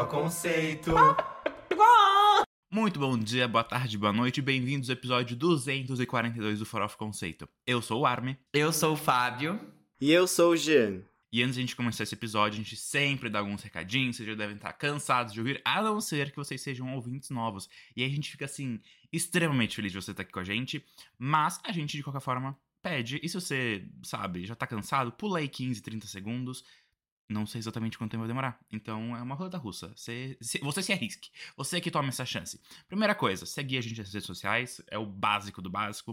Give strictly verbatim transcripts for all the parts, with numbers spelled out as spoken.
Conceito. Muito bom dia, boa tarde, boa noite, bem-vindos ao episódio duzentos e quarenta e dois do Farofa Conceito. Eu sou o Armin. Eu sou o Fábio. E eu sou o Jean. E antes de a gente começar esse episódio, a gente sempre dá alguns recadinhos, vocês já devem estar cansados de ouvir, a não ser que vocês sejam ouvintes novos. E aí a gente fica, assim, extremamente feliz de você estar aqui com a gente, mas a gente, de qualquer forma, pede. E se você, sabe, já tá cansado, pula aí quinze, trinta segundos. Não sei exatamente quanto tempo vai demorar. Então é uma roleta russa. Você se, você se arrisque. Você que toma essa chance. Primeira coisa, seguir a gente nas redes sociais. É o básico do básico.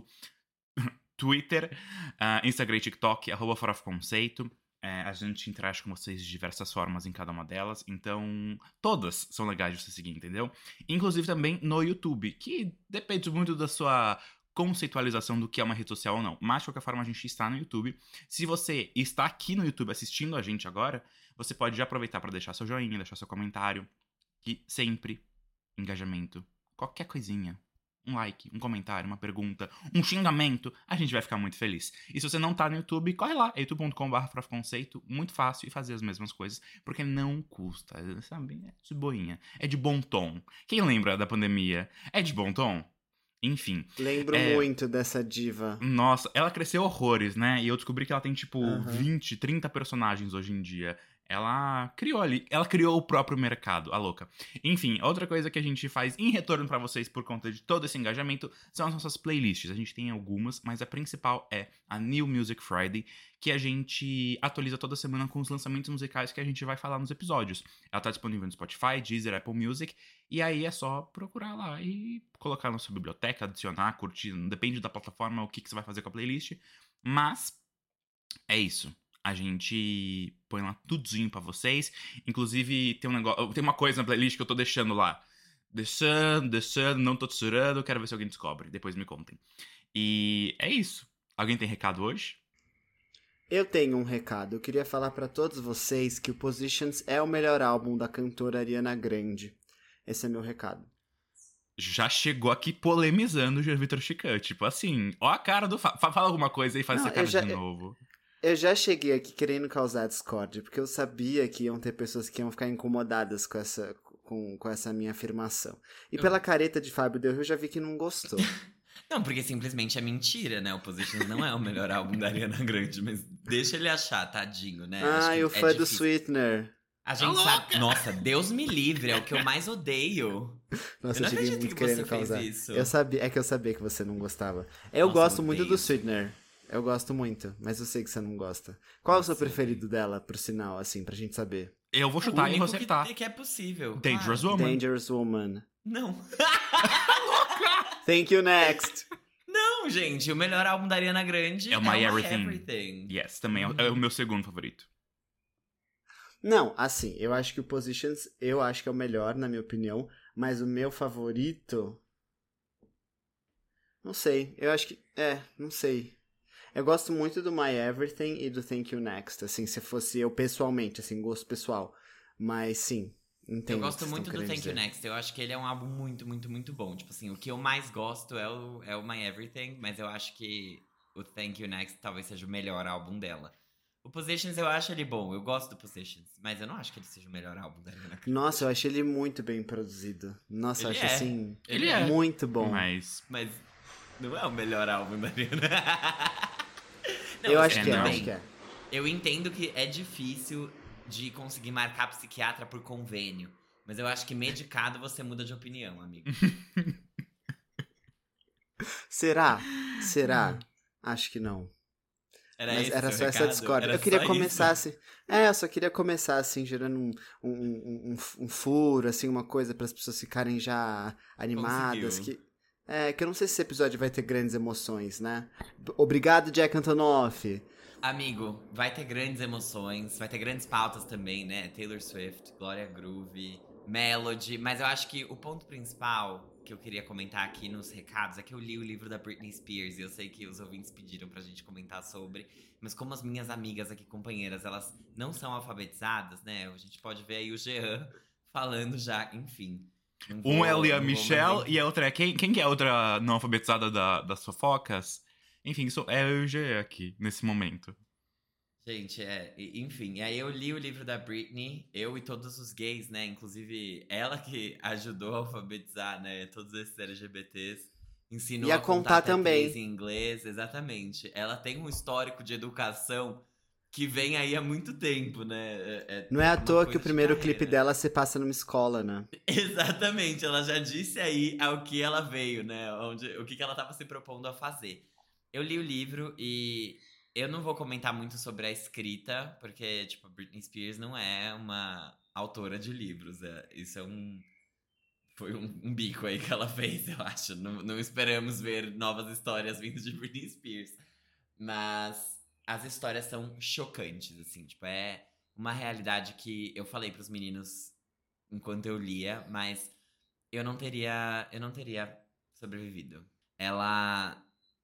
Twitter, uh, Instagram e TikTok, arroba Farofa Conceito. É, a gente interage com vocês de diversas formas em cada uma delas. Então, todas são legais de você seguir, entendeu? Inclusive também no YouTube, que depende muito da sua conceitualização do que é uma rede social ou não. Mas, de qualquer forma, a gente está no YouTube. Se você está aqui no YouTube assistindo a gente agora, você pode já aproveitar para deixar seu joinha, deixar seu comentário. E sempre, engajamento. Qualquer coisinha. Um like, um comentário, uma pergunta, um xingamento, a gente vai ficar muito feliz. E se você não tá no YouTube, corre lá, é youtube ponto com barra Farofa Conceito, muito fácil, e fazer as mesmas coisas, porque não custa, sabe? É de boinha, é de bom tom. Quem lembra da pandemia? É de bom tom? Enfim. Lembro é... muito dessa diva. Nossa, ela cresceu horrores, né? E eu descobri que ela tem, tipo, Uhum. vinte, trinta personagens hoje em dia. Ela criou ali, ela criou o próprio mercado, a louca. Enfim, outra coisa que a gente faz em retorno pra vocês por conta de todo esse engajamento são as nossas playlists. A gente tem algumas, mas a principal é a New Music Friday, que a gente atualiza toda semana com os lançamentos musicais que a gente vai falar nos episódios. Ela tá disponível no Spotify, Deezer, Apple Music, e aí é só procurar lá e colocar na sua biblioteca, adicionar, curtir, depende da plataforma, o que, que você vai fazer com a playlist. Mas é isso. A gente põe lá tudinho pra vocês. Inclusive, tem um negócio, tem uma coisa na playlist que eu tô deixando lá. Deixando, deixando, não tô tesourando, quero ver se alguém descobre. Depois me contem. E é isso. Alguém tem recado hoje? Eu tenho um recado. Eu queria falar pra todos vocês que o Positions é o melhor álbum da cantora Ariana Grande. Esse é meu recado. Já chegou aqui polemizando o Jean Vitor Chicã. Tipo assim, ó a cara do... Fa- fala alguma coisa aí e faz Não, essa cara eu já- de novo. Eu já cheguei aqui querendo causar discórdia, porque eu sabia que iam ter pessoas que iam ficar incomodadas com essa, com, com essa minha afirmação. E Eu- pela careta de Fábio Del Rio, eu já vi que não gostou. Não, porque simplesmente é mentira, né? O Positions não é o melhor álbum da Ariana Grande, mas deixa ele achar, tadinho, né? Acho Ah, que e o é fã do difícil. Sweetener. A gente Tá sabe. louca! Nossa, Deus me livre, é o que eu mais odeio. Nossa, Eu eu, não cheguei acredito muito que querendo você fez causar. isso. Eu sabia, é que eu sabia que você não gostava. Eu Nossa, gosto eu muito odeio. do Sweetener. Eu gosto muito, mas eu sei que você não gosta. Qual Nossa, é o seu eu preferido dela, por sinal, assim, pra gente saber? Eu vou O chutar e único você que, tá. que é possível. Dangerous claro. Woman. Dangerous Woman. Não. Thank you, next. Não, gente, o melhor álbum da Ariana Grande É o My é Everything. Everything. Yes, também é o- é o meu segundo favorito. Não, assim, eu acho que o Positions, eu acho que é o melhor, na minha opinião, mas o meu favorito... Não sei, eu acho que... É, não sei. Eu gosto muito do My Everything e do Thank You Next, assim, se fosse eu pessoalmente, assim, gosto pessoal. Mas, sim, entendo Eu o que gosto vocês muito estão do querendo Thank You dizer. Next. Eu acho que ele é um álbum muito, muito, muito bom. Tipo assim, o que eu mais gosto é o, é o My Everything, mas eu acho que o Thank You Next talvez seja o melhor álbum dela. O Positions eu acho ele bom, eu gosto do Positions, mas eu não acho que ele seja o melhor álbum da Ariana Grande. Nossa, eu achei ele muito bem produzido. Nossa, eu Ele acho é. assim, Ele é. muito bom. Mas... Mas não é o melhor álbum da Ariana. Não, eu assim, acho que é, não. eu acho que é. Eu entendo que é difícil de conseguir marcar psiquiatra por convênio, mas eu acho que medicado você muda de opinião, amigo. Será? Será? Acho que não. Era, Mas esse era seu só essa recado? discórdia. Era Eu queria só começar isso? assim. É, eu só queria começar assim, gerando um, um, um, um, um furo, assim, uma coisa para as pessoas ficarem já animadas. Conseguiu. Que, é, que eu não sei se esse episódio vai ter grandes emoções, né? Obrigado, Jack Antonoff. Amigo, vai ter grandes emoções, vai ter grandes pautas também, né? Taylor Swift, Gloria Groove, Melody. Mas eu acho que o ponto principal que eu queria comentar aqui nos recados é que eu li o livro da Britney Spears e eu sei que os ouvintes pediram pra gente comentar sobre. Mas como as minhas amigas aqui, companheiras, elas não são alfabetizadas, né? A gente pode ver aí o Jean falando já, enfim. Não Um vou- é ali a não vou Michelle manter- e a outra é quem? Quem que é a outra não alfabetizada da, das fofocas? Enfim, sou, é eu e o G aqui, nesse momento. Gente, é, e- enfim, e aí eu li o livro da Britney, eu e todos os gays, né? Inclusive, ela que ajudou a alfabetizar, né? Todos esses L G B Ts, ensinou Ia a contar contar até três também. em inglês, exatamente. Ela tem um histórico de educação que vem aí há muito tempo, né? É, Não é à é uma toa que o coisa de primeiro clipe carreira. dela se passa numa escola, né? Exatamente, ela já disse aí ao que ela veio, né? Onde, o que que ela estava se propondo a fazer. Eu li o livro e eu não vou comentar muito sobre a escrita, porque, tipo, a Britney Spears não é uma autora de livros. é- isso é um. Foi um, um bico aí que ela fez, eu acho. Não, não esperamos ver novas histórias vindas de Britney Spears. Mas as histórias são chocantes, assim. Tipo, é uma realidade que eu falei pros meninos enquanto eu lia, mas eu não teria, eu não teria sobrevivido. Ela,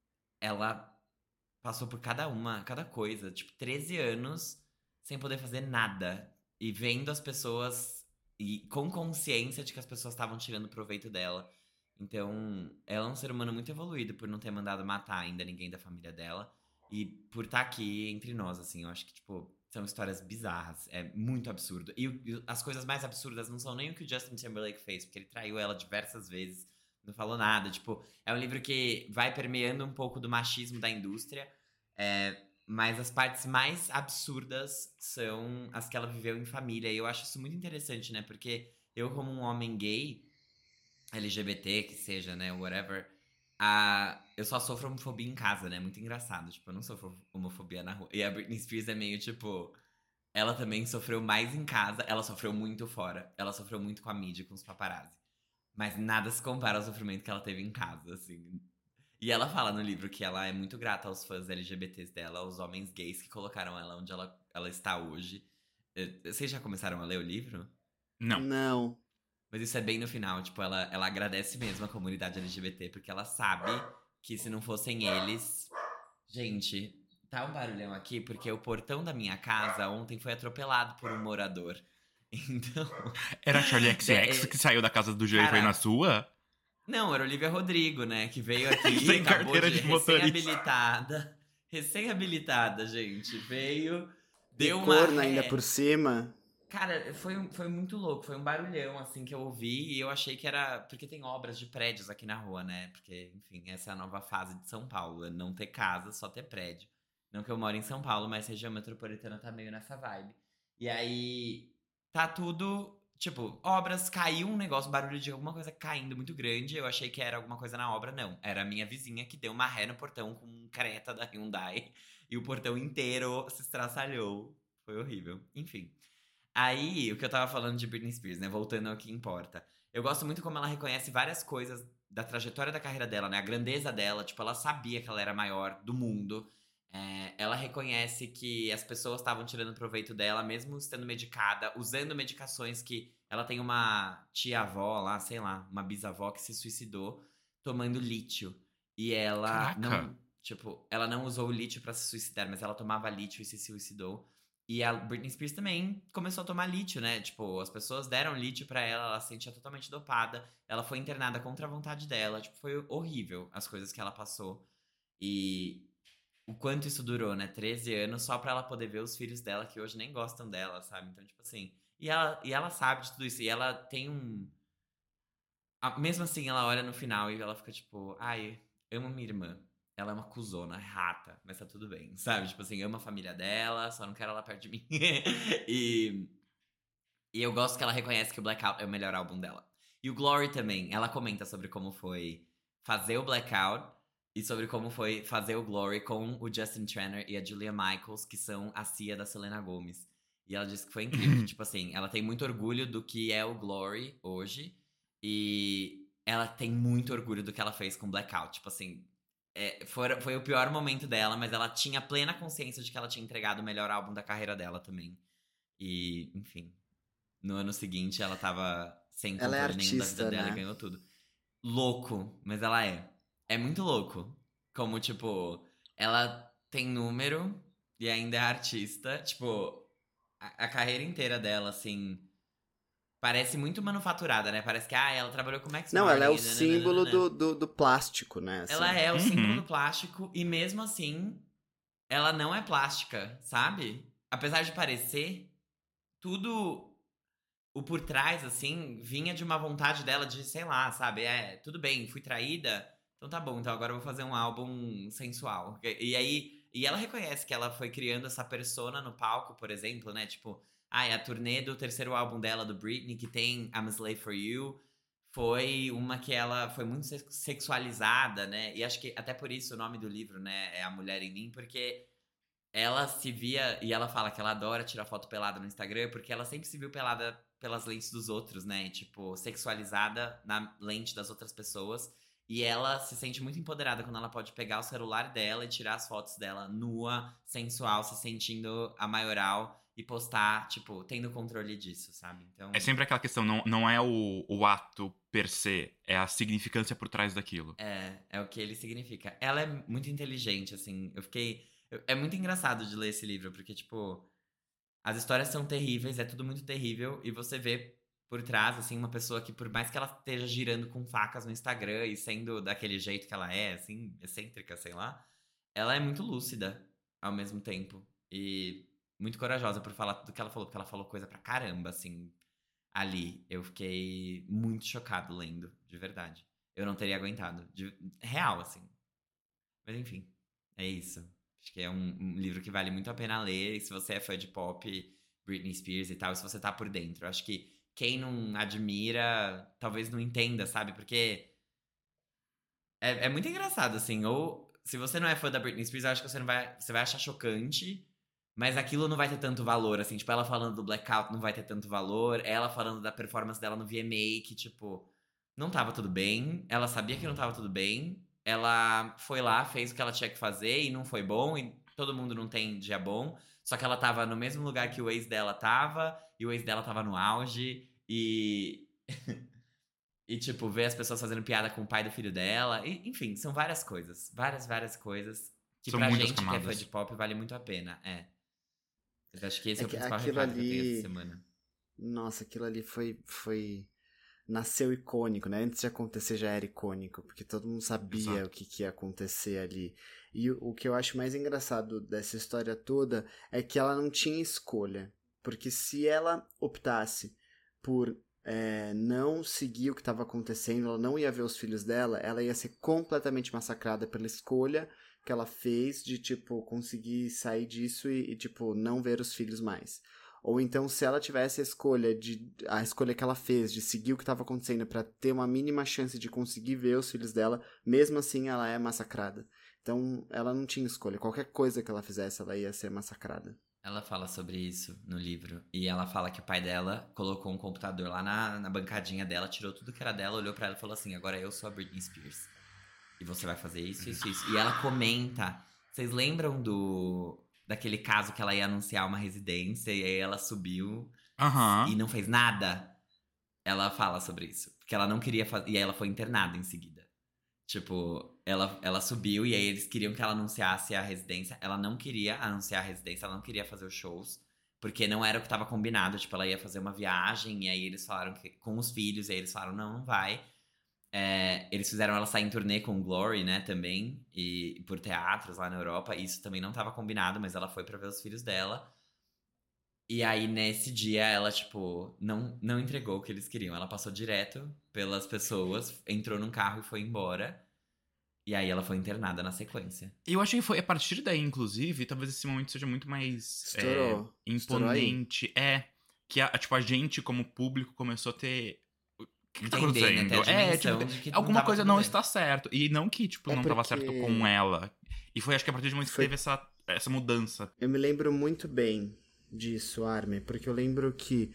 ela passou por cada uma, cada coisa, tipo, treze anos sem poder fazer nada e vendo as pessoas e com consciência de que as pessoas estavam tirando proveito dela. Então, ela é um ser humano muito evoluído por não ter mandado matar ainda ninguém da família dela e por estar aqui entre nós, assim. Eu acho que, tipo, são histórias bizarras, é muito absurdo. E, o- e as coisas mais absurdas não são nem o que o Justin Timberlake fez, porque ele traiu ela diversas vezes, não falou nada. Tipo, é um livro que vai permeando um pouco do machismo da indústria, é, mas as partes mais absurdas são as que ela viveu em família. E eu acho isso muito interessante, né? Porque eu, como um homem gay, L G B T, que seja, né? Whatever. A... Eu só sofro homofobia em casa, né? Muito engraçado. Tipo, eu não sofro homofobia na rua. E a Britney Spears é meio tipo. Ela também sofreu mais em casa. Ela sofreu muito fora. Ela sofreu muito com a mídia, com os paparazzi. Mas nada se compara ao sofrimento que ela teve em casa, assim. E ela fala no livro que ela é muito grata aos fãs L G B Ts dela, aos homens gays que colocaram ela onde ela, ela está hoje. Eh, Vocês já começaram a ler o livro? Não. Não. Mas isso é bem no final, tipo, ela, ela agradece mesmo a comunidade L G B T, porque ela sabe que se não fossem eles. Gente, tá um barulhão aqui, porque o portão da minha casa ontem foi atropelado por um morador. Então. Era a Charlie de- X X que é, saiu da casa do Joey e foi na cara, sua? não, era Olivia Rodrigo, né? Que veio aqui, Sem acabou carteira de de motorista. recém-habilitada. Recém-habilitada, gente. Veio, E deu uma corno ainda por ré. cima. Cara, foi, um- foi muito louco. Foi um barulhão, assim, que eu ouvi. E eu achei que era. Porque tem obras de prédios aqui na rua, né? Porque, enfim, essa é a nova fase de São Paulo. É não ter casa, só ter prédio. Não que eu moro em São Paulo, mas região metropolitana tá meio nessa vibe. E aí. Tá tudo. Tipo, obras, caiu um negócio, um barulho de alguma coisa caindo muito grande. Eu achei que era alguma coisa na obra. Não. Era a minha vizinha que deu uma ré no portão com um Creta da Hyundai. E o portão inteiro se estraçalhou. Foi horrível. Enfim. Aí, o que eu tava falando de Britney Spears, né? Voltando ao que importa. Eu gosto muito como ela reconhece várias coisas da trajetória da carreira dela, né? A grandeza dela, tipo, ela sabia que ela era a maior do mundo. É, ela reconhece que as pessoas estavam tirando proveito dela, mesmo estando medicada, usando medicações que ela tem uma tia-avó lá, sei lá, uma bisavó que se suicidou tomando lítio. E ela Caraca. não, tipo, ela não usou o lítio pra se suicidar, mas ela tomava lítio e se suicidou. E a Britney Spears também começou a tomar lítio, né? Tipo, as pessoas deram lítio pra ela, ela se sentia totalmente dopada. Ela foi internada contra a vontade dela. Tipo, foi horrível as coisas que ela passou. E o quanto isso durou, né? treze anos só pra ela poder ver os filhos dela que hoje nem gostam dela, sabe? Então, tipo assim. E ela, e ela sabe de tudo isso. E ela tem um. a- Mesmo assim, ela olha no final e ela fica tipo, ai, amo minha irmã. Ela é uma cuzona, é rata, mas tá tudo bem, sabe? Tipo assim, amo a família dela, só não quero ela perto de mim. e, e eu gosto que ela reconhece que o Blackout é o melhor álbum dela. E o Glory também, ela comenta sobre como foi fazer o Blackout e sobre como foi fazer o Glory com o Justin Tranter e a Julia Michaels, que são a Cia da Selena Gomez. E ela disse que foi incrível, que, tipo assim, ela tem muito orgulho do que é o Glory hoje. E ela tem muito orgulho do que ela fez com Blackout. Tipo assim, é, foi, foi o pior momento dela, mas ela tinha plena consciência de que ela tinha entregado o melhor álbum da carreira dela também. E, enfim, no ano seguinte ela tava sem Ela é controle nenhum da vida artista, dela e né? ganhou tudo. Louco, mas ela é. É muito louco. Como, tipo, ela tem número e ainda é artista. Tipo, a, a carreira inteira dela, assim. Parece muito manufaturada, né? Parece que, ah, ela trabalhou com Max Não, ela é Martin o e símbolo nananana. do, do, do plástico, né? Ela Assim. é o símbolo do Uhum. plástico e mesmo assim, ela não é plástica, sabe? Apesar de parecer, tudo o por trás, assim, vinha de uma vontade dela de, sei lá, sabe? É, tudo bem, fui traída, então tá bom, então agora eu vou fazer um álbum sensual. E, e aí, e ela reconhece que ela foi criando essa persona no palco, por exemplo, né? Tipo, ah, é a turnê do terceiro álbum dela, do Britney, que tem I'm a Slave for You, foi uma que ela foi muito sexualizada, né? E acho que até por isso o nome do livro, né, é A Mulher em Mim, porque ela se via, e ela fala que ela adora tirar foto pelada no Instagram, porque ela sempre se viu pelada pelas lentes dos outros, né? E, tipo, sexualizada na lente das outras pessoas. E ela se sente muito empoderada quando ela pode pegar o celular dela e tirar as fotos dela nua, sensual, se sentindo a maioral e postar, tipo, tendo controle disso, sabe? Então. É sempre aquela questão, não, não é o, o ato per se, é a significância por trás daquilo. É, é o que ele significa. Ela é muito inteligente, assim. Eu fiquei. eu- É muito engraçado de ler esse livro, porque, tipo, as histórias são terríveis, é tudo muito terrível, e você vê por trás, assim, uma pessoa que, por mais que ela esteja girando com facas no Instagram e sendo daquele jeito que ela é, assim, excêntrica, sei lá, ela é muito lúcida ao mesmo tempo. E muito corajosa por falar tudo que ela falou, porque ela falou coisa pra caramba, assim, ali. Eu fiquei muito chocado lendo, de verdade. Eu não teria aguentado. De... Real, assim. Mas enfim, é isso. Acho que é um, um livro que vale muito a pena ler. E se você é fã de pop, Britney Spears e tal, e se você tá por dentro. Acho que quem não admira, talvez não entenda, sabe? Porque é, é muito engraçado, assim. Ou se você não é fã da Britney Spears, eu acho que você não vai. Você vai achar chocante. Mas aquilo não vai ter tanto valor, assim. Tipo, ela falando do Blackout não vai ter tanto valor. Ela falando da performance dela no V M A, que, tipo, não tava tudo bem. Ela sabia que não tava tudo bem. Ela foi lá, fez o que ela tinha que fazer e não foi bom. E todo mundo não tem dia bom. Só que ela tava no mesmo lugar que o ex dela tava. E o ex dela tava no auge. E. E, tipo, ver as pessoas fazendo piada com o pai do filho dela. E, enfim, são várias coisas. Várias, várias coisas. Que São pra muitas gente que é fã camadas. de pop vale muito a pena. É. Eu acho que esse É é o que principal aquilo recado que eu tenho essa ali. semana. Nossa, aquilo ali foi. foi... Nasceu icônico, né? Antes de acontecer já era icônico, porque todo mundo sabia Exato. o que, que ia acontecer ali. E o, o que eu acho mais engraçado dessa história toda é que ela não tinha escolha. Porque se ela optasse por é, não seguir o que estava acontecendo, ela não ia ver os filhos dela, ela ia ser completamente massacrada pela escolha que ela fez de, tipo, conseguir sair disso e, e tipo, não ver os filhos mais. Ou então, se ela tivesse a escolha de a escolha que ela fez de seguir o que estava acontecendo para ter uma mínima chance de conseguir ver os filhos dela, mesmo assim ela é massacrada. Então, ela não tinha escolha. Qualquer coisa que ela fizesse, ela ia ser massacrada. Ela fala sobre isso no livro. E ela fala que o pai dela colocou um computador lá na, na bancadinha dela, tirou tudo que era dela, olhou pra ela e falou assim: agora eu sou a Britney Spears. E você vai fazer isso, isso, isso. E ela comenta. Vocês lembram do. Daquele caso que ela ia anunciar uma residência e aí ela subiu e Aham. não fez nada? Ela fala sobre isso. Porque ela não queria fazer. E aí ela foi internada em seguida. Tipo, ela, ela subiu e aí eles queriam que ela anunciasse a residência. Ela não queria anunciar a residência, ela não queria fazer os shows. Porque não era o que tava combinado. Tipo, ela ia fazer uma viagem e aí eles falaram que, com os filhos. E aí eles falaram, não, não vai. É, eles fizeram ela sair em turnê com Glory, né, também. E por teatros lá na Europa. E isso também não tava combinado, mas ela foi pra ver os filhos dela. E aí, nesse dia, ela, tipo, não, não entregou o que eles queriam. Ela passou direto pelas pessoas, entrou num carro e foi embora. E aí ela foi internada na sequência. Eu achei que foi a partir daí, inclusive, talvez esse momento seja muito mais é, Estourou. Estourou aí. imponente. É, que a, tipo, a gente, como público, começou a ter. O que, que tá Entender, né? Ter a acontecendo? É, tipo, dimensão de que não alguma tava coisa tudo não bem. está certo. E não que, tipo, É não tava certo porque- com ela. E foi, acho que a partir do momento Foi- que teve essa, essa mudança. Eu me lembro muito bem disso, Armin, porque eu lembro que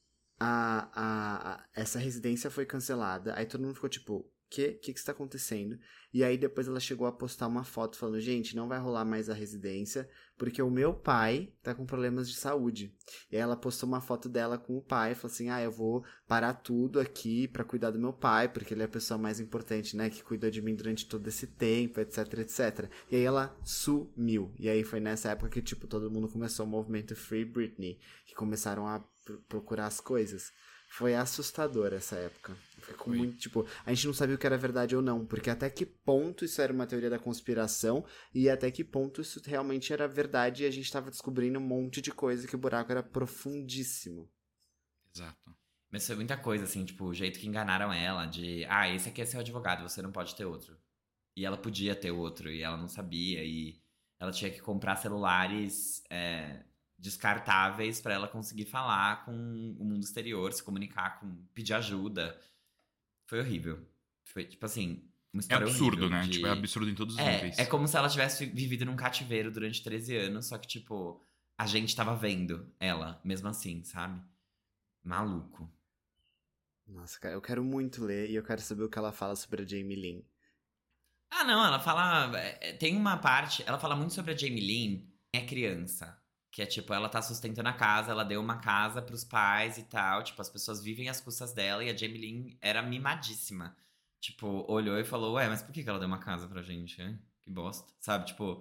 a, a, a- essa residência foi cancelada. Aí todo mundo ficou tipo, que que que está acontecendo? E aí depois ela chegou a postar uma foto falando, gente, não vai rolar mais a residência, porque o meu pai tá com problemas de saúde. E aí ela postou uma foto dela com o pai, falou assim, ah, eu vou parar tudo aqui pra cuidar do meu pai, porque ele é a pessoa mais importante, né, que cuidou de mim durante todo esse tempo, etc, etcétera. E aí ela sumiu. E aí foi nessa época que, tipo, todo mundo começou o movimento Free Britney, que começaram a pr- procurar as coisas. Foi assustador essa época. Ficou Foi. muito, tipo, a gente não sabia o que era verdade ou não, porque até que ponto isso era uma teoria da conspiração e até que ponto isso realmente era verdade e a gente tava descobrindo um monte de coisa que o buraco era profundíssimo. Exato. Mas foi muita coisa, assim, tipo, o jeito que enganaram ela, de, ah, esse aqui é seu advogado, você não pode ter outro. E ela podia ter outro, e ela não sabia, e ela tinha que comprar celulares é, descartáveis pra ela conseguir falar com o mundo exterior, se comunicar, com, pedir ajuda. Foi horrível. Foi, tipo assim, uma É história absurdo, horrível né? de- Tipo, é absurdo em todos os É, níveis. é como se ela tivesse vivido num cativeiro durante treze anos, só que, tipo, a gente tava vendo ela, mesmo assim, sabe? Maluco. Nossa, cara, eu quero muito ler e eu quero saber o que ela fala sobre a Jamie Lynn. Ah, não, ela fala. é, Tem uma parte. Ela fala muito sobre a Jamie Lynn, é criança. Que é tipo, ela tá sustentando a casa, ela deu uma casa pros pais e tal. Tipo, as pessoas vivem às custas dela e a Jamie Lynn era mimadíssima. Tipo, olhou e falou: Ué, mas por que que ela deu uma casa pra gente? Hein? Que bosta. Sabe? Tipo,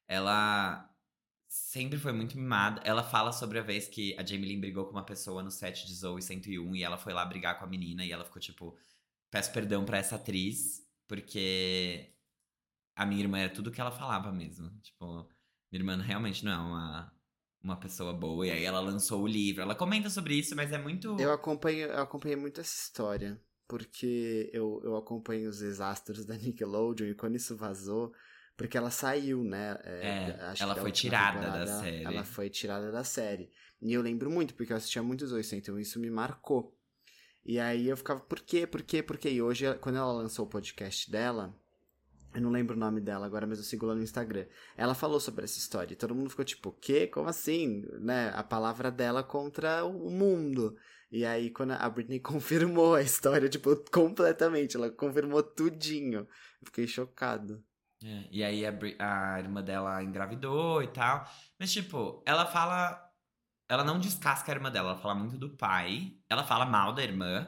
ela sempre foi muito mimada. Ela fala sobre a vez que a Jamie Lynn brigou com uma pessoa no set de Zoe cento e um e ela foi lá brigar com a menina e ela ficou tipo: Peço perdão pra essa atriz, porque a minha irmã era tudo que ela falava mesmo. Tipo, minha irmã realmente não é uma, uma pessoa boa. E aí ela lançou o livro. Ela comenta sobre isso, mas é muito. Eu acompanho, eu acompanhei muito essa história, porque eu, eu acompanho os desastres da Nickelodeon e quando isso vazou, porque ela saiu, né? É, acho ela que da foi última tirada temporada, da série. Ela foi tirada da série. E eu lembro muito, porque eu assistia muitos oitocentos, então isso me marcou. E aí eu ficava, por quê, por quê, por quê? E hoje, quando ela lançou o podcast dela, eu não lembro o nome dela agora, mas eu sigo lá no Instagram. Ela falou sobre essa história e todo mundo ficou tipo, o quê? Como assim? Né? A palavra dela contra o mundo. E aí, quando a Britney confirmou a história, tipo, completamente, ela confirmou tudinho. Eu fiquei chocado. É, e aí a, Bri- a irmã dela engravidou e tal. Mas, tipo, ela fala. Ela não descasca a irmã dela, ela fala muito do pai. Ela fala mal da irmã,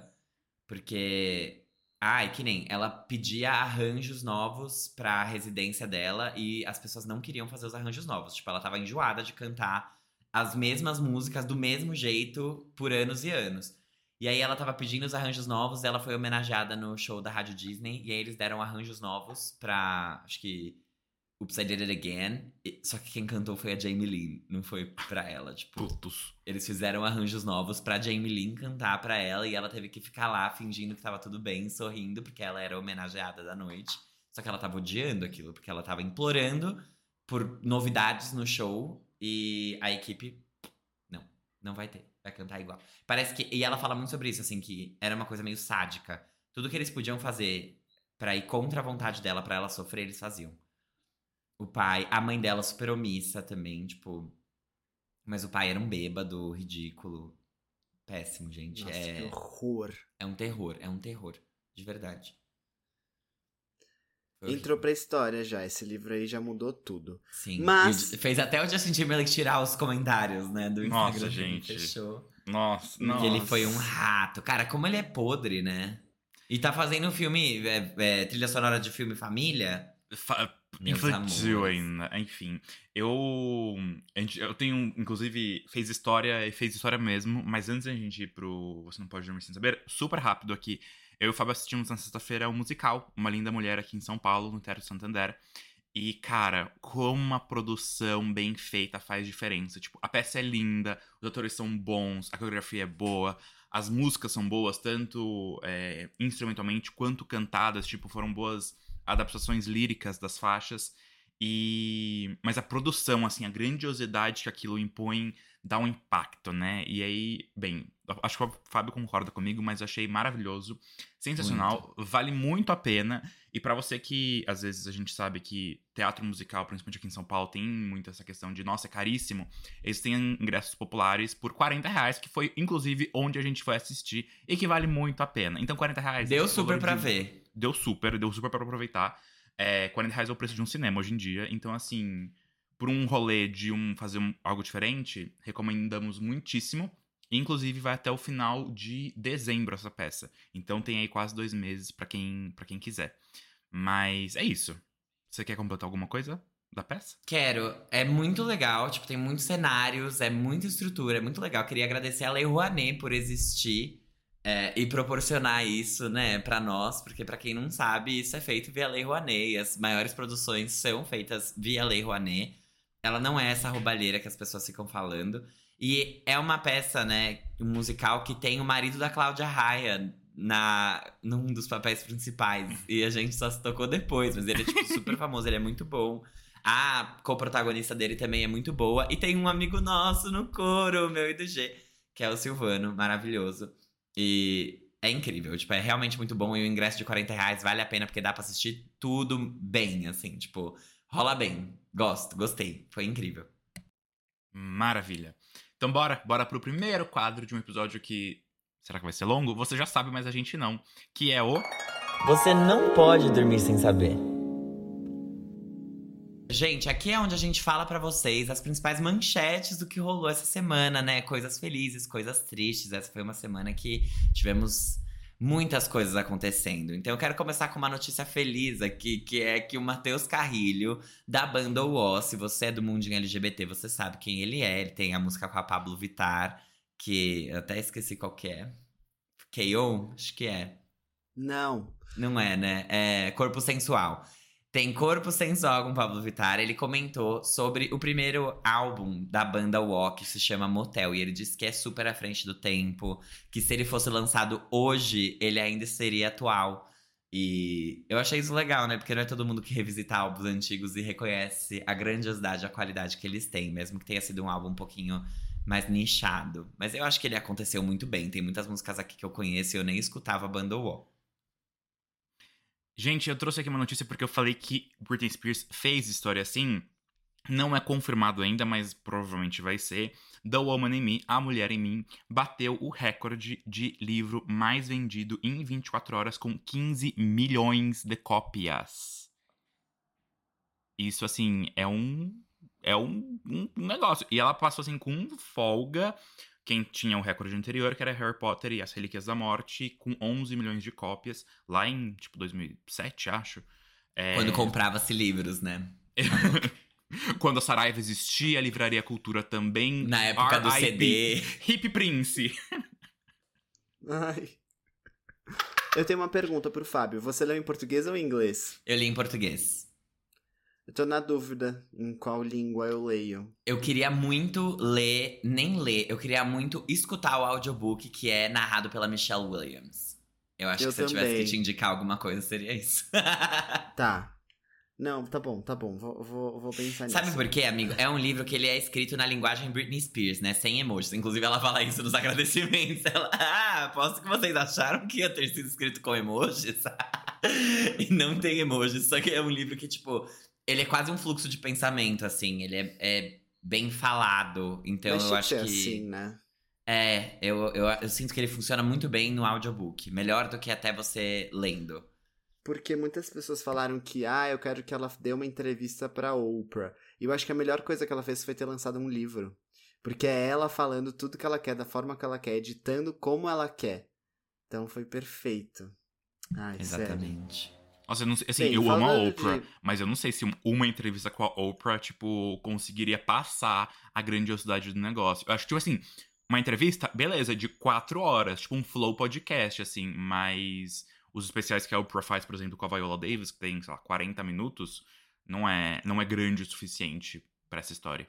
porque. Ai, que nem ela pedia arranjos novos pra residência dela e as pessoas não queriam fazer os arranjos novos. Tipo, ela tava enjoada de cantar as mesmas músicas do mesmo jeito por anos e anos. E aí ela tava pedindo os arranjos novos, ela foi homenageada no show da Rádio Disney, e aí eles deram arranjos novos pra, acho que, Oops, I Did It Again. E- Só que quem cantou foi a Jamie Lynn, não foi pra ela, tipo... Putos. Eles fizeram arranjos novos pra Jamie Lynn cantar pra ela e ela teve que ficar lá fingindo que tava tudo bem, sorrindo, porque ela era homenageada da noite. Só que ela tava odiando aquilo, porque ela tava implorando por novidades no show e a equipe. Não, não vai ter. Vai cantar igual. Parece que. E ela fala muito sobre isso, assim, que era uma coisa meio sádica. Tudo que eles podiam fazer pra ir contra a vontade dela, pra ela sofrer, eles faziam. O pai, a mãe dela super omissa também, tipo. Mas o pai era um bêbado, ridículo. Péssimo, gente. Nossa, é, que horror. é um terror, é um terror. De verdade. Foi Entrou horrível. pra história já, esse livro aí já mudou tudo. Sim. Mas- E fez até o Justin Timberlake tirar os comentários, né? Do Instagram. Nossa, dele, gente. Fechou. Nossa, não. Porque ele foi um rato. Cara, como ele é podre, né? E tá fazendo filme, é, é, trilha sonora de filme família. Fa- Meus Infantil amores. ainda, enfim. Eu. a gente- Eu tenho, inclusive, fez história e fez história mesmo, mas antes da gente ir pro Você Não Pode Dormir Sem Saber, super rápido aqui. Eu e o Fábio assistimos na sexta-feira um musical, Uma Linda Mulher, aqui em São Paulo, no Teatro Santander. E, cara, como uma produção bem feita faz diferença. Tipo, a peça é linda, os atores são bons, a coreografia é boa, as músicas são boas, tanto é, instrumentalmente quanto cantadas. Tipo, foram boas adaptações líricas das faixas. E... Mas a produção, assim, a grandiosidade que aquilo impõe dá um impacto, né? E aí, bem, acho que o Fábio concorda comigo, mas eu achei maravilhoso, sensacional, vale muito a pena. E pra você que, às vezes, a gente sabe que teatro musical, principalmente aqui em São Paulo, tem muito essa questão de, nossa, é caríssimo. Eles têm ingressos populares por quarenta reais, que foi, inclusive, onde a gente foi assistir, e que vale muito a pena. Então, quarenta reais... Deu esse super valor pra de- ver. Deu super, deu super pra aproveitar. É, quarenta reais é o preço de um cinema hoje em dia. Então, assim, por um rolê de um fazer um- algo diferente, recomendamos muitíssimo. Inclusive, vai até o final de dezembro essa peça. Então, tem aí quase dois meses pra quem, pra quem quiser. Mas é isso. Você quer completar alguma coisa da peça? Quero. É muito legal. Tipo, tem muitos cenários, é muita estrutura, é muito legal. Queria agradecer a Lei Rouanet por existir. É, e proporcionar isso, né, pra nós, porque pra quem não sabe, isso é feito via Lei Rouanet. As maiores produções são feitas via Lei Rouanet. Ela não é essa roubalheira que as pessoas ficam falando. E é uma peça, né, um musical que tem o marido da Cláudia Raia na, num dos papéis principais. E a gente só se tocou depois, mas ele é, tipo, super famoso, ele é muito bom. A co-protagonista dele também é muito boa. E tem um amigo nosso no coro, meu e do G, que é o Silvano, maravilhoso. E é incrível, tipo, é realmente muito bom. E o ingresso de quarenta reais vale a pena, porque dá pra assistir tudo bem, assim, tipo, rola bem. Gosto, gostei, foi incrível. Maravilha. Então bora, bora pro primeiro quadro de um episódio que... Será que vai ser longo? Você já sabe, mas a gente não. Que é o... Você não pode dormir sem saber. Gente, aqui é onde a gente fala pra vocês as principais manchetes do que rolou essa semana, né? Coisas felizes, coisas tristes. Essa foi uma semana que tivemos muitas coisas acontecendo. Então eu quero começar com uma notícia feliz aqui, que é que o Matheus Carrilho, da banda Uó, se você é do mundinho L G B T, você sabe quem ele é. Ele tem a música com a Pablo Vittar, que eu até esqueci qual que é. K O? Acho que é. Não. Não é, né? É Corpo Sensual. Tem Corpo Sensual com Pablo Vittar. Ele comentou sobre o primeiro álbum da banda Uó, que se chama Motel. E ele disse que é super à frente do tempo. Que se ele fosse lançado hoje, ele ainda seria atual. E eu achei isso legal, né? Porque não é todo mundo que revisita álbuns antigos e reconhece a grandiosidade, a qualidade que eles têm. Mesmo que tenha sido um álbum um pouquinho mais nichado. Mas eu acho que ele aconteceu muito bem. Tem muitas músicas aqui que eu conheço e eu nem escutava a banda Uó. Gente, eu trouxe aqui uma notícia porque eu falei que Britney Spears fez história assim. Não é confirmado ainda, mas provavelmente vai ser. The Woman in Me, A Mulher em Mim, bateu o recorde de livro mais vendido em vinte e quatro horas com quinze milhões de cópias. Isso, assim, é um... É um, um negócio. E ela passou, assim, com folga... Quem tinha o recorde anterior, que era Harry Potter e as Relíquias da Morte, com onze milhões de cópias, lá em, tipo, dois mil e sete, acho. É... Quando comprava-se livros, né? Quando a Saraiva existia, a Livraria Cultura também. Na época do C D. Hip Prince. Ai. Eu tenho uma pergunta pro Fábio. Você leu em português ou em inglês? Eu li em português. Eu tô na dúvida em qual língua eu leio. Eu queria muito ler, nem ler, eu queria muito escutar o audiobook que é narrado pela Michelle Williams. Eu acho Eu que se eu também. tivesse que te indicar alguma coisa, seria isso. Tá. Não, tá bom, tá bom. Vou, vou, vou pensar nisso. Sabe por quê, amigo? É um livro que ele é escrito na linguagem Britney Spears, né? Sem emojis. Inclusive, ela fala isso nos agradecimentos. Ela, ah, aposto que vocês acharam que ia ter sido escrito com emojis. E não tem emojis. Só que é um livro que, tipo... Ele é quase um fluxo de pensamento, assim. Ele é, é bem falado. Então Mas eu tinha acho que que... ser assim, né? É, eu, eu, eu sinto que ele funciona muito bem no audiobook. Melhor do que até você lendo. Porque muitas pessoas falaram que, ah, eu quero que ela dê uma entrevista pra Oprah. E eu acho que a melhor coisa que ela fez foi ter lançado um livro. Porque é ela falando tudo que ela quer, da forma que ela quer, editando como ela quer. Então foi perfeito. Ai, Exatamente. sério. Nossa, eu não sei, assim, Bem, eu amo a falando Oprah, de- mas eu não sei se uma entrevista com a Oprah, tipo, conseguiria passar a grandiosidade do negócio. Eu acho que, tipo assim, uma entrevista, beleza, de quatro horas, tipo um flow podcast, assim, mas os especiais que a Oprah faz, por exemplo, com a Viola Davis, que tem, sei lá, quarenta minutos, não é, não é grande o suficiente pra essa história.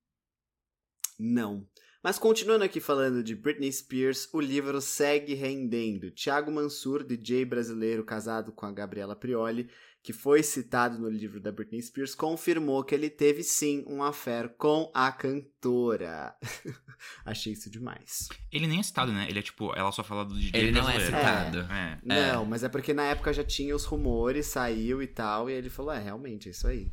Não. Mas continuando aqui falando de Britney Spears, o livro segue rendendo. Thiago Mansur, D J brasileiro casado com a Gabriela Prioli, que foi citado no livro da Britney Spears, confirmou que ele teve sim um affair com a cantora. Achei isso demais. Ele nem é citado, né? Ele é tipo, ela só fala do D J Ele não é brasileiro. citado. É. Não, mas é porque na época já tinha os rumores, saiu e tal, e ele falou, é, realmente, é isso aí.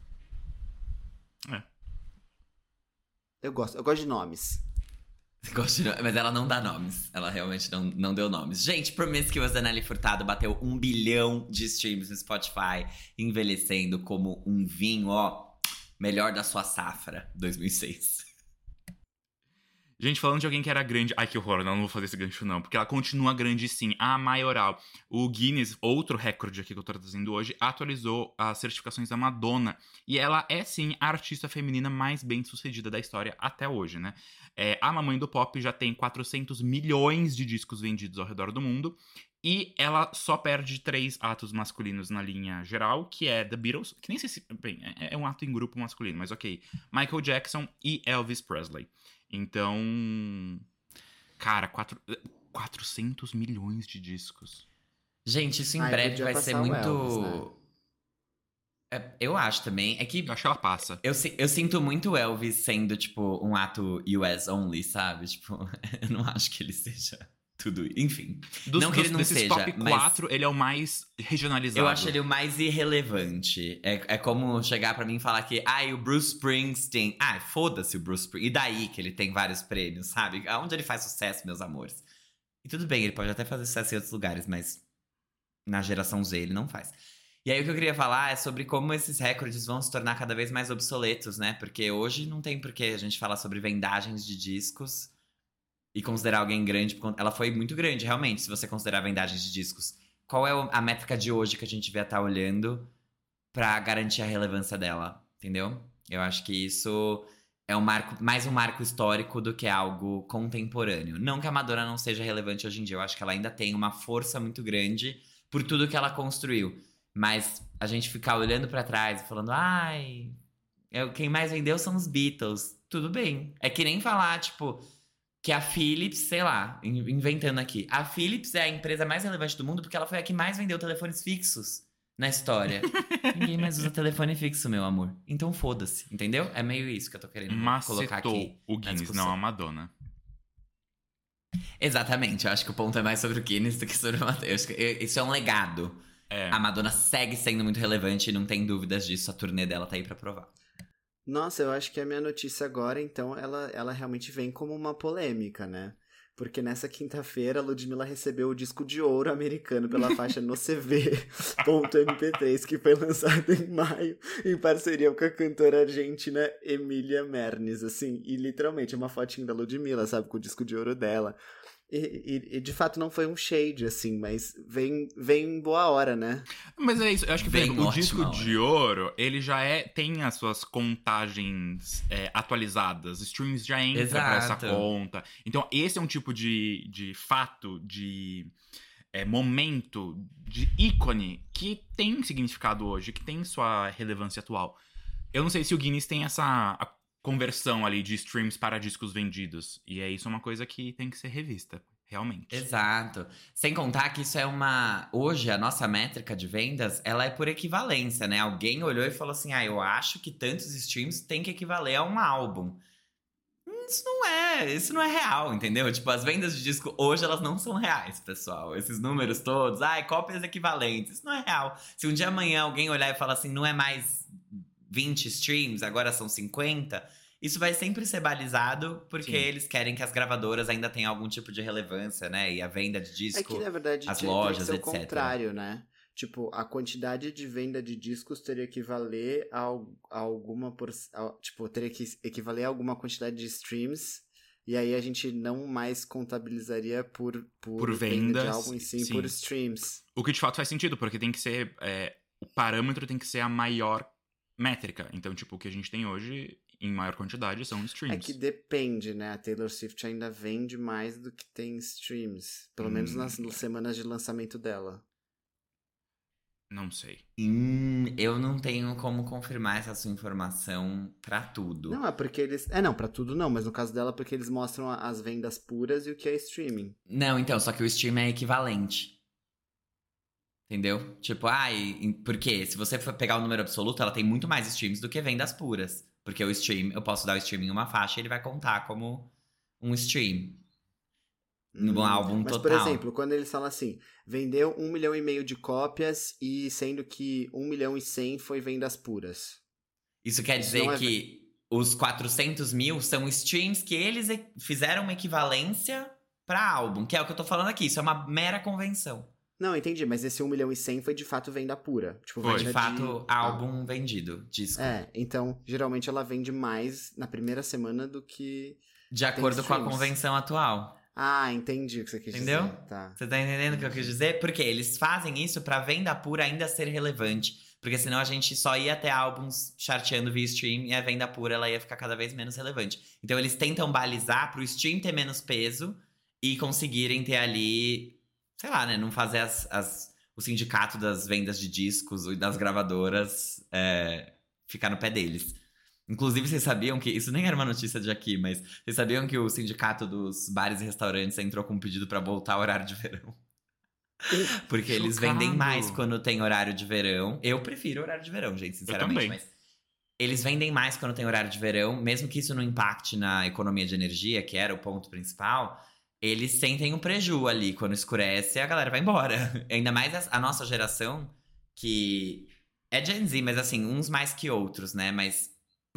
É. Eu gosto, eu gosto de nomes. Gosto de- Mas ela não dá nomes. Ela realmente não, não deu nomes. Gente, Promiscuous da Nelly Furtado bateu um bilhão de streams no Spotify, envelhecendo como um vinho, ó, melhor da sua safra, dois mil e seis. Gente, falando de alguém que era grande... Ai, que horror, não, não vou fazer esse gancho não. Porque ela continua grande sim, a maioral. O Guinness, outro recorde aqui que eu tô trazendo hoje, atualizou as certificações da Madonna. E ela é sim a artista feminina mais bem sucedida da história até hoje, né? É, a mamãe do pop já tem quatrocentos milhões de discos vendidos ao redor do mundo. E ela só perde três atos masculinos na linha geral, que é The Beatles, que nem sei se... Bem, é um ato em grupo masculino, mas ok. Michael Jackson e Elvis Presley. Então... Cara, quatro, quatrocentos milhões de discos. Gente, isso em Ai, breve podia vai ser passar o muito... Elvis, né? É, eu acho também. É que Eu acho que ela passa. eu, si- eu sinto muito o Elvis sendo, tipo, um ato U S only, sabe? Tipo, eu não acho que ele seja tudo. Enfim. Dos, não que dos, ele não desses seja, top mas quatro, ele é o mais regionalizado. eu acho ele o mais irrelevante. É, é como chegar pra mim e falar que, ai, o Bruce Springsteen. Ai, foda-se o Bruce Springsteen. E daí que ele tem vários prêmios, sabe? Aonde ele faz sucesso, meus amores. E tudo bem, ele pode até fazer sucesso em outros lugares, mas na geração Z ele não faz. E aí o que eu queria falar é sobre como esses recordes vão se tornar cada vez mais obsoletos, né? Porque hoje não tem por que a gente falar sobre vendagens de discos e considerar alguém grande. Ela foi muito grande, realmente, se você considerar vendagens de discos. Qual é a métrica de hoje que a gente devia estar olhando pra garantir a relevância dela, entendeu? Eu acho que isso é um marco, mais um marco histórico do que algo contemporâneo. Não que a Madonna não seja relevante hoje em dia, eu acho que ela ainda tem uma força muito grande por tudo que ela construiu. Mas a gente ficar olhando pra trás e falando, ai, é, quem mais vendeu são os Beatles. Tudo bem. É que nem falar, tipo, que a Philips, sei lá, in- inventando aqui. A Philips é a empresa mais relevante do mundo porque ela foi a que mais vendeu telefones fixos na história. Ninguém mais usa telefone fixo, meu amor. Então foda-se, entendeu? É meio isso que eu tô querendo colocar Macetou aqui. o na Guinness, discussão. não a Madonna. Exatamente, eu acho que o ponto é mais sobre o Guinness do que sobre a Madonna. Eu acho que isso é um legado. É. A Madonna segue sendo muito relevante e não tem dúvidas disso. A turnê dela tá aí pra provar. Nossa, eu acho que a minha notícia agora, então, ela, ela realmente vem como uma polêmica, né? Porque nessa quinta-feira, a Ludmilla recebeu o disco de ouro americano pela faixa no C V ponto M P três, que foi lançado em maio, em parceria com a cantora argentina Emília Mernes, assim. E literalmente é uma fotinha da Ludmilla, sabe? Com o disco de ouro dela. E, e, e, de fato não foi um shade, assim, mas vem, vem em boa hora, né? Mas é isso, eu acho que, por Bem exemplo, o ótima disco hora. de ouro, ele já é, tem as suas contagens é, atualizadas, streams já entram pra essa Exato. conta. Então, esse é um tipo de, de fato, de é, momento, de ícone, que tem significado hoje, que tem sua relevância atual. Eu não sei se o Guinness tem essa a conversão ali de streams para discos vendidos. E é isso uma coisa que tem que ser revista, realmente. Exato. Sem contar que isso é uma... Hoje, a nossa métrica de vendas, ela é por equivalência, né? Alguém olhou e falou assim, ah, eu acho que tantos streams tem que equivaler a um álbum. Hum, Isso não é, isso não é real, entendeu? Tipo, as vendas de disco hoje, elas não são reais, pessoal. Esses números todos, ai, cópias equivalentes, isso não é real. Se um dia amanhã alguém olhar e falar assim, não é mais vinte streams, agora são cinquenta... Isso vai sempre ser balizado porque Sim. eles querem que as gravadoras ainda tenham algum tipo de relevância, né? E a venda de disco, É que, na verdade, as tinha- lojas, teria que ser o etcétera. contrário, né? Tipo, a quantidade de venda de discos teria que equivaler a, al- a alguma... Por, a- tipo, teria que equivaler a alguma quantidade de streams. E aí a gente não mais contabilizaria por, por, Por venda de vendas, álbum, e sim, sim. por streams. O que de fato faz sentido, porque tem que ser. É, o parâmetro tem que ser a maior métrica. Então, tipo, o que a gente tem hoje, em maior quantidade, são É streams. que depende, né? A Taylor Swift ainda vende mais do que tem streams. Pelo menos Hum. nas semanas de lançamento dela. Não sei. Hum, eu não tenho como confirmar essa sua informação pra tudo. Não, é porque eles... É, não, pra tudo não, mas no caso dela, porque eles mostram a- as vendas puras e o que é streaming. Não, então, só que o stream é equivalente. Entendeu? Tipo, ai, em- porque se você for pegar o número absoluto, ela tem muito mais streams do que vendas puras. Porque o stream, eu posso dar o stream em uma faixa e ele vai contar como um stream. No Hum, álbum Mas, total. por exemplo, quando eles falam assim, vendeu um milhão e meio de cópias e sendo que um milhão e cem foi vendas puras. Isso quer Isso dizer não é que os quatrocentos mil são streams que eles e- fizeram uma equivalência pra álbum, que é o que eu tô falando aqui. Isso é uma mera convenção. Não, entendi, mas esse um milhão e cem foi de fato venda pura. Tipo, Foi. venda De fato, Ah. álbum vendido, disco. É, então, geralmente ela vende mais na primeira semana do que De acordo com a streams. convenção atual. Ah, entendi o que você quis Entendeu? dizer. Tá. Você tá entendendo o que eu quis dizer? Porque eles fazem isso pra venda pura ainda ser relevante. Porque senão a gente só ia ter álbuns charteando via stream e a venda pura ela ia ficar cada vez menos relevante. Então eles tentam balizar pro stream ter menos peso e conseguirem ter ali, sei lá, né? Não fazer as, as, o sindicato das vendas de discos e das gravadoras é, ficar no pé deles. Inclusive, vocês sabiam que... Isso nem era uma notícia de aqui, mas... Vocês sabiam que o sindicato dos bares e restaurantes entrou com um pedido pra voltar ao horário de verão? Porque eles Chocado. vendem mais quando tem horário de verão. Eu prefiro horário de verão, gente, sinceramente. também. Mas eles vendem mais quando tem horário de verão. Mesmo que isso não impacte na economia de energia, que era o ponto principal. Eles sentem um preju ali. Quando escurece, a galera vai embora. Ainda mais a, a nossa geração, que... É Gen Z, mas assim, uns mais que outros, né? Mas...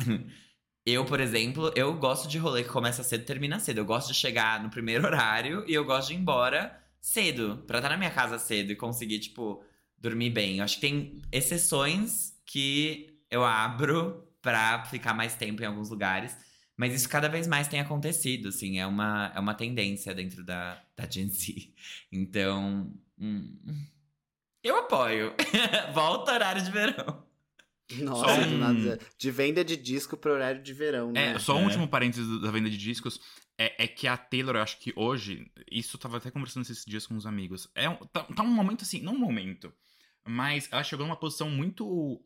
Eu, por exemplo, eu gosto de rolê que começa cedo e termina cedo. Eu gosto de chegar no primeiro horário e eu gosto de ir embora cedo. Pra estar na minha casa cedo e conseguir, tipo, dormir bem. Eu acho que tem exceções que eu abro pra ficar mais tempo em alguns lugares. Mas isso cada vez mais tem acontecido, assim. É uma, é uma tendência dentro da, da Gen Z. Então, hum, eu apoio. Volta horário de verão. Nossa, Só do um- nada. De venda de disco pro horário de verão, né? É, só um É. último parênteses do- da venda de discos. É, é que a Taylor, eu acho que hoje... Isso eu tava até conversando esses dias com uns amigos. É um, tá, tá um momento assim, não um momento. Mas ela chegou numa posição muito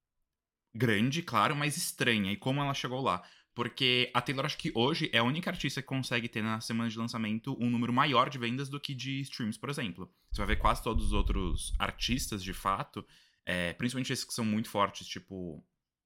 grande, claro, mas estranha. E como ela chegou lá? Porque a Taylor, acho que hoje é a única artista que consegue ter na semana de lançamento um número maior de vendas do que de streams, por exemplo. Você vai ver quase todos os outros artistas, de fato, é, principalmente esses que são muito fortes, tipo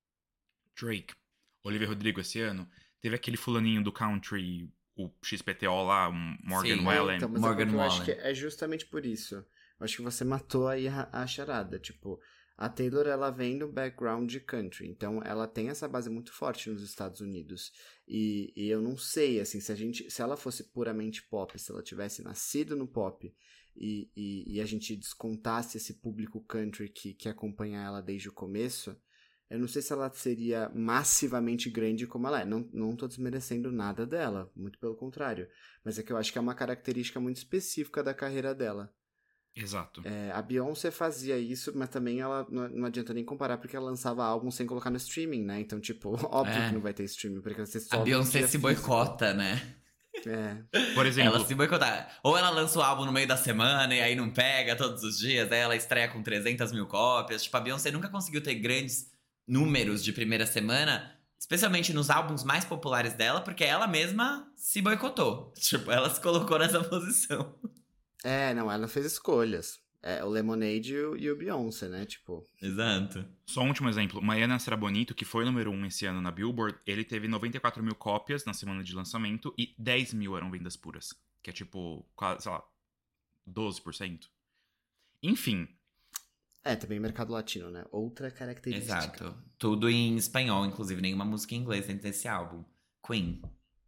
Drake, Olivia Rodrigo esse ano. Teve aquele fulaninho do country, o X P T O lá, o Morgan Sim. Wallen. É, então, mas Morgan é porque eu acho Wallen. que é justamente por isso. Eu acho que você matou aí a, a charada. Tipo, a Taylor, ela vem do background de country. Então, ela tem essa base muito forte nos Estados Unidos. E, e eu não sei, assim, se a gente... Se ela fosse puramente pop, se ela tivesse nascido no pop e, e, e a gente descontasse esse público country que, que acompanha ela desde o começo... Eu não sei se ela seria massivamente grande como ela é. Não, não tô desmerecendo nada dela, muito pelo contrário. Mas é que eu acho que é uma característica muito específica da carreira dela. Exato. É, a Beyoncé fazia isso, mas também ela não, não adianta nem comparar porque ela lançava álbum sem colocar no streaming, né? Então, tipo, óbvio É. que não vai ter streaming, porque você só A Beyoncé vendia se físico. boicota, né? É. Por exemplo, Ela se boicota. Ou ela lança o álbum no meio da semana e aí não pega todos os dias, aí ela estreia com trezentas mil cópias. Tipo, a Beyoncé nunca conseguiu ter grandes números de primeira semana, especialmente nos álbuns mais populares dela, porque ela mesma se boicotou. Tipo, ela se colocou nessa posição. É, não, ela fez escolhas. É, o Lemonade e o, e o Beyoncé, né? Tipo, Exato. só um último exemplo. Mariana Será Bonito, que foi número um esse ano na Billboard, ele teve noventa e quatro mil cópias na semana de lançamento e dez mil eram vendas puras. Que é tipo, quase, sei lá, doze por cento. Enfim, é, também mercado latino, né? Outra característica. Exato. Tudo em espanhol, inclusive nenhuma música em inglês dentro desse álbum. Queen.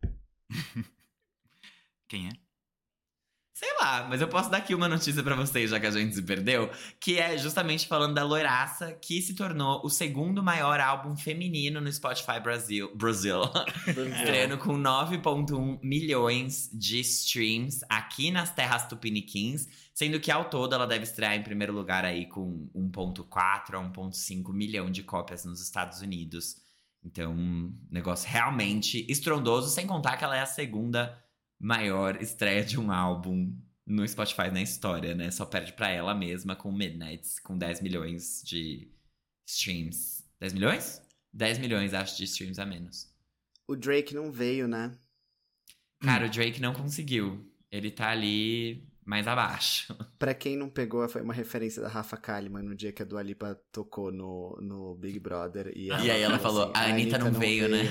quem é? Sei lá, mas eu posso dar aqui uma notícia pra vocês, já que a gente se perdeu, que é justamente falando da Loiraça, que se tornou o segundo maior álbum feminino no Spotify Brasil, Brasil, estreando com nove vírgula um milhões de streams aqui nas terras tupiniquins, sendo que ao todo ela deve estrear em primeiro lugar aí com um vírgula quatro a um vírgula cinco milhão de cópias nos Estados Unidos. Então, um negócio realmente estrondoso, sem contar que ela é a segunda maior estreia de um álbum no Spotify na história, né? Só perde pra ela mesma com Midnights, com dez milhões de streams. dez milhões? dez milhões, acho, de streams a menos. O Drake não veio, né? Cara, o Drake não conseguiu. Ele tá ali mais abaixo. Pra quem não pegou, foi uma referência da Rafa Kalimann no dia que a Dua Lipa tocou no, no Big Brother. E, E aí ela falou, "A Anitta não veio, né?"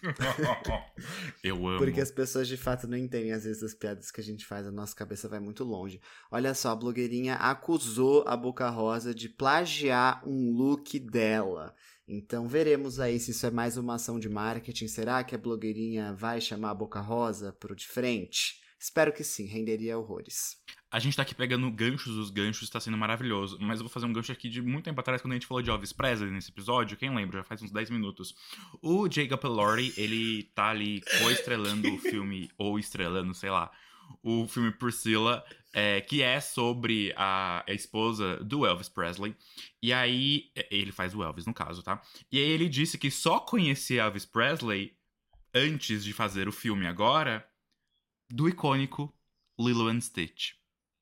Eu amo. Porque as pessoas de fato não entendem às vezes as piadas que a gente faz, a nossa cabeça vai muito longe. Olha só, a blogueirinha acusou a Boca Rosa de plagiar um look dela. Então veremos aí se isso é mais uma ação de marketing. Será que a blogueirinha vai chamar a Boca Rosa pro de frente? Espero que sim, renderia horrores. A gente tá aqui pegando ganchos, os ganchos, tá sendo maravilhoso. Mas eu vou fazer um gancho aqui de muito tempo atrás, quando a gente falou de Elvis Presley nesse episódio. Quem lembra? Já faz uns dez minutos. O Jacob Elordi, ele tá ali co-estrelando o filme, ou estrelando, sei lá, o filme Priscilla, é, que é sobre a, a esposa do Elvis Presley. E aí, ele faz o Elvis, no caso, tá? E aí ele disse que só conhecia Elvis Presley antes de fazer o filme agora, do icônico Lilo and Stitch.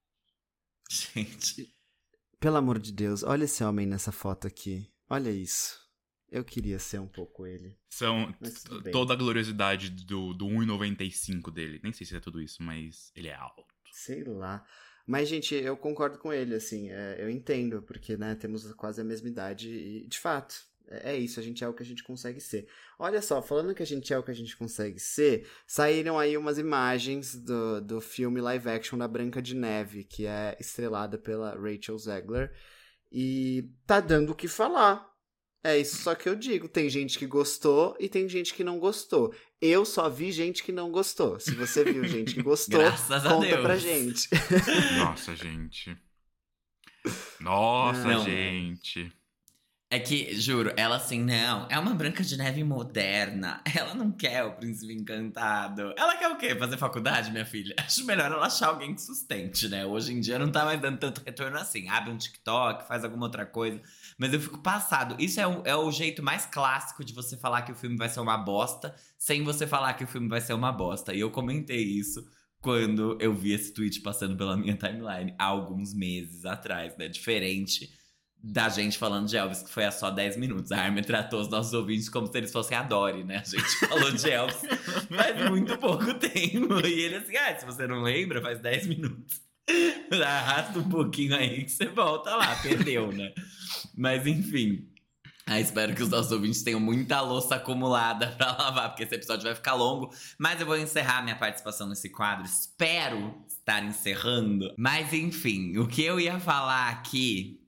Gente. Pelo amor de Deus, olha esse homem nessa foto aqui. Olha isso. Eu queria ser um pouco ele. São Mas tudo bem. toda a gloriosidade do, do um e noventa e cinco dele. Nem sei se é tudo isso, mas ele é alto. Sei lá. Mas, gente, eu concordo com ele, assim. É, eu entendo, porque, né, temos quase a mesma idade e, de fato, é, é isso. A gente é o que a gente consegue ser. Olha só, falando que a gente é o que a gente consegue ser, saíram aí umas imagens do, do filme live action da Branca de Neve, que é estrelada pela Rachel Zegler. E tá dando o que falar. É isso só que eu digo. Tem gente que gostou e tem gente que não gostou. Eu só vi gente que não gostou. Se você viu gente que gostou, Graças a conta Deus. pra gente. Nossa, gente. Nossa, Não. gente. É que, juro, ela assim, não, é uma Branca de Neve moderna. Ela não quer o Príncipe Encantado. Ela quer o quê? Fazer faculdade, minha filha? Acho melhor ela achar alguém que sustente, né? Hoje em dia não tá mais dando tanto retorno assim. Abre um TikTok, faz alguma outra coisa. Mas eu fico passado. Isso é o, é o jeito mais clássico de você falar que o filme vai ser uma bosta, sem você falar que o filme vai ser uma bosta. E eu comentei isso quando eu vi esse tweet passando pela minha timeline há alguns meses atrás, né? Diferente da gente falando de Elvis, que foi há só dez minutos. A Armin tratou os nossos ouvintes como se eles fossem a Dory, né? A gente falou de Elvis faz muito pouco tempo. E ele assim, ah, se você não lembra, faz dez minutos. Arrasta um pouquinho aí que você volta lá, perdeu, né? Mas enfim. Ah, espero que os nossos ouvintes tenham muita louça acumulada pra lavar, porque esse episódio vai ficar longo. Mas eu vou encerrar minha participação nesse quadro. Espero estar encerrando. Mas enfim, o que eu ia falar aqui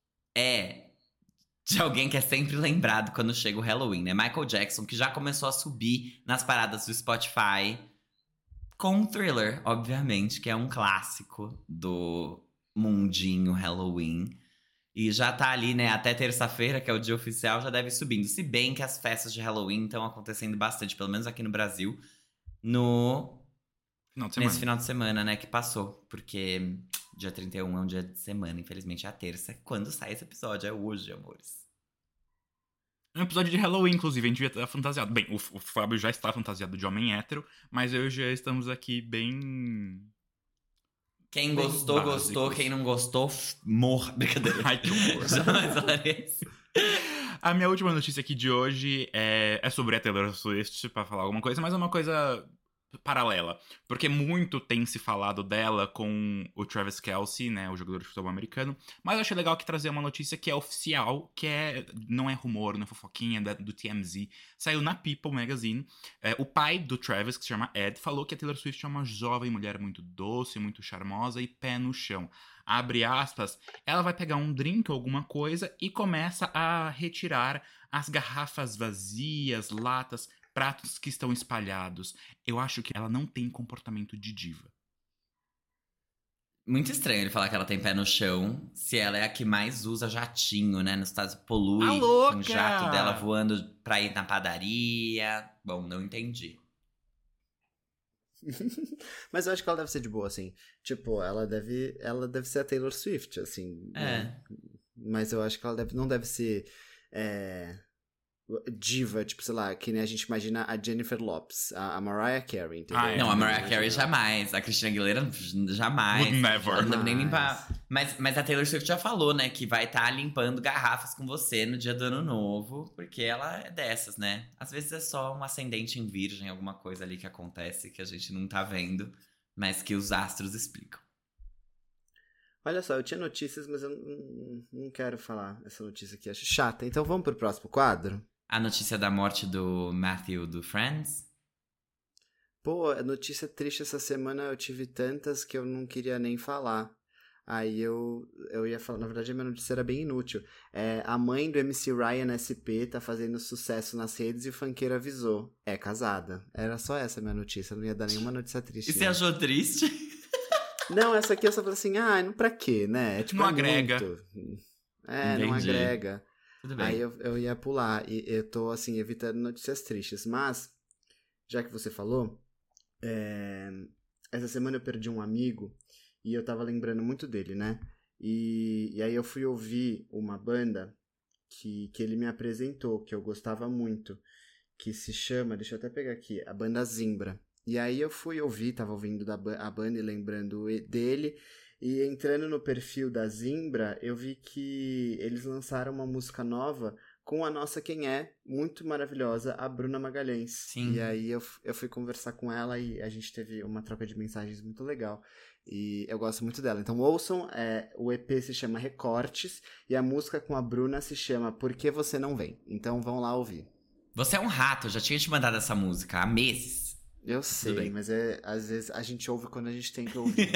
é de alguém que é sempre lembrado quando chega o Halloween, né? Michael Jackson, que já começou a subir nas paradas do Spotify com o Thriller, obviamente, que é um clássico do mundinho Halloween. E já tá ali, né, até terça-feira, que é o dia oficial, já deve ir subindo. Se bem que as festas de Halloween estão acontecendo bastante, pelo menos aqui no Brasil, no... Final de semana. nesse final de semana, né, que passou. Porque dia trinta e um é um dia de semana, infelizmente é a terça. Quando sai esse episódio, é hoje, amores. É um episódio de Halloween, inclusive, a gente devia estar fantasiado. Bem, o, o Fábio já está fantasiado de homem hétero, mas eu já estamos aqui bem... Quem Bem gostou, básicos. gostou. Quem não gostou, f- morra. Brincadeira. Ai, que horror. Jamais falarei isso. A minha última notícia aqui de hoje é, é sobre a Taylor Swift, pra falar alguma coisa, mas é uma coisa paralela. Porque muito tem se falado dela com o Travis Kelce, né, o jogador de futebol americano. Mas eu achei legal que trazer uma notícia que é oficial, que é, não é rumor, não é fofoquinha, da, do T M Z. Saiu na People Magazine. É, o pai do Travis, que se chama Ed, falou que a Taylor Swift é uma jovem mulher muito doce, muito charmosa e pé no chão. Abre aspas, ela vai pegar um drink ou alguma coisa e começa a retirar as garrafas vazias, latas, pratos que estão espalhados. Eu acho que ela não tem comportamento de diva. Muito estranho ele falar que ela tem pé no chão, se ela é a que mais usa jatinho, né? Nos Estados Unidos polui A louca! com o jato dela voando pra ir na padaria. Bom, não entendi. Mas eu acho que ela deve ser de boa, assim. Tipo, ela deve, ela deve ser a Taylor Swift, assim. É. Né? Mas eu acho que ela deve, não deve ser é, diva, tipo, sei lá, que nem a gente imagina a Jennifer Lopez, a, a Mariah Carey, entendeu? Ah, é. Não, a Mariah Imagina- Carey jamais. A Christina Aguilera jamais. Would never. Ela não deve nem Jamais. limpar. Mas, mas a Taylor Swift já falou, né? Que vai estar limpando garrafas com você no dia do ano novo. Porque ela é dessas, né? Às vezes é só um ascendente em virgem, alguma coisa ali que acontece que a gente não tá vendo. Mas que os astros explicam. Olha só, eu tinha notícias, mas eu não, não quero falar essa notícia aqui, acho chata. Então vamos pro próximo quadro? A notícia da morte do Matthew do Friends. Pô, a notícia triste essa semana, eu tive tantas que eu não queria nem falar. Aí eu, eu ia falar, na verdade a minha notícia era bem inútil. É, a mãe do M C Ryan S P tá fazendo sucesso nas redes e o funkeiro avisou. É casada. Era só essa a minha notícia, não ia dar nenhuma notícia triste. E você não. achou triste? Não, essa aqui eu só falei assim, ah, não pra quê, né? É, tipo, Não é agrega. muito. É, não Entendi. agrega. Tudo bem. Aí eu, eu ia pular. E eu tô, assim, evitando notícias tristes. Mas, já que você falou, é, essa semana eu perdi um amigo e eu tava lembrando muito dele, né? E, e aí eu fui ouvir uma banda que, que ele me apresentou, que eu gostava muito, que se chama, deixa eu até pegar aqui, a banda Zimbra. E aí eu fui ouvir, tava ouvindo da, a banda e lembrando dele, e entrando no perfil da Zimbra, eu vi que eles lançaram uma música nova com a nossa quem é, muito maravilhosa, a Bruna Magalhães. Sim. E aí eu, eu fui conversar com ela e a gente teve uma troca de mensagens muito legal. E eu gosto muito dela. Então ouçam, é, o E P se chama Recortes e a música com a Bruna se chama Por Que Você Não Vem? Então vão lá ouvir. Você é um rato, eu já tinha te mandado essa música há meses. Eu sei, bem. mas é, às vezes a gente ouve quando a gente tem que ouvir.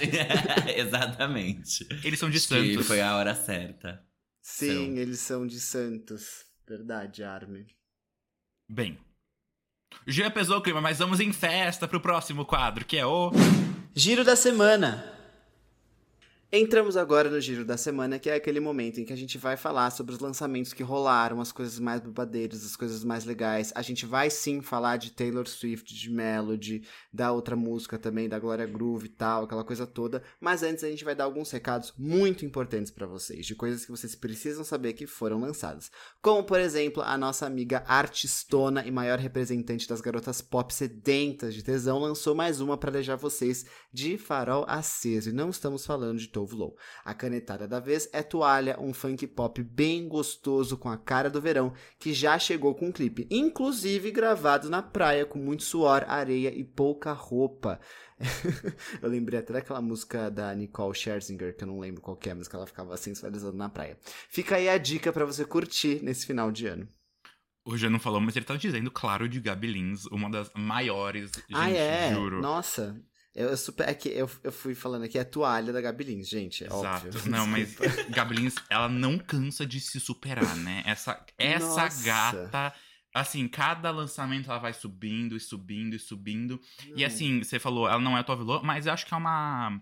Exatamente. Eles são de Acho que Santos. foi a hora certa. Sim, São. eles são de Santos. Verdade, Armin. Bem, já pesou o clima, mas vamos em festa pro próximo quadro, que é o... Giro da Semana. Entramos agora no Giro da Semana, que é aquele momento em que a gente vai falar sobre os lançamentos que rolaram, as coisas mais babadeiras, as coisas mais legais. A gente vai sim falar de Taylor Swift, de Melody, da outra música também, da Glória Groove e tal, aquela coisa toda. Mas antes a gente vai dar alguns recados muito importantes pra vocês, de coisas que vocês precisam saber que foram lançadas. Como, por exemplo, a nossa amiga artistona e maior representante das garotas pop sedentas de tesão lançou mais uma pra deixar vocês de farol aceso. E não estamos falando de Tove Lo. A canetada da vez é Toalha, um funk pop bem gostoso com a cara do verão, que já chegou com um clipe, inclusive gravado na praia, com muito suor, areia e pouca roupa. Eu lembrei até daquela música da Nicole Scherzinger, que eu não lembro qual que é, mas que ela ficava sensualizando na praia. Fica aí a dica pra você curtir nesse final de ano. O Jean não falou, mas ele tá dizendo, claro, de Gabi Lins, uma das maiores, gente, ah, é? juro. Nossa... Eu, eu, super, é que eu, eu fui falando aqui, é a Toalha da Gabi Lins, gente, é Exato. óbvio. Não, mas Gabi Lins, ela não cansa de se superar, né? Essa, essa Nossa. gata, assim, cada lançamento ela vai subindo e subindo e subindo. Não. E assim, você falou, ela não é Tove Lo, mas eu acho que é uma...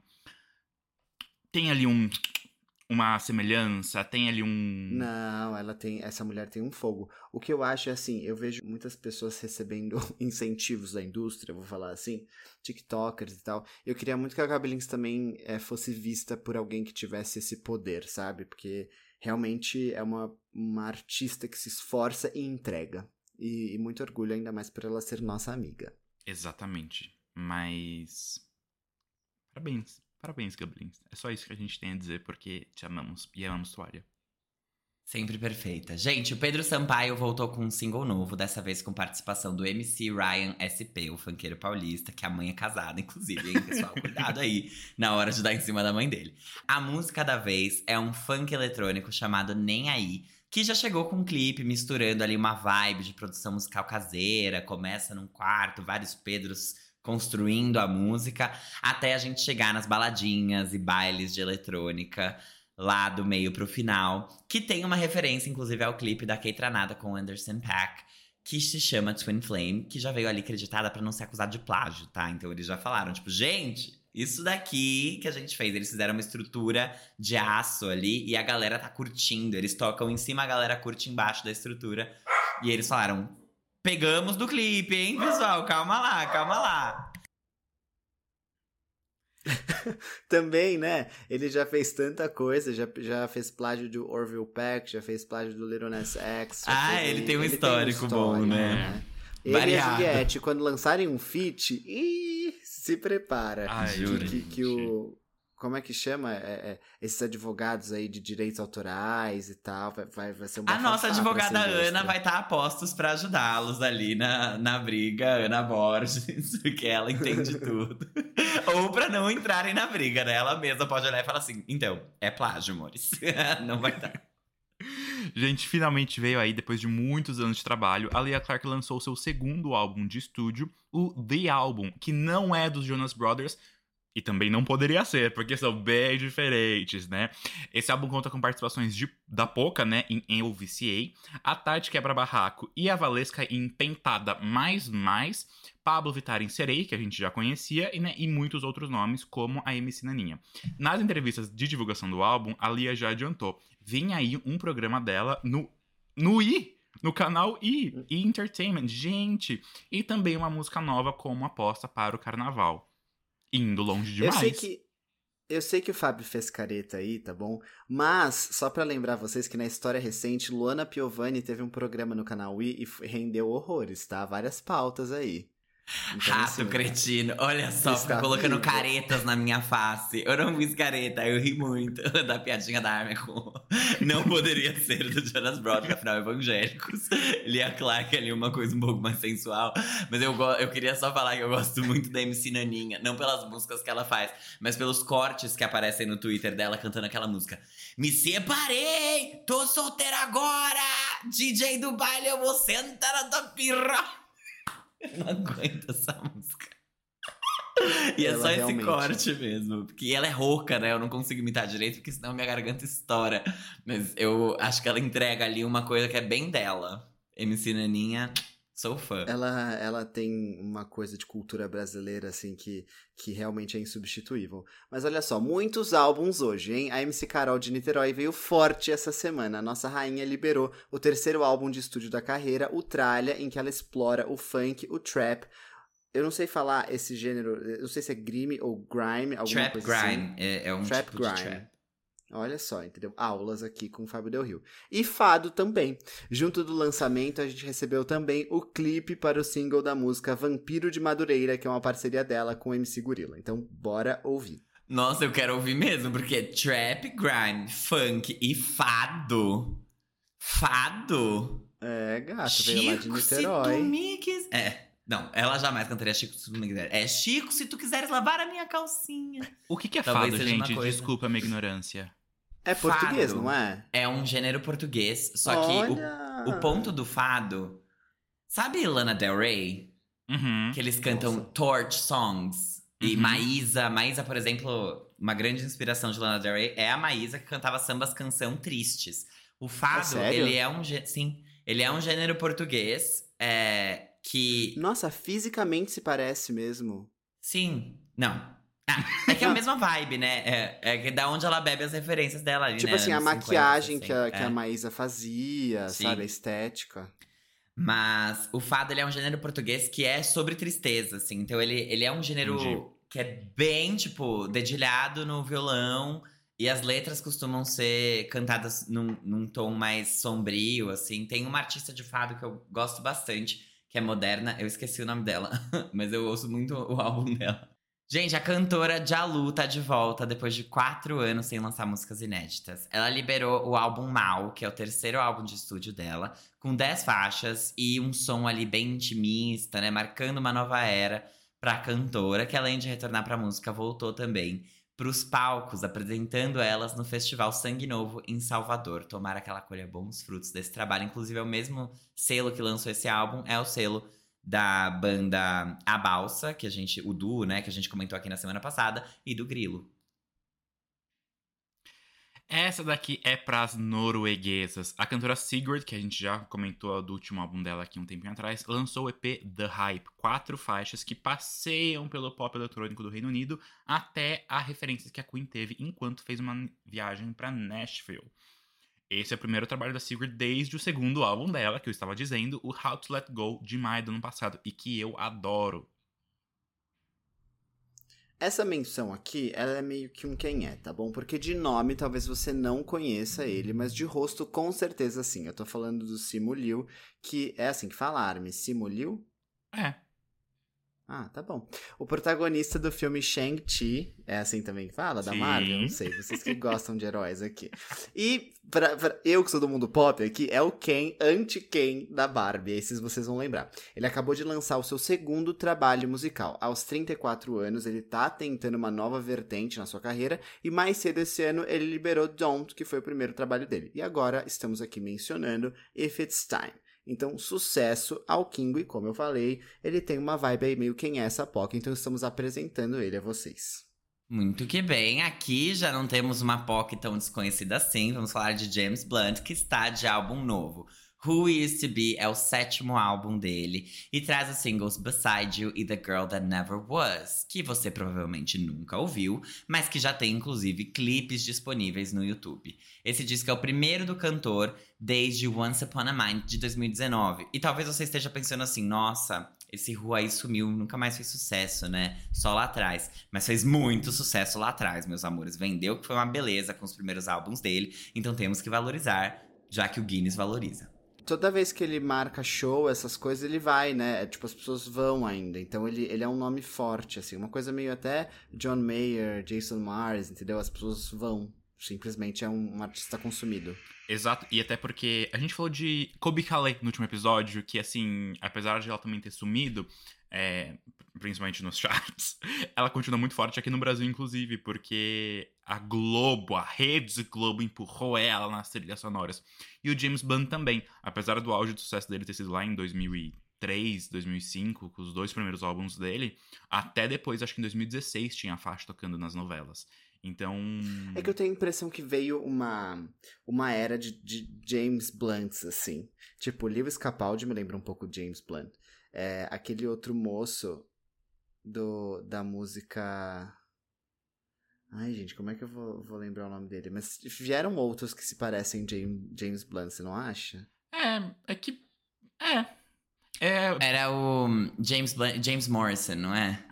Tem ali um... uma semelhança, tem ali um... Não, ela tem, essa mulher tem um fogo. O que eu acho é assim, eu vejo muitas pessoas recebendo incentivos da indústria, vou falar assim, tiktokers e tal. Eu queria muito que a Gabi Lins também é, fosse vista por alguém que tivesse esse poder, sabe? Porque realmente é uma, uma artista que se esforça e entrega. E, e muito orgulho, ainda mais por ela ser nossa amiga. Exatamente. Mas... Parabéns. Parabéns, Gabi Lins. É só isso que a gente tem a dizer, porque te amamos e amamos Toalha. Sempre perfeita. Gente, o Pedro Sampaio voltou com um single novo, dessa vez com participação do M C Ryan S P, o funkeiro paulista, que a mãe é casada, inclusive, hein, pessoal? Cuidado aí, na hora de dar em cima da mãe dele. A música da vez é um funk eletrônico chamado Nem Aí, que já chegou com um clipe misturando ali uma vibe de produção musical caseira, começa num quarto, vários Pedros construindo a música, até a gente chegar nas baladinhas e bailes de eletrônica, lá do meio pro final, que tem uma referência, inclusive, ao clipe da Keitranada com Anderson .Paak, que se chama Twin Flame, que já veio ali acreditada pra não ser acusada de plágio, tá? Então eles já falaram, tipo, gente, isso daqui que a gente fez, eles fizeram uma estrutura de aço ali e a galera tá curtindo, eles tocam em cima, a galera curte embaixo da estrutura, e eles falaram... Pegamos do clipe, hein, pessoal? Calma lá, calma lá. Também, né? Ele já fez tanta coisa, já, já fez plágio do Orville Peck, já fez plágio do Lil Nas X. Ah, fez, ele tem um ele histórico tem um bom, histórico, né? Ele Variado. e a Juliette, quando lançarem um feat, ih, se prepara. Ai, que, juro, que, que o... Como é que chama? É, é, esses advogados aí de direitos autorais e tal, vai, vai, vai ser um A nossa bafafá pra advogada essa indústria. Ana vai estar a postos pra ajudá-los ali na, na briga, Ana Borges, que ela entende tudo. Ou pra não entrarem na briga, né? Ela mesma pode olhar e falar assim, então, é plágio, amores. Não vai dar. Gente, finalmente veio aí, depois de muitos anos de trabalho, a Lia Clark lançou seu segundo álbum de estúdio, o The Album, que não é dos Jonas Brothers, E também não poderia ser, porque são bem diferentes, né? Esse álbum conta com participações de, da Poca, né, em Eu Viciei, a Tati Quebra Barraco e a Valesca em Pentada Mais Mais, Pablo Vittar em Serei, que a gente já conhecia, e, né, e muitos outros nomes, como a M C Naninha. Nas entrevistas de divulgação do álbum, a Lia já adiantou. Vem aí um programa dela no, no I! No canal I! E Entertainment, gente! E também uma música nova como aposta para o carnaval. Indo longe demais. Eu sei que eu sei que o Fábio fez careta aí, tá bom? Mas, só pra lembrar vocês que na história recente, Luana Piovani teve um programa no canal I e f- rendeu horrores, tá? Várias pautas aí. Então, Rato assim, cretino, olha só, está fica colocando vivo. caretas na minha face. Eu não fiz careta, eu ri muito da piadinha da Armin com não poderia ser do Jonas Brothers, que afinal evangélicos. Lia Clark ali, uma coisa um pouco mais sensual. Mas eu, go- eu queria só falar que eu gosto muito da M C Naninha, não pelas músicas que ela faz, mas pelos cortes que aparecem no Twitter dela cantando aquela música. Me separei, tô solteira agora, D J do baile, eu vou sentar na tua pirra. Eu não aguento essa música. E é Ela só esse realmente- corte mesmo. Porque ela é rouca, né? Eu não consigo imitar direito, porque senão minha garganta estoura. Mas eu acho que ela entrega ali uma coisa que é bem dela. M C Naninha, sou fã. Ela, ela tem uma coisa de cultura brasileira, assim, que, que realmente é insubstituível. Mas olha só, muitos álbuns hoje, hein? A M C Carol de Niterói veio forte essa semana. A nossa rainha liberou o terceiro álbum de estúdio da carreira, o Tralha, em que ela explora o funk, o trap. Eu não sei falar esse gênero, eu não sei se é grime ou grime, alguma Trap coisa Grime assim. é, é um Trap tipo grime. de trap. Olha só, entendeu? Aulas aqui com o Fábio Del Rio. E Fado também. Junto do lançamento, a gente recebeu também o clipe para o single da música Vampiro de Madureira, que é uma parceria dela com o M C Gorila. Então, bora ouvir. Nossa, eu quero ouvir mesmo, porque trap, grime, funk e fado. Fado? É, gato, veio lá de Chico, se tu Niterói. me quiser. É. Não, ela jamais cantaria Chico se tu me quiser. É Chico, se tu quiseres lavar a minha calcinha. O que, que é Talvez fado, seja uma gente? coisa. Desculpa a minha ignorância. É português, Fado. não é? É um gênero português, só que Olha! o, o ponto do fado. Sabe Lana Del Rey? Uhum. Que eles cantam Nossa. torch songs. E Uhum. Maísa, Maísa, por exemplo, uma grande inspiração de Lana Del Rey é a Maísa que cantava sambas canção tristes. O fado, sério? ele é um gê- sim, ele é um gênero português é, que Nossa, fisicamente se parece mesmo. sim, não. Ah, é que é a mesma vibe, né? É, é que da onde ela bebe as referências dela ali, Tipo né? assim, a anos cinquenta, maquiagem que a, sessenta, que é. a Maísa fazia, Sim. sabe? A estética. Mas o fado, ele é um gênero português que é sobre tristeza, assim. Então, ele, ele é um gênero Entendi. que é bem, tipo, dedilhado no violão. E as letras costumam ser cantadas num, num tom mais sombrio, assim. Tem uma artista de fado que eu gosto bastante, que é moderna. Eu esqueci o nome dela, mas eu ouço muito o álbum dela. Gente, a cantora Jalu tá de volta depois de quatro anos sem lançar músicas inéditas. Ela liberou o álbum Mal, que é o terceiro álbum de estúdio dela, com dez faixas e um som ali bem intimista, né? Marcando uma nova era pra cantora, que além de retornar pra música, voltou também pros palcos, apresentando elas no Festival Sangue Novo em Salvador. Tomara que ela colha bons frutos desse trabalho. Inclusive, é o mesmo selo que lançou esse álbum, é o selo da banda A Balsa, que a gente, o duo, né, que a gente comentou aqui na semana passada, e do Grilo. Essa daqui é pras norueguesas. A cantora Sigurd, que a gente já comentou do último álbum dela aqui um tempinho atrás, lançou o E P The Hype. Quatro faixas que passeiam pelo pop eletrônico do Reino Unido até a referência que a Queen teve enquanto fez uma viagem pra Nashville. Esse é o primeiro trabalho da Sigurd desde o segundo álbum dela, que eu estava dizendo, o How to Let Go, de maio do ano passado, e que eu adoro. Essa menção aqui, ela é meio que um quem é, tá bom? Porque de nome talvez você não conheça ele, mas de rosto com certeza sim. Eu tô falando do Simu Liu, que é assim que fala, Armin, Simu Liu? É. Ah, tá bom. O protagonista do filme Shang-Chi, é assim também que fala? Da Sim. Marvel? Não sei, vocês que gostam de heróis aqui. E pra, pra- eu que sou do mundo pop aqui, é o Ken, anti-Ken da Barbie, esses vocês vão lembrar. Ele acabou de lançar o seu segundo trabalho musical. Aos trinta e quatro anos, ele tá tentando uma nova vertente na sua carreira, e mais cedo esse ano ele liberou Don't, que foi o primeiro trabalho dele. E agora estamos aqui mencionando If It's Time. Então, sucesso ao Kingo, e como eu falei, ele tem uma vibe aí meio quem é essa Poca, então estamos apresentando ele a vocês. Muito que bem, aqui já não temos uma P O C tão desconhecida assim. Vamos falar de James Blunt, que está de álbum novo. Who We Used to Be é o sétimo álbum dele e traz os singles Beside You e The Girl That Never Was, que você provavelmente nunca ouviu, mas que já tem inclusive clipes disponíveis no YouTube. Esse disco é o primeiro do cantor desde Once Upon a Mind de dois mil e dezenove. E talvez você esteja pensando assim, nossa, esse Who aí sumiu, nunca mais fez sucesso, né? Só lá atrás. Mas fez muito sucesso lá atrás, meus amores. Vendeu, que foi uma beleza com os primeiros álbuns dele, então temos que valorizar, já que o Guinness valoriza. Toda vez que ele marca show, essas coisas, ele vai, né? É, tipo, as pessoas vão ainda. Então, ele, ele é um nome forte, assim. Uma coisa meio até John Mayer, Jason Mars, entendeu? As pessoas vão. Simplesmente é um, um artista consumido. Exato, e até porque a gente falou de Kobe Calais no último episódio, que, assim, apesar de ela também ter sumido, é, principalmente nos charts, ela continua muito forte aqui no Brasil, inclusive, porque a Globo, a rede Globo empurrou ela nas trilhas sonoras. E o James Blunt também, apesar do auge de sucesso dele ter sido lá em dois mil e três, dois mil e cinco, com os dois primeiros álbuns dele, até depois, acho que em dois mil e dezesseis, tinha a faixa tocando nas novelas. Então... É que eu tenho a impressão que veio uma, uma era de, de James Blunts, assim. Tipo, Lewis Capaldi me lembra um pouco de James Blunt. É, aquele outro moço do, da música... Ai, gente, como é que eu vou, vou lembrar o nome dele? Mas vieram outros que se parecem James, James Blunt, você não acha? É, é que... É. é... Era o James, Blunt, James Morrison, não é?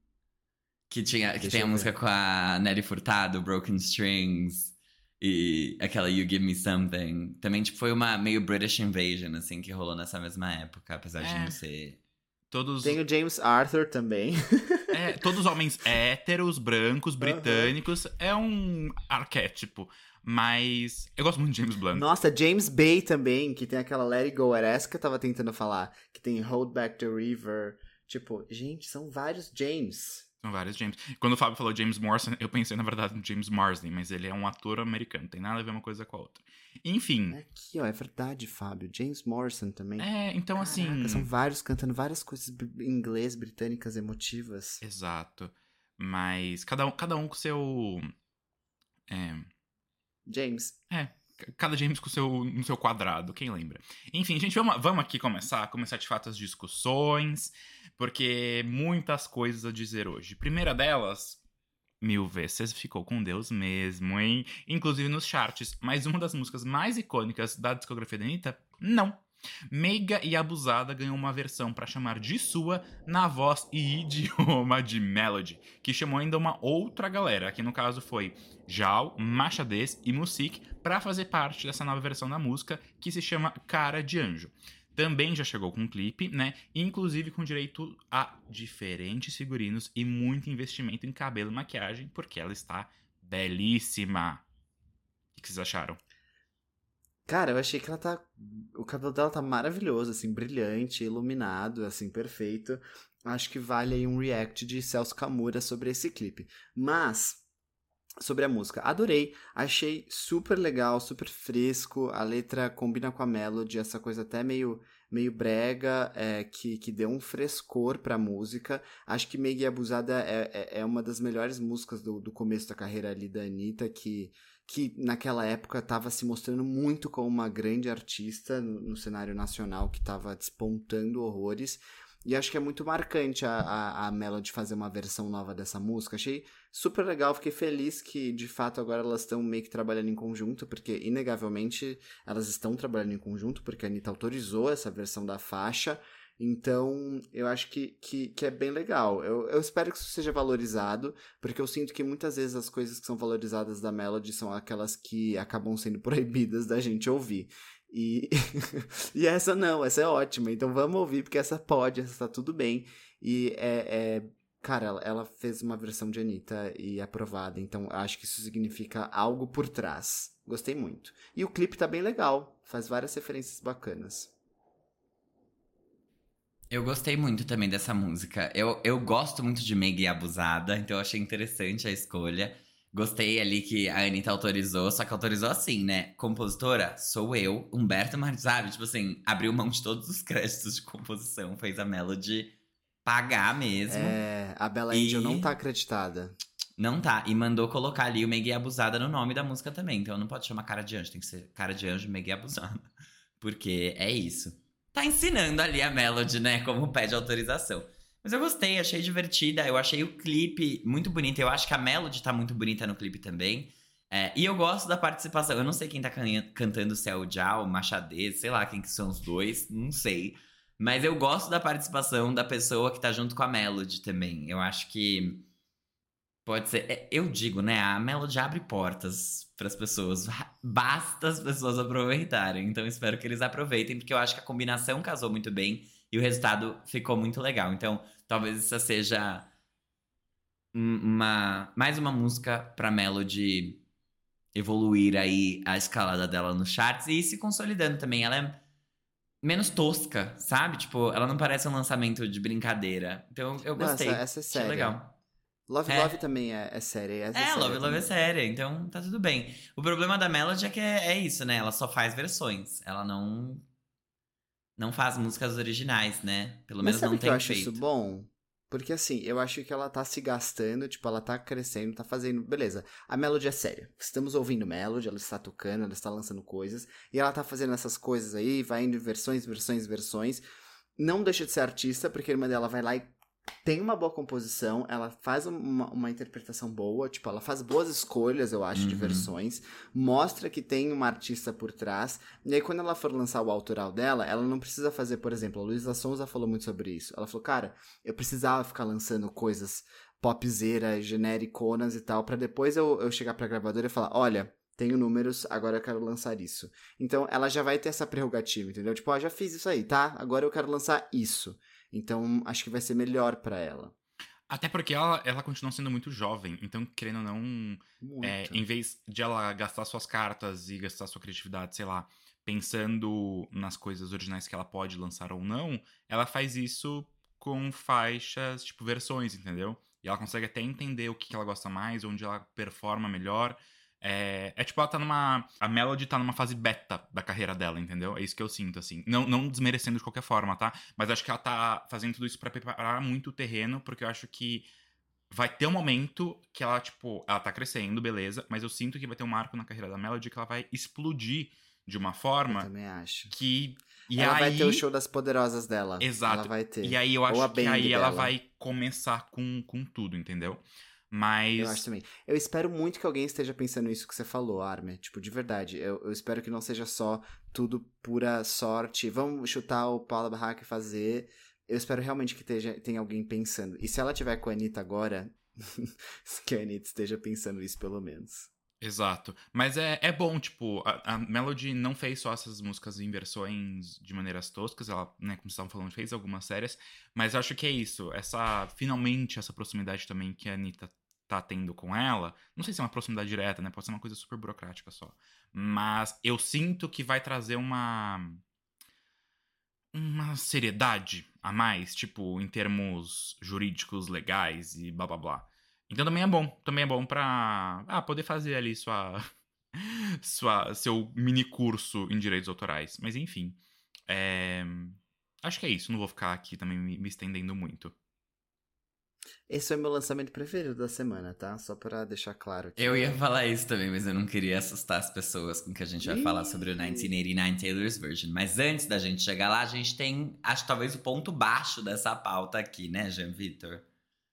Que, tinha, que tem a música com a Nelly Furtado, Broken Strings, e aquela You Give Me Something. Também, tipo, foi uma meio British Invasion, assim, que rolou nessa mesma época, apesar É. de não ser... Todos... Tem o James Arthur também. É, todos homens héteros, brancos, britânicos. Uhum. É um arquétipo. Mas eu gosto muito de James Blunt. Nossa, James Bay também, que tem aquela Let It Go. Era essa que eu tava tentando falar. Que tem Hold Back the River. Tipo, gente, são vários James. São vários James. Quando o Fábio falou James Morrison, eu pensei, na verdade, no James Marsden. Mas ele é um ator americano. Tem nada a ver uma coisa com a outra. Enfim. Aqui, ó, é verdade, Fábio. James Morrison também. É, então Caraca, assim... são vários cantando várias coisas em inglês, britânicas, emotivas. Exato. Mas cada um, cada um com seu... É... James. É, cada James com seu, no seu quadrado, quem lembra? Enfim, gente, vamos, vamos aqui começar, começar de fato as discussões, porque muitas coisas a dizer hoje. Primeira delas, mil vezes ficou com Deus mesmo, hein? Inclusive nos charts, mas uma das músicas mais icônicas da discografia da Anitta, não. Meiga e Abusada ganhou uma versão pra chamar de sua na voz e idioma de Melody, que chamou ainda uma outra galera, que no caso foi Jal, Machadez e Music, pra fazer parte dessa nova versão da música, que se chama Cara de Anjo. Também já chegou com um clipe, né? Inclusive com direito a diferentes figurinos e muito investimento em cabelo e maquiagem, porque ela está belíssima. O que vocês acharam? Cara, eu achei que ela tá... O cabelo dela tá maravilhoso, assim, brilhante, iluminado, assim, perfeito. Acho que vale aí um react de Celso Camura sobre esse clipe. Mas, sobre a música, adorei. Achei super legal, super fresco. A letra combina com a melody, essa coisa até meio, meio brega, é, que, que deu um frescor pra música. Acho que Meiga e Abusada é, é, é uma das melhores músicas do, do começo da carreira ali da Anitta, que... que naquela época estava se mostrando muito como uma grande artista no, no cenário nacional, que estava despontando horrores. E acho que é muito marcante a, a, a Melody fazer uma versão nova dessa música. Achei super legal, fiquei feliz que, de fato, agora elas estão meio que trabalhando em conjunto, porque, inegavelmente, elas estão trabalhando em conjunto, porque a Anitta autorizou essa versão da faixa. Então, eu acho que, que, que é bem legal. Eu, eu espero que isso seja valorizado, porque eu sinto que muitas vezes as coisas que são valorizadas da Melody são aquelas que acabam sendo proibidas da gente ouvir. E, e essa não, essa é ótima. Então vamos ouvir, porque essa pode, essa tá tudo bem. E é... é cara, ela, ela fez uma versão de Anitta e aprovada, então acho que isso significa algo por trás. Gostei muito. E o clipe tá bem legal, faz várias referências bacanas. Eu gostei muito também dessa música. Eu, eu gosto muito de Meiga e Abusada, então eu achei interessante a escolha. Gostei ali que a Anitta autorizou, só que autorizou assim, né? Compositora, sou eu, Humberto Martins, sabe? Tipo assim, abriu mão de todos os créditos de composição, fez a Melody pagar mesmo. É, a Bella E- Angel não tá acreditada. Não tá. E mandou colocar ali o Meguei Abusada no nome da música também. Então não pode chamar Cara de Anjo, tem que ser Cara de Anjo Meguei Abusada. Porque é isso. Tá ensinando ali a Melody, né? Como pede autorização. Mas eu gostei, achei divertida. Eu achei o clipe muito bonito. Eu acho que a Melody tá muito bonita no clipe também. É, e eu gosto da participação. Eu não sei quem tá can- cantando, se é o Jal, o Machadez, sei lá quem que são os dois, não sei. Mas eu gosto da participação da pessoa que tá junto com a Melody também. Eu acho que pode ser. é, Eu digo, né? A Melody abre portas pras pessoas. Basta as pessoas aproveitarem. Então espero que eles aproveitem, porque eu acho que a combinação casou muito bem e o resultado ficou muito legal. Então talvez essa seja um- uma mais uma música pra Melody evoluir aí a escalada dela nos charts e ir se consolidando também. Ela é menos tosca, sabe? Tipo, ela não parece um lançamento de brincadeira. Então eu Não, essa, gostei. essa é Achei séria. legal. Love Love É, também é, é séria, essa é é, séria Love Love é também. séria, então tá tudo bem. O problema da Melody é que é, é isso, né? Ela só faz versões. Ela não não faz músicas originais, né? Pelo Mas menos não sabe que eu tem acho isso feito. bom? Porque assim, eu acho que ela tá se gastando, tipo, ela tá crescendo, tá fazendo. Beleza, a Melody é séria. Estamos ouvindo Melody, ela está tocando, ela está lançando coisas. E ela tá fazendo essas coisas aí, vai indo em versões, versões, versões. Não deixa de ser artista, porque a irmã dela vai lá e tem uma boa composição, ela faz uma, uma interpretação boa, tipo, ela faz boas escolhas, eu acho, de Uhum. versões, mostra que tem uma artista por trás, e aí quando ela for lançar o autoral dela, ela não precisa fazer, por exemplo, a Luísa Sonza falou muito sobre isso, ela falou, cara, eu precisava ficar lançando coisas popzera, genericonas e tal, pra depois eu, eu chegar pra gravadora e falar, olha, tenho números, agora eu quero lançar isso. Então, ela já vai ter essa prerrogativa, entendeu? Tipo, ó, já fiz isso aí, tá? Agora eu quero lançar isso. Então, acho que vai ser melhor pra ela. Até porque ela, ela continua sendo muito jovem, então, querendo ou não, é, Muito. em vez de ela gastar suas cartas e gastar sua criatividade, sei lá, pensando nas coisas originais que ela pode lançar ou não, ela faz isso com faixas, tipo, versões, entendeu? E ela consegue até entender o que que ela gosta mais, onde ela performa melhor. É, é tipo, ela tá numa. A Melody tá numa fase beta da carreira dela, entendeu? É isso que eu sinto, assim. Não, não desmerecendo de qualquer forma, tá? Mas acho que ela tá fazendo tudo isso pra preparar muito o terreno, porque eu acho que vai ter um momento que ela, tipo, ela tá crescendo, beleza, mas eu sinto que vai ter um marco na carreira da Melody que ela vai explodir de uma Eu forma também acho. que. E Ela vai ter o aí. show das poderosas dela. Ela Exato. vai ter. E aí eu Ou a acho que band aí ela dela. vai começar com, com tudo, entendeu? Eu acho Mas. também. Eu espero muito que alguém esteja pensando isso que você falou, Armin. Tipo, de verdade. Eu, eu espero que não seja só tudo pura sorte. Vamos chutar o Paula Barraca e fazer. Eu espero realmente que esteja, tenha alguém pensando. E se ela tiver com a Anitta agora, que a Anitta esteja pensando isso pelo menos. Exato. Mas é, é bom, tipo, a, a Melody não fez só essas músicas em versões de maneiras toscas, ela, né, como vocês estavam falando, fez algumas séries, mas eu acho que é isso, essa, finalmente, essa proximidade também que a Anitta tá tendo com ela, não sei se é uma proximidade direta, né, pode ser uma coisa super burocrática só, mas eu sinto que vai trazer uma, uma seriedade a mais, tipo, em termos jurídicos, legais e blá blá blá. Então também é bom, também é bom pra ah, poder fazer ali sua, sua, seu mini curso em direitos autorais. Mas enfim, é, acho que é isso, não vou ficar aqui também me, me estendendo muito. Esse foi meu lançamento preferido da semana, tá? Só pra deixar claro aqui. Eu ia falar isso também, mas eu não queria assustar as pessoas com que a gente vai falar sobre o Ih. mil novecentos e oitenta e nove Taylor's Version. Mas antes da gente chegar lá, a gente tem, acho que talvez o ponto baixo dessa pauta aqui, né, Jean Vitor?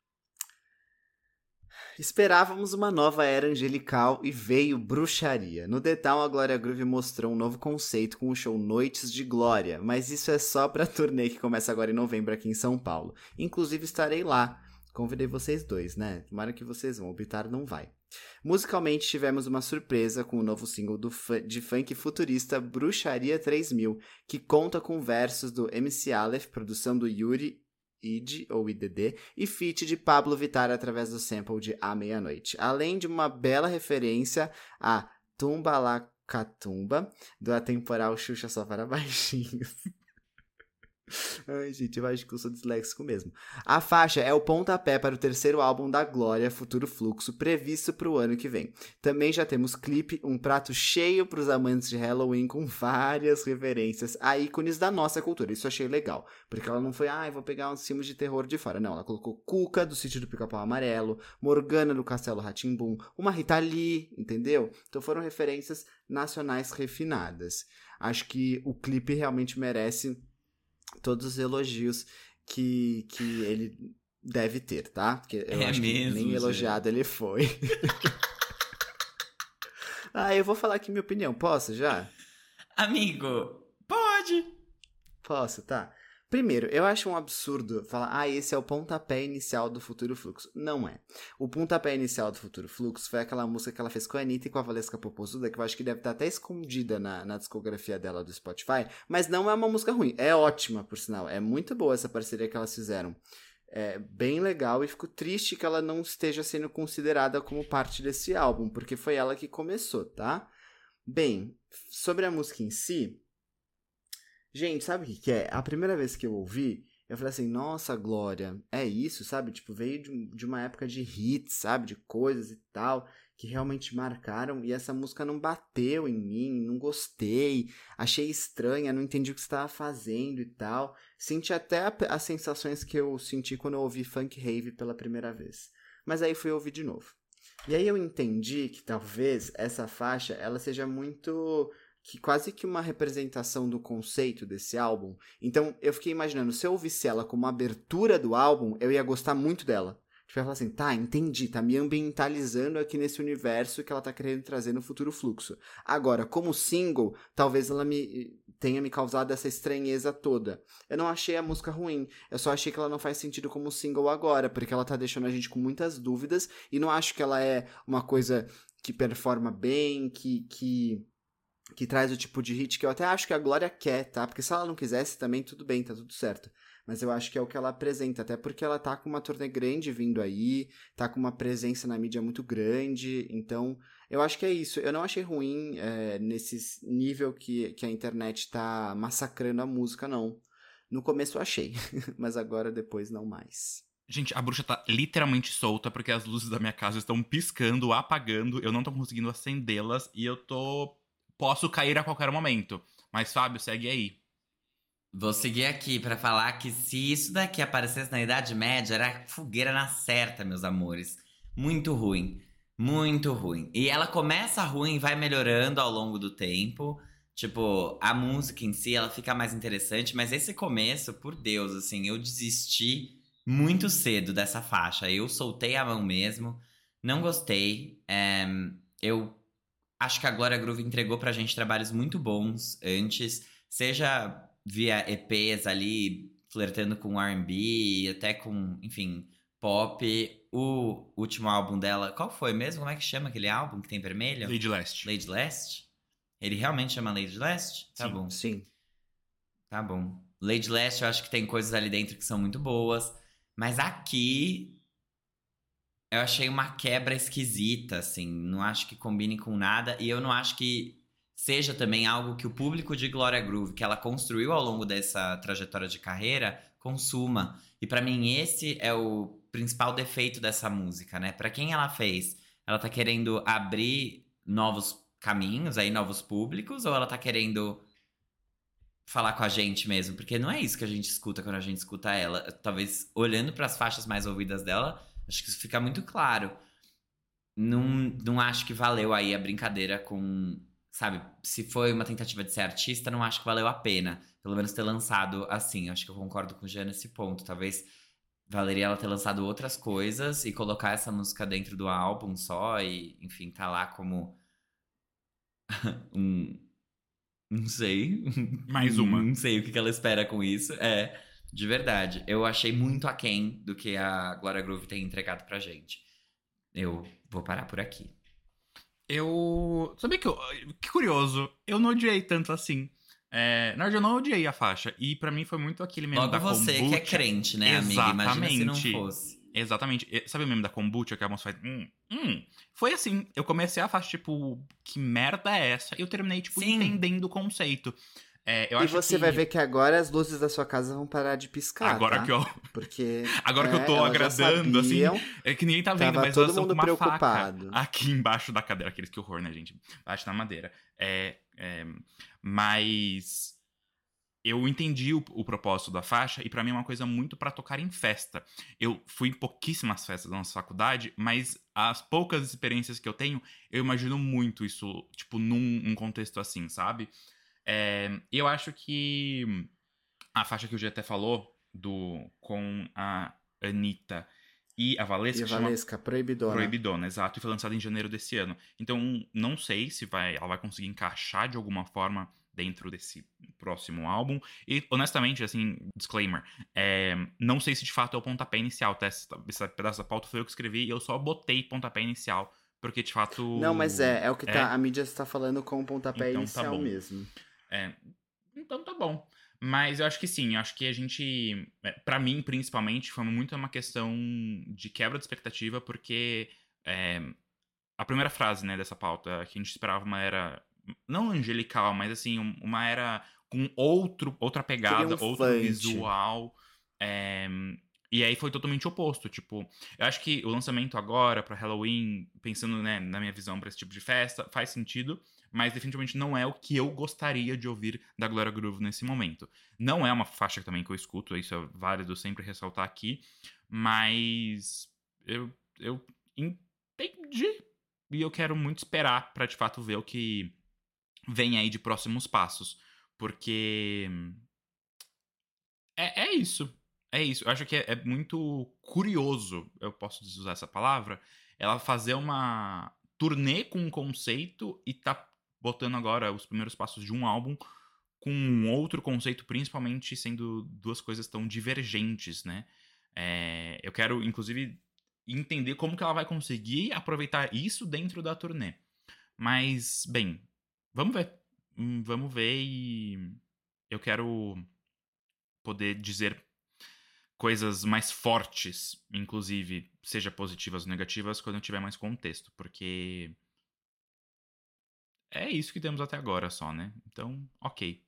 Esperávamos uma nova era angelical e veio bruxaria. No Detal, a Glória Groove mostrou um novo conceito com o show Noites de Glória, mas isso é só pra turnê que começa agora em novembro aqui em São Paulo. Inclusive estarei lá. Convidei vocês dois, né? Tomara que vocês vão, o Bitar não vai. Musicalmente, tivemos uma surpresa com o novo single do fu- de funk futurista Bruxaria três mil, que conta com versos do M C Aleph, produção do Yuri I D, ou I D D, e feat de Pablo Vittar através do sample de A Meia-Noite. Além de uma bela referência a Tumba La Catumba, do atemporal Xuxa Só para Baixinhos. Ai, gente, eu acho que eu sou disléxico mesmo. A faixa é o pontapé para o terceiro álbum da Glória, Futuro Fluxo, previsto para o ano que vem. Também já temos clipe, um prato cheio para os amantes de Halloween, com várias referências a ícones da nossa cultura. Isso eu achei legal, porque ela não foi, ah, eu vou pegar uns filmes de terror de fora. Não, ela colocou Cuca, do Sítio do Pica-Pau Amarelo, Morgana, do Castelo Rá-Tim-Bum, uma Rita Lee, entendeu? Então foram referências nacionais refinadas. Acho que o clipe realmente merece todos os elogios que, que ele deve ter, tá? Porque eu É acho mesmo, que nem elogiado ele foi. Ah, eu vou falar aqui minha opinião. Posso já? Amigo, pode. Posso, tá? Primeiro, eu acho um absurdo falar, ah, esse é o pontapé inicial do Futuro Fluxo. Não é. O pontapé inicial do Futuro Fluxo foi aquela música que ela fez com a Anitta e com a Valesca Popozuda, que eu acho que deve estar até escondida na, na discografia dela do Spotify, mas não é uma música ruim. É ótima, por sinal. É muito boa essa parceria que elas fizeram. É bem legal e fico triste que ela não esteja sendo considerada como parte desse álbum, porque foi ela que começou, tá? Bem, sobre a música em si... Gente, sabe o que que é? A primeira vez que eu ouvi, eu falei assim, nossa, Glória, é isso, sabe? Tipo, veio de, de uma época de hits, sabe? De coisas e tal, que realmente marcaram, e essa música não bateu em mim, não gostei, achei estranha, não entendi o que você estava fazendo e tal. Senti até a, as sensações que eu senti quando eu ouvi Funk Rave pela primeira vez. Mas aí fui ouvir de novo. E aí eu entendi que talvez essa faixa, ela seja muito... que quase que uma representação do conceito desse álbum. Então, eu fiquei imaginando, se eu ouvisse ela como abertura do álbum, eu ia gostar muito dela. Tipo, eu ia falar assim, tá, entendi, tá me ambientalizando aqui nesse universo que ela tá querendo trazer no Futuro Fluxo. Agora, como single, talvez ela me tenha me causado essa estranheza toda. Eu não achei a música ruim, eu só achei que ela não faz sentido como single agora, porque ela tá deixando a gente com muitas dúvidas, e não acho que ela é uma coisa que performa bem, que... que... que traz o tipo de hit que eu até acho que a Glória quer, tá? Porque se ela não quisesse também, tudo bem, tá tudo certo. Mas eu acho que é o que ela apresenta, até porque ela tá com uma turnê grande vindo aí, tá com uma presença na mídia muito grande, então eu acho que é isso. Eu não achei ruim é, nesse nível que, que a internet tá massacrando a música, não. No começo eu achei, mas agora depois não mais. Gente, a bruxa tá literalmente solta porque as luzes da minha casa estão piscando, apagando, eu não tô conseguindo acendê-las e eu tô... posso cair a qualquer momento. Mas, Fábio, segue aí. Vou seguir aqui pra falar que se isso daqui aparecesse na Idade Média, era fogueira na certa, meus amores. Muito ruim. Muito ruim. E ela começa ruim e vai melhorando ao longo do tempo. Tipo, a música em si, ela fica mais interessante. Mas esse começo, por Deus, assim, eu desisti muito cedo dessa faixa. Eu soltei a mão mesmo. Não gostei. É, eu... Acho que a Glória Groove entregou pra gente trabalhos muito bons antes, seja via E Ps ali, flertando com R and B, até com, enfim, pop. O último álbum dela, qual foi mesmo? Como é que chama aquele álbum que tem vermelho? Lady Leste. Lady Leste? Ele realmente chama Lady Leste? Tá Sim. bom. Sim. Tá bom. Lady Leste, eu acho que tem coisas ali dentro que são muito boas, mas aqui... eu achei uma quebra esquisita, assim. Não acho que combine com nada. E eu não acho que seja também algo que o público de Glória Groove, que ela construiu ao longo dessa trajetória de carreira, consuma. E pra mim esse é o principal defeito dessa música, né? Pra quem ela fez? Ela tá querendo abrir novos caminhos, aí novos públicos? Ou ela tá querendo falar com a gente mesmo? Porque não é isso que a gente escuta quando a gente escuta ela. Talvez olhando pras faixas mais ouvidas dela... acho que isso fica muito claro. Não, não acho que valeu aí a brincadeira com... sabe, se foi uma tentativa de ser artista, não acho que valeu a pena. Pelo menos ter lançado assim. Acho que eu concordo com o Jean nesse ponto. Talvez valeria ela ter lançado outras coisas e colocar essa música dentro do álbum só. E, enfim, tá lá como... um... não sei. Mais uma. Não sei o que ela espera com isso. É... de verdade, eu achei muito aquém do que a Glória Groove tem entregado pra gente. Eu vou parar por aqui. Eu... sabia que eu... que curioso. Eu não odiei tanto assim. É... na verdade, eu não odiei a faixa. E pra mim foi muito aquele meme Logo da você kombucha. que é crente, né, amiga? Imagina se não fosse. Exatamente. Sabe o meme da kombucha que a moça faz... Hum, hum. Foi assim. Eu comecei a faixa, tipo... que merda é essa? E eu terminei, tipo, Sim. entendendo o conceito. É, eu e acho você que... vai ver que agora as luzes da sua casa vão parar de piscar, Agora tá? que eu... Porque Agora que eu é, tô elas já agradando, sabiam, assim, é que ninguém tá vendo, tava mas todo elas são mundo com uma faca preocupado. aqui embaixo da cadeira. Aqueles que horror, né, gente? Embaixo da madeira. É, é, mas eu entendi o, o propósito da faixa e pra mim é uma coisa muito pra tocar em festa. Eu fui em pouquíssimas festas da nossa faculdade, mas as poucas experiências que eu tenho, eu imagino muito isso, tipo, num um contexto assim, sabe? É, e eu acho que a faixa que o G até falou, do, com a Anitta e a Valesca, E a chama Valesca, proibidona. Proibidona, exato, e foi lançada em janeiro desse ano. Então, não sei se vai, ela vai conseguir encaixar de alguma forma dentro desse próximo álbum. E, honestamente, assim, disclaimer, é, não sei se de fato é o pontapé inicial, tá? Esse, esse pedaço da pauta foi eu que escrevi e eu só botei pontapé inicial, porque de fato... Não, mas é, é o que é, tá, a mídia está falando com o pontapé então tá inicial bom. mesmo. É, então tá bom. Mas eu acho que sim, eu acho que a gente, é, pra mim principalmente, foi muito uma questão de quebra de expectativa, porque é, a primeira frase, né, dessa pauta, que a gente esperava uma era, não angelical, mas assim, um- uma era com outro, outra pegada, outro Triunfante. visual, é, e aí foi totalmente oposto, tipo, eu acho que o lançamento agora pra Halloween, pensando, né, na minha visão pra esse tipo de festa, faz sentido, mas definitivamente não é o que eu gostaria de ouvir da Gloria Groove nesse momento. Não é uma faixa também que eu escuto, isso é válido sempre ressaltar aqui, mas eu, eu entendi e eu quero muito esperar pra de fato ver o que vem aí de próximos passos, porque é, é isso, é isso. Eu acho que é, é muito curioso, eu posso usar essa palavra, ela fazer uma turnê com um conceito e tá botando agora os primeiros passos de um álbum com um outro conceito, principalmente sendo duas coisas tão divergentes, né? É, eu quero, inclusive, entender como que ela vai conseguir aproveitar isso dentro da turnê. Mas, bem, vamos ver. Hum, Vamos ver e eu quero poder dizer coisas mais fortes, inclusive, seja positivas ou negativas, quando eu tiver mais contexto, porque é isso que temos até agora só, né? Então, ok.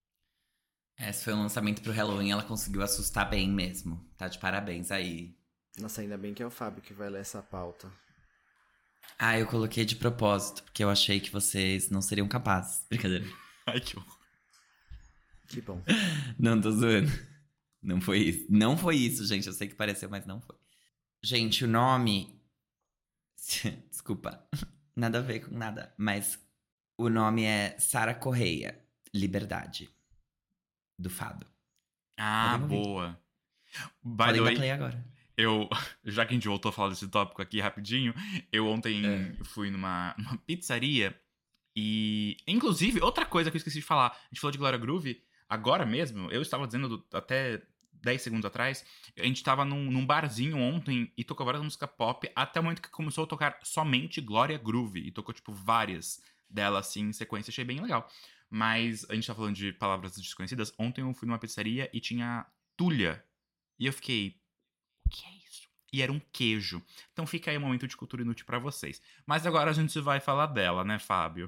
Esse foi um lançamento pro Halloween, ela conseguiu assustar bem mesmo. Tá de parabéns aí. Nossa, ainda bem que é o Fábio que vai ler essa pauta. Ah, eu coloquei de propósito, porque eu achei que vocês não seriam capazes. Brincadeira. Ai, que horror. Que bom. Não, tô zoando. Não foi isso. Não foi isso, gente. Eu sei que pareceu, mas não foi. Gente, o nome... Desculpa. Nada a ver com nada. Mas o nome é Sara Correia. Liberdade. Do Fado. Ah, Podem ouvir. boa. By Podem the dar way, play agora. eu, já que a gente voltou a falar desse tópico aqui rapidinho, eu ontem É. fui numa, numa pizzaria e, inclusive, outra coisa que eu esqueci de falar, a gente falou de Gloria Groove, agora mesmo, eu estava dizendo do- até dez segundos atrás, a gente estava num, num barzinho ontem e tocou várias músicas pop, até o momento que começou a tocar somente Gloria Groove, e tocou, tipo, várias delas, assim, em sequência, achei bem legal. Mas a gente tá falando de palavras desconhecidas, ontem eu fui numa pizzaria e tinha tulha, e eu fiquei, o que é isso? E era um queijo. Então fica aí um momento de cultura inútil pra vocês. Mas agora a gente vai falar dela, né, Fábio?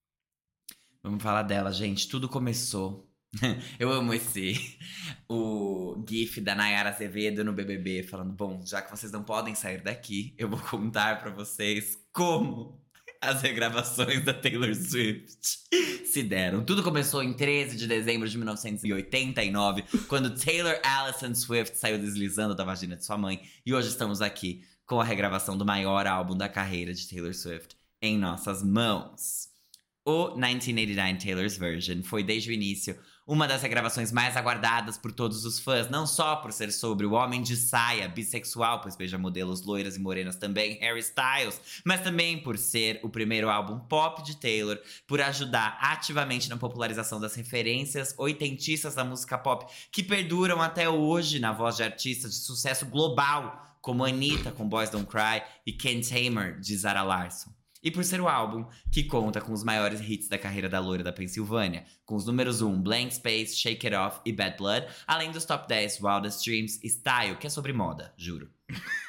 Vamos falar dela, gente. Tudo começou. Eu amo esse. O GIF da Nayara Azevedo no B B B falando: bom, já que vocês não podem sair daqui, eu vou contar pra vocês como as regravações da Taylor Swift se deram. Tudo começou em treze de dezembro de mil novecentos e oitenta e nove, quando Taylor Allison Swift saiu deslizando da vagina de sua mãe. E hoje estamos aqui com a regravação do maior álbum da carreira de Taylor Swift em nossas mãos. O mil novecentos e oitenta e nove Taylor's Version foi desde o início uma das regravações mais aguardadas por todos os fãs, não só por ser sobre o homem de saia, bissexual, pois beija modelos loiras e morenas também, Harry Styles, mas também por ser o primeiro álbum pop de Taylor, por ajudar ativamente na popularização das referências oitentistas da música pop, que perduram até hoje na voz de artistas de sucesso global, como Anitta com Boys Don't Cry e Can't Tamer de Zara Larsson. E por ser o álbum que conta com os maiores hits da carreira da loira da Pensilvânia, com os números um, Blank Space, Shake It Off e Bad Blood, além dos top dez Wildest Dreams e Style, que é sobre moda, juro.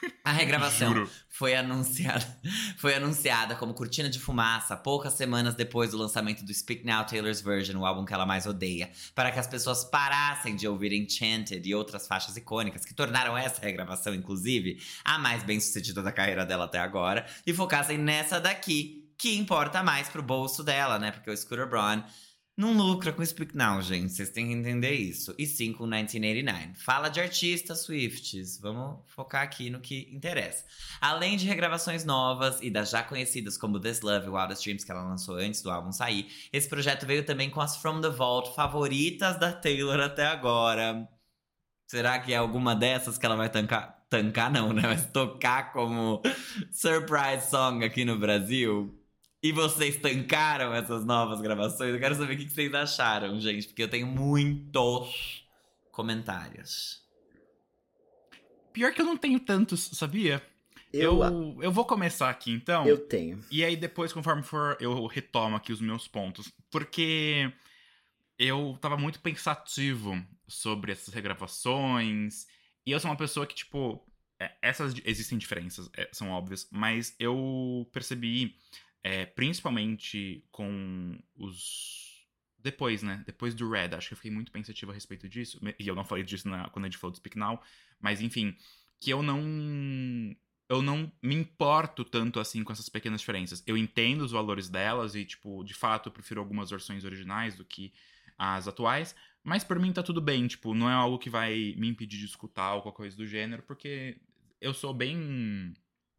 A regravação Juro. foi anunciada, foi anunciada como cortina de fumaça poucas semanas depois do lançamento do Speak Now, Taylor's Version, o álbum que ela mais odeia, para que as pessoas parassem de ouvir Enchanted e outras faixas icônicas que tornaram essa regravação, inclusive, a mais bem-sucedida da carreira dela até agora, e focassem nessa daqui, que importa mais pro bolso dela, né? Porque o Scooter Braun não lucra com Speak Now, gente. Vocês têm que entender isso. E sim com mil novecentos e oitenta e nove. Fala de artistas Swifties. Vamos focar aqui no que interessa. Além de regravações novas e das já conhecidas como This Love e Wildest Dreams, que ela lançou antes do álbum sair, esse projeto veio também com as From the Vault favoritas da Taylor até agora. Será que é alguma dessas que ela vai tancar? Tancar não, né? Mas tocar como surprise song aqui no Brasil? E vocês tancaram essas novas gravações? Eu quero saber o que vocês acharam, gente. Porque eu tenho muitos comentários. Pior que eu não tenho tantos, sabia? Eu, Eu, eu vou começar aqui, então. eu tenho. E aí depois, conforme for, eu retomo aqui os meus pontos. Porque eu tava muito pensativo sobre essas regravações. E eu sou uma pessoa que, tipo... é, essas existem diferenças, é, são óbvias. Mas eu percebi... É, principalmente com os... Depois, né? Depois do Red. Acho que eu fiquei muito pensativo a respeito disso. E eu não falei disso na... quando a gente falou do Speak Now. Mas, enfim. Que eu não... Eu não me importo tanto, assim, com essas pequenas diferenças. Eu entendo os valores delas. E, tipo, de fato, eu prefiro algumas versões originais do que as atuais. Mas, por mim, tá tudo bem. Tipo, não é algo que vai me impedir de escutar ou qualquer coisa do gênero. Porque eu sou bem...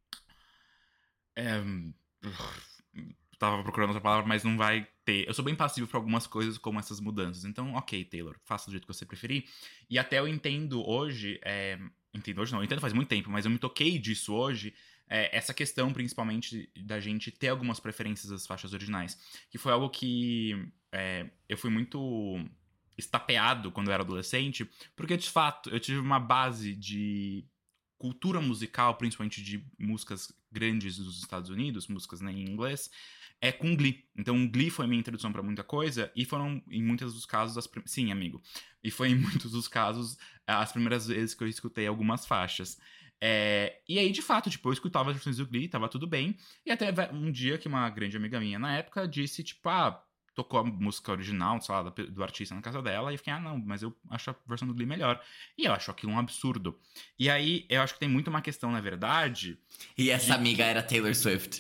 É... Tava procurando outra palavra, mas não vai ter. Eu sou bem passivo pra algumas coisas, como essas mudanças. Então, ok, Taylor, faça do jeito que você preferir. E até eu entendo hoje. É... Entendo hoje não, eu entendo faz muito tempo, mas eu me toquei disso hoje. É, essa questão, principalmente, da gente ter algumas preferências das faixas originais. Que foi algo que é, eu fui muito estapeado quando eu era adolescente. Porque, de fato, eu tive uma base de cultura musical, principalmente de músicas grandes dos Estados Unidos, músicas, né, em inglês, é com Glee. Então, Glee foi minha introdução pra muita coisa, e foram, em muitos dos casos, as prim... sim, amigo, e foi em muitos dos casos as primeiras vezes que eu escutei algumas faixas. É... E aí, de fato, tipo, eu escutava as versões do Glee, tava tudo bem, e até um dia que uma grande amiga minha na época disse, tipo, ah, tocou a música original, sei lá, do artista na casa dela, e eu fiquei, ah, não, mas eu acho a versão do Glee melhor. E eu acho aquilo um absurdo. E aí, eu acho que tem muito uma questão, na verdade... E essa de... amiga era Taylor Swift.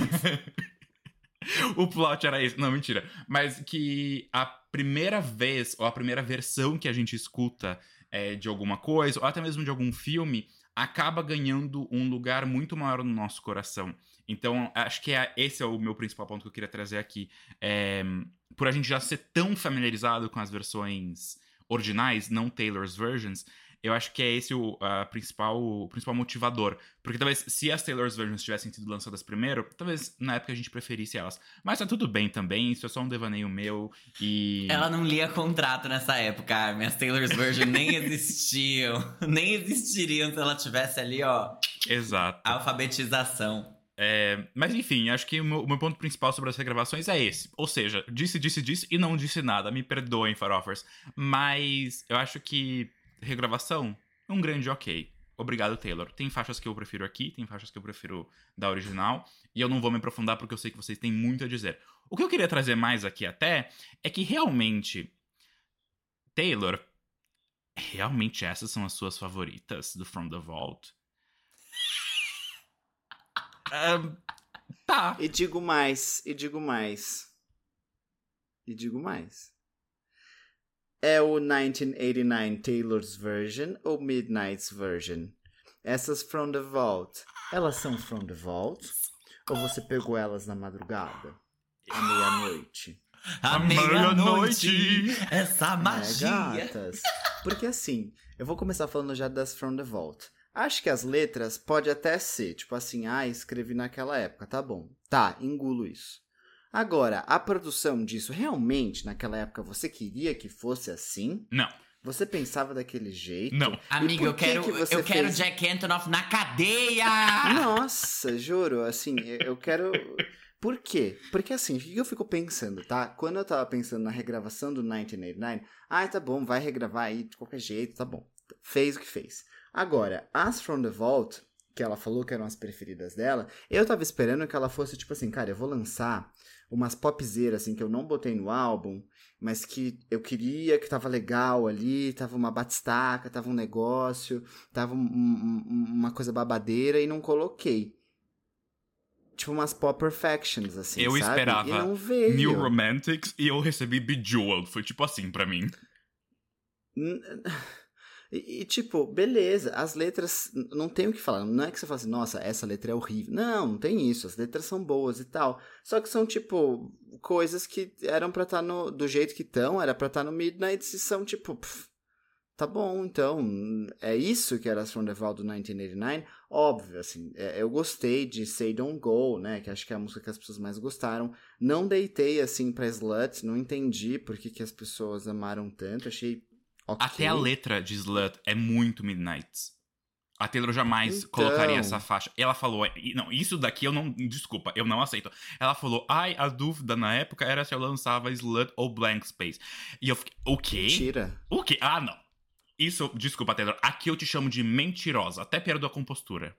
O plot era esse. Não, mentira. Mas que a primeira vez, ou a primeira versão que a gente escuta é, de alguma coisa, ou até mesmo de algum filme, acaba ganhando um lugar muito maior no nosso coração. Então, acho que é, esse é o meu principal ponto que eu queria trazer aqui. É, por a gente já ser tão familiarizado com as versões originais, não Taylor's versions, eu acho que é esse o, a principal, o principal motivador. Porque talvez, se as Taylor's versions tivessem sido lançadas primeiro, talvez na época a gente preferisse elas. Mas tá tudo bem também, isso é só um devaneio meu e... Ela não lia contrato nessa época, Armin. As Taylor's versions nem existiam. Nem existiriam se ela tivesse ali, ó... Exato. Alfabetização. É, mas enfim, acho que o meu, o meu ponto principal sobre as regravações é esse. Ou seja, disse, disse, disse e não disse nada. Me perdoem, Farofers. Mas eu acho que regravação, um grande ok. Obrigado, Taylor. Tem faixas que eu prefiro aqui, tem faixas que eu prefiro da original. E eu não vou me aprofundar porque eu sei que vocês têm muito a dizer. O que eu queria trazer mais aqui até é que realmente, Taylor, realmente essas são as suas favoritas do From the Vault? Um, tá. E digo mais, e digo mais. E digo mais. É o mil novecentos e oitenta e nove Taylor's version ou Midnight's version? Essas From the Vault, elas são From the Vault? Ou você pegou elas na madrugada? À meia-noite? À meia-noite, essa magia. É, gatas. Porque assim, eu vou começar falando já das From the Vault. Acho que as letras pode até ser, tipo assim, ah, escrevi naquela época, tá bom. Tá, engulo isso. Agora, a produção disso, realmente, naquela época, você queria que fosse assim? Não. Você pensava daquele jeito? Não. Amigo, eu que quero, que você eu quero fez? Jack Antonoff na cadeia! Nossa, juro, assim, eu quero... Por quê? Porque assim, o que eu fico pensando, tá? Quando eu tava pensando na regravação do mil novecentos e oitenta e nove, ah, tá bom, vai regravar aí de qualquer jeito, tá bom. Fez o que fez. Agora, as From the Vault, que ela falou que eram as preferidas dela, eu tava esperando que ela fosse tipo assim, cara, eu vou lançar umas popzeiras assim que eu não botei no álbum, mas que eu queria, que tava legal ali, tava uma batistaca, tava um negócio, tava um, um, uma coisa babadeira e não coloquei. Tipo umas pop perfections, assim, Eu sabe? esperava E não veio. New Romantics e eu recebi Bejeweled. Foi tipo assim pra mim. E, e, tipo, beleza, as letras não tem o que falar. Não é que você fala assim, nossa, essa letra é horrível. Não, não tem isso. As letras são boas e tal. Só que são, tipo, coisas que eram pra estar no, do jeito que estão, era pra estar no Midnight e são, tipo, pff, tá bom, então. É isso que era as From the Vault do nineteen eighty-nine. Óbvio, assim, é, eu gostei de Say Don't Go, né? Que acho que é a música que as pessoas mais gostaram. Não deitei, assim, pra Slut. Não entendi por que, que as pessoas amaram tanto. Achei. Okay. Até a letra de Slut é muito Midnights. A Taylor jamais então... colocaria essa faixa. Ela falou, não, isso daqui eu não, desculpa, eu não aceito. Ela falou, ai, a dúvida na época era se eu lançava Slut ou Blank Space. E eu fiquei, o quê? Mentira. O quê? Ah, não. Isso, desculpa, Taylor, aqui eu te chamo de mentirosa, até perdo a compostura.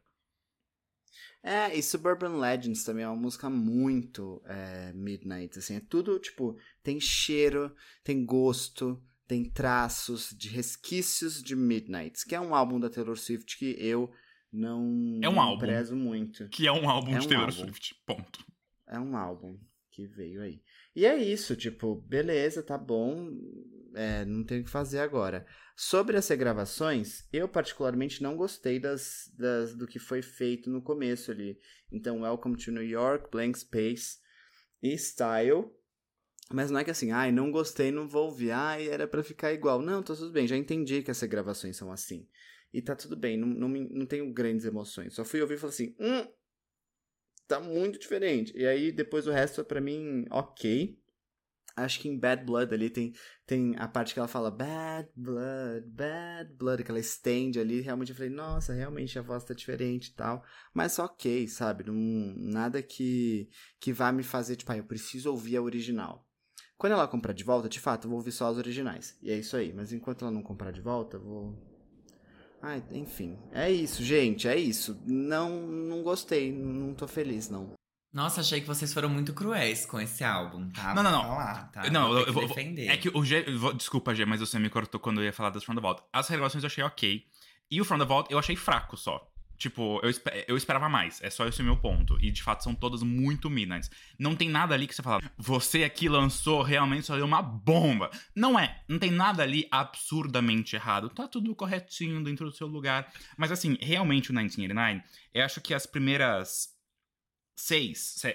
É, e Suburban Legends também é uma música muito é, Midnight, assim, é tudo, tipo, tem cheiro, tem gosto, tem traços de resquícios de Midnights, que é um álbum da Taylor Swift que eu não, é um não álbum prezo muito. Que é um álbum é de um Taylor álbum. Swift, ponto. É um álbum que veio aí. E é isso, tipo, beleza, tá bom, é, não tem o que fazer agora. Sobre as regravações, eu particularmente não gostei das, das, do que foi feito no começo ali. Então, Welcome to New York, Blank Space e Style. Mas não é que assim, ai, não gostei, não vou ouvir, ai, era pra ficar igual. Não, tá tudo bem, já entendi que essas gravações são assim. E tá tudo bem, não, não, não tenho grandes emoções. Só fui ouvir e falei assim, hum, tá muito diferente. E aí, depois o resto, pra mim, ok. Acho que em Bad Blood ali tem, tem a parte que ela fala Bad Blood, Bad Blood, que ela estende ali. Realmente eu falei, nossa, realmente a voz tá diferente e tal. Mas ok, sabe? Não, nada que, que vá me fazer, tipo, ah, eu preciso ouvir a original. Quando ela comprar de volta, de fato, eu vou ouvir só as originais. E é isso aí. Mas enquanto ela não comprar de volta, eu vou... Ai, enfim. É isso, gente. É isso. Não, não gostei. Não tô feliz, não. Nossa, achei que vocês foram muito cruéis com esse álbum, tá? Não, não, não. Vou falar, tá? Não, vou ter eu, que eu vou. defender. É que o G. Vou, desculpa, G, mas você me cortou quando eu ia falar das From the Vault. As regravações eu achei ok. E o From the Vault eu achei fraco só. Tipo, eu, eu esperava mais. É só esse o meu ponto. E de fato são todas muito Midnights. Não tem nada ali que você fala, você aqui lançou realmente só deu uma bomba. Não é. Não tem nada ali absurdamente errado. Tá tudo corretinho dentro do seu lugar. Mas assim, realmente o nineteen eighty-nine, eu acho que as primeiras seis. Se...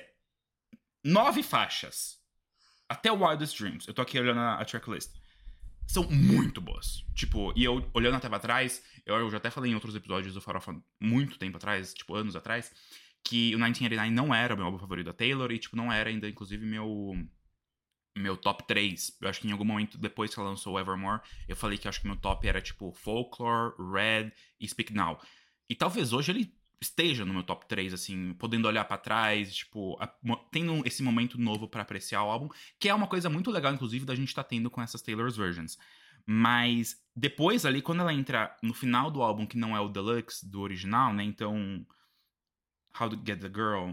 Nove faixas. Até o Wildest Dreams. Eu tô aqui olhando a, a tracklist. São muito boas. Tipo, e eu olhando até pra trás, eu, eu já até falei em outros episódios do Farofa muito tempo atrás, tipo, anos atrás, que o nineteen eighty-nine não era o meu álbum favorito da Taylor e, tipo, não era ainda, inclusive, meu meu top três. Eu acho que em algum momento, depois que ela lançou o Evermore, eu falei que eu acho que meu top era, tipo, Folklore, Red e Speak Now. E talvez hoje ele esteja no meu top três, assim, podendo olhar pra trás, tipo, a, tendo esse momento novo pra apreciar o álbum, que é uma coisa muito legal, inclusive, da gente tá tendo com essas Taylor's versions. Mas depois ali, quando ela entra no final do álbum, que não é o Deluxe do original, né, então How to Get the Girl,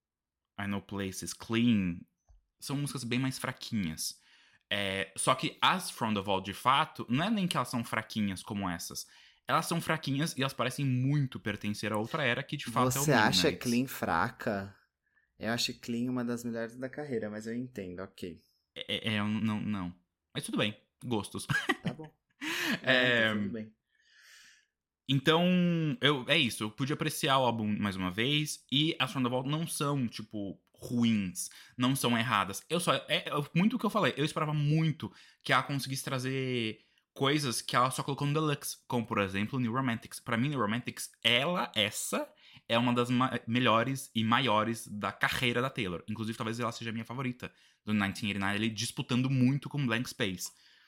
I Know Places, Clean, são músicas bem mais fraquinhas. É, só que as From the Vault, de fato, não é nem que elas são fraquinhas como essas. Elas são fraquinhas e elas parecem muito pertencer a outra era que de fato Você é o Você acha Midnights. Clean fraca? Eu acho Clean uma das melhores da carreira, mas eu entendo, ok. É, é, é não, não. Mas tudo bem, gostos. Tá bom. É, é, tá tudo bem. Então, eu, é isso. Eu pude apreciar o álbum mais uma vez e as From the Vault não são, tipo, ruins. Não são erradas. Eu só... É, é muito o que eu falei. Eu esperava muito que ela conseguisse trazer coisas que ela só colocou no Deluxe, como, por exemplo, New Romantics. Pra mim, New Romantics, ela, essa, é uma das ma- melhores e maiores da carreira da Taylor. Inclusive, talvez ela seja a minha favorita do nineteen eighty-nine, ele disputando muito com Blank Space.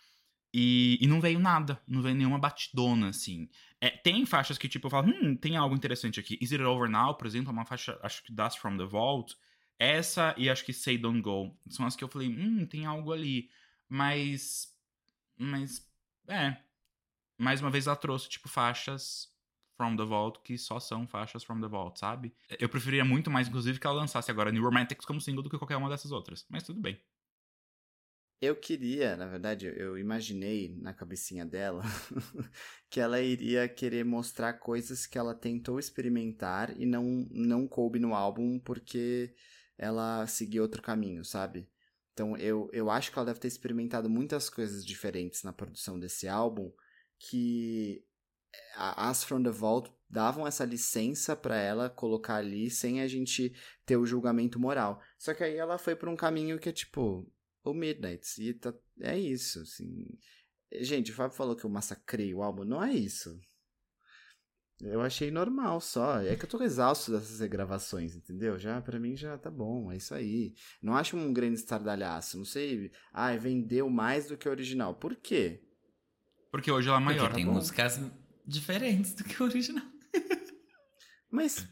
E, e não veio nada, não veio nenhuma batidona, assim. É, tem faixas que, tipo, eu falo, hum, tem algo interessante aqui. Is It Over Now, por exemplo, é uma faixa, acho que das From the Vault. Essa e acho que Say Don't Go. São as que eu falei, hum, tem algo ali. Mas... Mas... É. Mais uma vez ela trouxe, tipo, faixas From the Vault que só são faixas From the Vault, sabe? Eu preferiria muito mais, inclusive, que ela lançasse agora New Romantics como single do que qualquer uma dessas outras. Mas tudo bem. Eu queria, na verdade, eu imaginei na cabecinha dela que ela iria querer mostrar coisas que ela tentou experimentar e não, não coube no álbum porque ela seguiu outro caminho, sabe? Então eu, eu acho que ela deve ter experimentado muitas coisas diferentes na produção desse álbum que as From the Vault davam essa licença pra ela colocar ali sem a gente ter o julgamento moral. Só que aí ela foi por um caminho que é tipo o Midnights, e tá, é isso, assim. Gente, o Fábio falou que eu massacrei o álbum, não é isso. Eu achei normal só. É que eu tô exausto dessas regravações, entendeu? Já, pra mim já tá bom, é isso aí. Não acho um grande estardalhaço, não sei. Ai, vendeu mais do que o original. Por quê? Porque hoje ela é maior. Porque tem tá bom. músicas diferentes do que o original. Mas...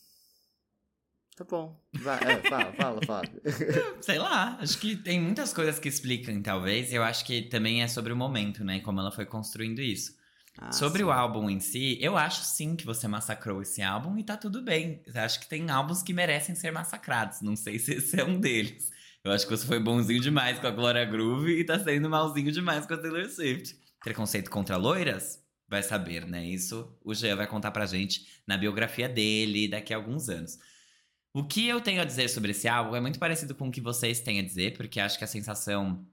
Tá bom. Vai, é, fala, fala, fala. Sei lá, acho que tem muitas coisas que explicam, talvez. Eu acho que também é sobre o momento, né? Como ela foi construindo isso. Ah, sobre sim. o álbum em si, eu acho sim que você massacrou esse álbum e tá tudo bem. Eu acho que tem álbuns que merecem ser massacrados. Não sei se esse é um deles. Eu acho que você foi bonzinho demais com a Gloria Groove e tá sendo malzinho demais com a Taylor Swift. Preconceito contra loiras? Vai saber, né? Isso o Jean vai contar pra gente na biografia dele daqui a alguns anos. O que eu tenho a dizer sobre esse álbum é muito parecido com o que vocês têm a dizer, porque acho que a sensação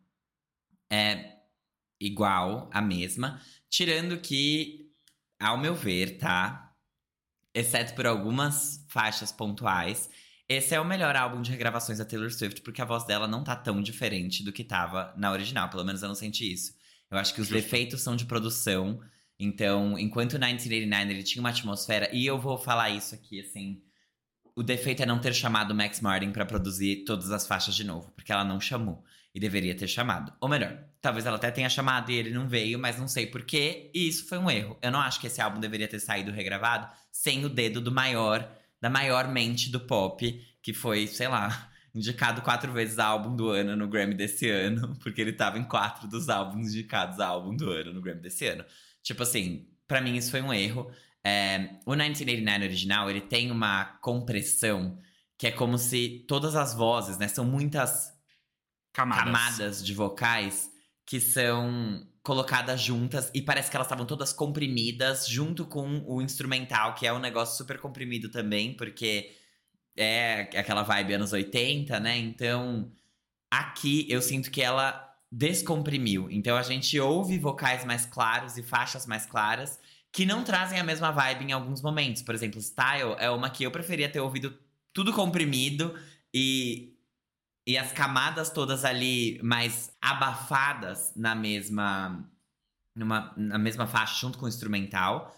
é igual, a mesma. Tirando que, ao meu ver, tá? Exceto por algumas faixas pontuais, esse é o melhor álbum de regravações da Taylor Swift, porque a voz dela não tá tão diferente do que tava na original. Pelo menos eu não senti isso. Eu acho que os Justo. defeitos são de produção. Então, enquanto o mil novecentos e oitenta e nove ele tinha uma atmosfera... E eu vou falar isso aqui, assim... O defeito é não ter chamado o Max Martin pra produzir todas as faixas de novo, porque ela não chamou. E deveria ter chamado. Ou melhor, talvez ela até tenha chamado e ele não veio, mas não sei porquê. E isso foi um erro. Eu não acho que esse álbum deveria ter saído regravado sem o dedo do maior, da maior mente do pop, que foi, sei lá, indicado quatro vezes álbum do ano no Grammy desse ano, porque ele tava em quatro dos álbuns indicados a álbum do ano no Grammy desse ano. Tipo assim, pra mim isso foi um erro. É, o mil novecentos e oitenta e nove original, ele tem uma compressão que é como se todas as vozes, né, são muitas Camadas. camadas de vocais que são colocadas juntas e parece que elas estavam todas comprimidas junto com o instrumental, que é um negócio super comprimido também, porque é aquela vibe anos oitenta, né? Então, aqui eu sinto que ela descomprimiu. Então a gente ouve vocais mais claros e faixas mais claras que não trazem a mesma vibe em alguns momentos. Por exemplo, Style é uma que eu preferia ter ouvido tudo comprimido e, e as camadas todas ali mais abafadas na mesma, numa, na mesma faixa, junto com o instrumental,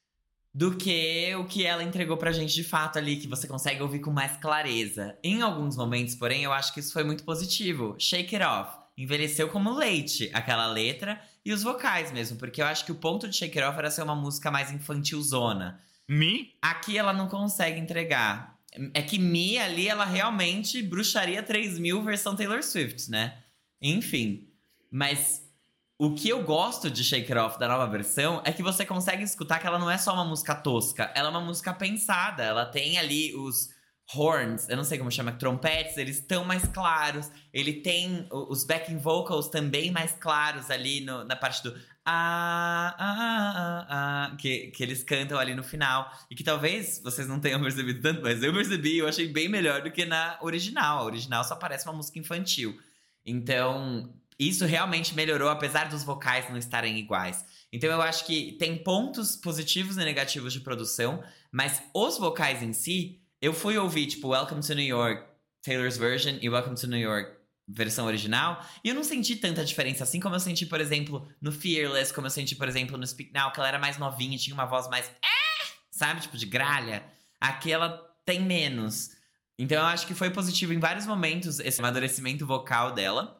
do que o que ela entregou pra gente de fato ali, que você consegue ouvir com mais clareza. Em alguns momentos, porém, eu acho que isso foi muito positivo. Shake It Off envelheceu como leite, aquela letra e os vocais mesmo, porque eu acho que o ponto de Shake It Off era ser uma música mais infantilzona. Me? Aqui ela não consegue entregar. É que Me ali, ela realmente bruxaria três mil versão Taylor Swift, né? Enfim, mas o que eu gosto de Shake It Off da nova versão é que você consegue escutar que ela não é só uma música tosca, ela é uma música pensada. Ela tem ali os horns, eu não sei como chama, trompetes, eles estão mais claros. Ele tem os backing vocals também mais claros ali no, na parte do ah, ah, ah, ah, que, que eles cantam ali no final. E que talvez vocês não tenham percebido tanto, mas eu percebi, eu achei bem melhor do que na original. A original só parece uma música infantil. Então, isso realmente melhorou, apesar dos vocais não estarem iguais. Então eu acho que tem pontos positivos e negativos de produção, mas os vocais em si, eu fui ouvir, tipo, Welcome to New York, Taylor's version, e Welcome to New York, versão original, e eu não senti tanta diferença assim como eu senti, por exemplo, no Fearless, como eu senti, por exemplo, no Speak Now, que ela era mais novinha, tinha uma voz mais, sabe, tipo, de gralha. Aqui ela tem menos. Então eu acho que foi positivo em vários momentos esse amadurecimento vocal dela.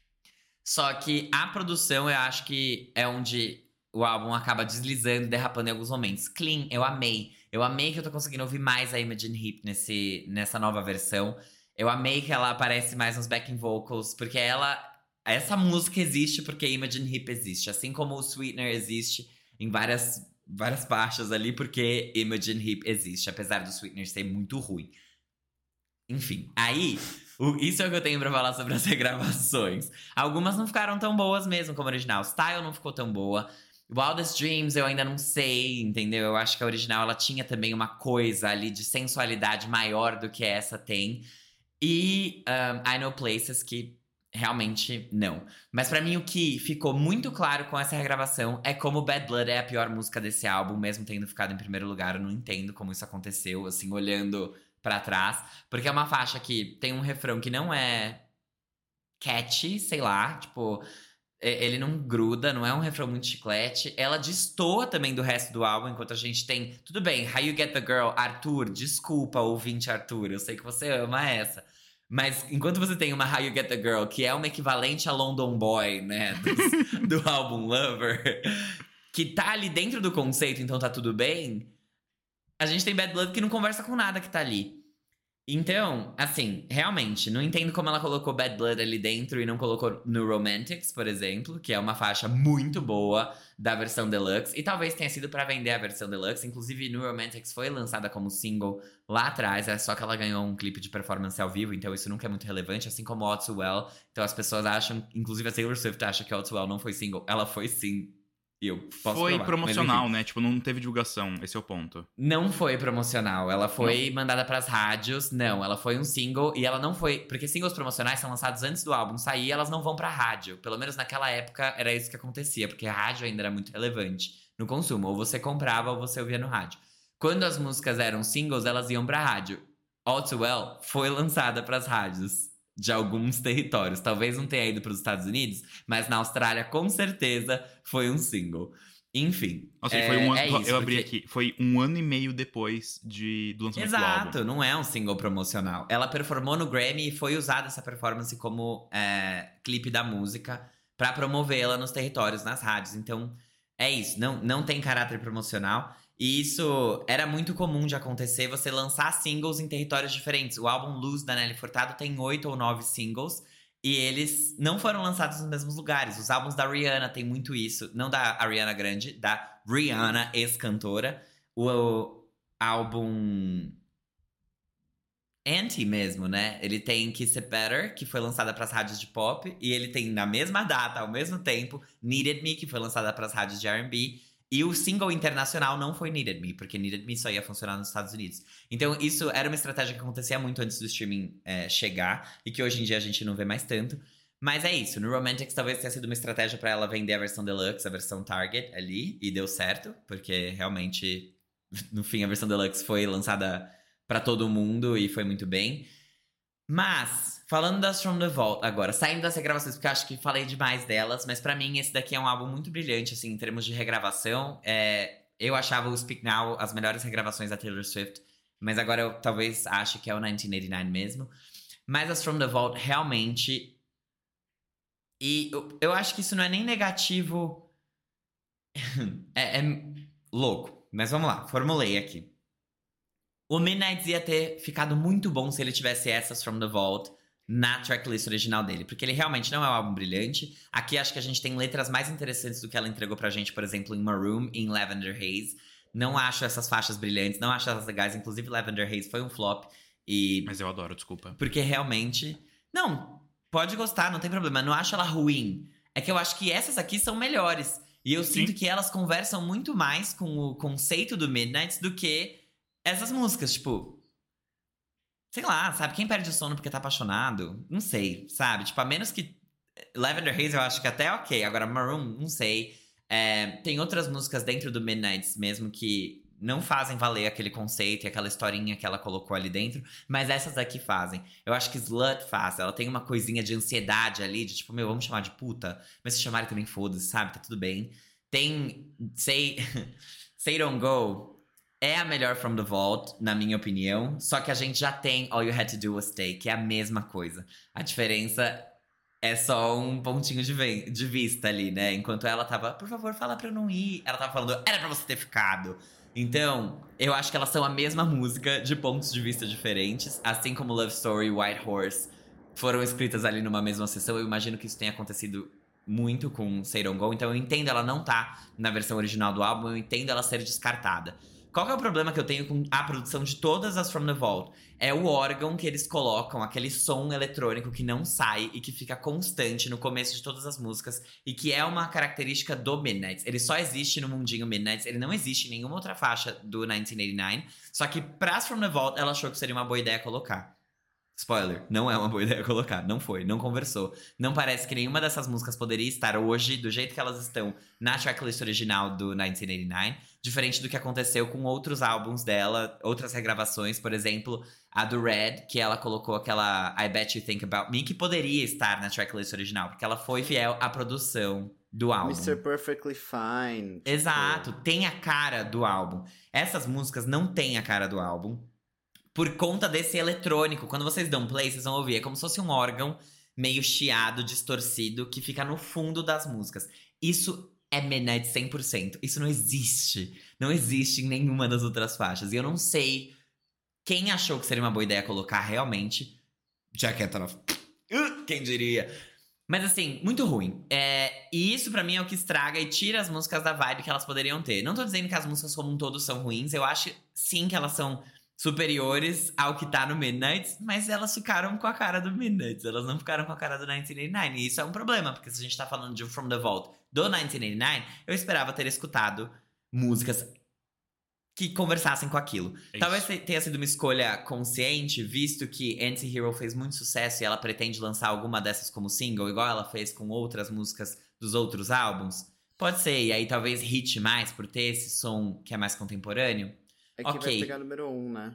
Só que a produção, eu acho que é onde o álbum acaba deslizando, derrapando em alguns momentos. Clean, eu amei. Eu amei que eu tô conseguindo ouvir mais a Imogen Heap nesse, nessa nova versão. Eu amei que ela aparece mais nos backing vocals, porque ela... Essa música existe porque a Imogen Heap existe. Assim como o Sweetener existe em várias várias faixas ali, porque Imogen Heap existe, apesar do Sweetener ser muito ruim. Enfim, aí, o, isso é o que eu tenho pra falar sobre as regravações. Algumas não ficaram tão boas mesmo como a original. Style não ficou tão boa. Wildest Dreams eu ainda não sei, entendeu? Eu acho que a original ela tinha também uma coisa ali de sensualidade maior do que essa tem. E um, I Know Places, que realmente não. Mas pra mim o que ficou muito claro com essa regravação é como Bad Blood é a pior música desse álbum, mesmo tendo ficado em primeiro lugar. Eu não entendo como isso aconteceu, assim, olhando pra trás. Porque é uma faixa que tem um refrão que não é catchy, sei lá, tipo... Ele não gruda, não é um refrão muito chiclete. Ela destoa também do resto do álbum, enquanto a gente tem... Tudo bem, How You Get The Girl, Arthur, desculpa, ouvinte Arthur, eu sei que você ama essa. Mas enquanto você tem uma How You Get The Girl, que é uma equivalente a London Boy, né, do, do álbum Lover, que tá ali dentro do conceito, então tá tudo bem, a gente tem Bad Blood que não conversa com nada que tá ali. Então, assim, realmente, não entendo como ela colocou Bad Blood ali dentro e não colocou no Romantics, por exemplo, que é uma faixa muito boa da versão deluxe. E talvez tenha sido pra vender a versão deluxe. Inclusive, no Romantics foi lançada como single lá atrás, é só que ela ganhou um clipe de performance ao vivo, então isso nunca é muito relevante, assim como All Too Well. Então as pessoas acham, inclusive a Taylor Swift acha que All Too Well não foi single. Ela foi sim. E eu posso Foi provar, promocional, né? Tipo, não teve divulgação. Esse é o ponto. Não foi promocional. Ela foi não. mandada pras rádios. Não, ela foi um single. E ela não foi... Porque singles promocionais são lançados antes do álbum sair. Elas não vão pra rádio. Pelo menos naquela época era isso que acontecia. Porque a rádio ainda era muito relevante no consumo. Ou você comprava ou você ouvia no rádio. Quando as músicas eram singles, elas iam pra rádio. All Too Well foi lançada pras rádios de alguns territórios. Talvez não tenha ido para os Estados Unidos, mas na Austrália, com certeza, foi um single. Enfim. Nossa, é, foi um ano, é isso, eu abri porque... aqui. Foi um ano e meio depois de, do lançamento Exato, do álbum. Exato, não é um single promocional. Ela performou no Grammy e foi usada essa performance como é, clipe da música para promovê-la nos territórios, nas rádios. Então, é isso. Não, não tem caráter promocional. E isso era muito comum de acontecer, você lançar singles em territórios diferentes. O álbum Lose, da Nelly Furtado, tem oito ou nove singles. E eles não foram lançados nos mesmos lugares. Os álbuns da Rihanna tem muito isso. Não da Ariana Grande, da Rihanna, ex-cantora. O, o álbum Anti mesmo, né? Ele tem Kiss It Better, que foi lançada para as rádios de pop. E ele tem, na mesma data, ao mesmo tempo, Needed Me, que foi lançada para as rádios de R and B. E o single internacional não foi Needed Me, porque Needed Me só ia funcionar nos Estados Unidos. Então isso era uma estratégia que acontecia muito antes do streaming é, chegar, e que hoje em dia a gente não vê mais tanto. Mas é isso, no Romantics talvez tenha sido uma estratégia pra ela vender a versão Deluxe, a versão Target ali, e deu certo, porque realmente, no fim, a versão Deluxe foi lançada pra todo mundo e foi muito bem. Mas, falando das From The Vault agora, saindo das regravações, porque eu acho que falei demais delas, mas pra mim esse daqui é um álbum muito brilhante, assim, em termos de regravação. É, eu achava o Speak Now as melhores regravações da Taylor Swift, mas agora eu talvez ache que é o nineteen eighty-nine mesmo. Mas as From The Vault realmente... E eu, eu acho que isso não é nem negativo... é, é louco, mas vamos lá, formulei aqui. O Midnights ia ter ficado muito bom se ele tivesse essas From The Vault na tracklist original dele. Porque ele realmente não é um álbum brilhante. Aqui acho que a gente tem letras mais interessantes do que ela entregou pra gente, por exemplo, em Maroon e em Lavender Haze. Não acho essas faixas brilhantes, não acho elas legais. Inclusive, Lavender Haze foi um flop. E... Mas eu adoro, desculpa. Porque realmente... Não, pode gostar, não tem problema. Não acho ela ruim. É que eu acho que essas aqui são melhores. E eu Sim. sinto que elas conversam muito mais com o conceito do Midnights do que... essas músicas, tipo... Sei lá, sabe? Quem perde o sono porque tá apaixonado? Não sei, sabe? Tipo, a menos que... Lavender Haze eu acho que até é ok. Agora, Maroon, não sei. É, tem outras músicas dentro do Midnights mesmo que não fazem valer aquele conceito e aquela historinha que ela colocou ali dentro. Mas essas aqui fazem. Eu acho que Slut faz. Ela tem uma coisinha de ansiedade ali. De tipo, meu, vamos chamar de puta. Mas se chamarem também, foda-se, sabe? Tá tudo bem. Tem... Say... Say Don't Go... É a melhor From The Vault, na minha opinião. Só que a gente já tem All You Had To Do Was Stay, que é a mesma coisa. A diferença é só um pontinho de, de vista ali, né? Enquanto ela tava, por favor, fala pra eu não ir. Ela tava falando, era pra você ter ficado. Então, eu acho que elas são a mesma música, de pontos de vista diferentes. Assim como Love Story e White Horse foram escritas ali numa mesma sessão. Eu imagino que isso tenha acontecido muito com Say Don't Go, então eu entendo ela não tá na versão original do álbum, eu entendo ela ser descartada. Qual que é o problema que eu tenho com a produção de todas as From the Vault? É o órgão que eles colocam, aquele som eletrônico que não sai e que fica constante no começo de todas as músicas e que é uma característica do Midnights. Ele só existe no mundinho Midnights, ele não existe em nenhuma outra faixa do mil novecentos e oitenta e nove, só que pras From the Vault ela achou que seria uma boa ideia colocar. Spoiler, não é uma boa ideia colocar, não foi, não conversou. Não parece que nenhuma dessas músicas poderia estar hoje, do jeito que elas estão na tracklist original do mil novecentos e oitenta e nove, diferente do que aconteceu com outros álbuns dela, outras regravações, por exemplo, a do Red, que ela colocou aquela I Bet You Think About Me, que poderia estar na tracklist original, porque ela foi fiel à produção do álbum. mister Perfectly Fine. Tipo... Exato, tem a cara do álbum. Essas músicas não têm a cara do álbum. Por conta desse eletrônico. Quando vocês dão play, vocês vão ouvir. É como se fosse um órgão meio chiado, distorcido, que fica no fundo das músicas. Isso é Midnight cem por cento. Isso não existe. Não existe em nenhuma das outras faixas. E eu não sei quem achou que seria uma boa ideia colocar realmente. Jack Antonoff. Uh, quem diria? Mas assim, muito ruim. É, e isso pra mim é o que estraga e tira as músicas da vibe que elas poderiam ter. Não tô dizendo que as músicas como um todo são ruins. Eu acho sim que elas são superiores ao que tá no Midnights, mas elas ficaram com a cara do Midnights, elas não ficaram com a cara do mil novecentos e oitenta e nove, e isso é um problema, porque se a gente tá falando de From the Vault do mil novecentos e oitenta e nove, eu esperava ter escutado músicas que conversassem com aquilo. É Talvez tenha sido uma escolha consciente, visto que Anti-Hero fez muito sucesso e ela pretende lançar alguma dessas como single, igual ela fez com outras músicas dos outros álbuns. Pode ser, e aí talvez hit mais por ter esse som que é mais contemporâneo. É que Ok. vai pegar número um, né?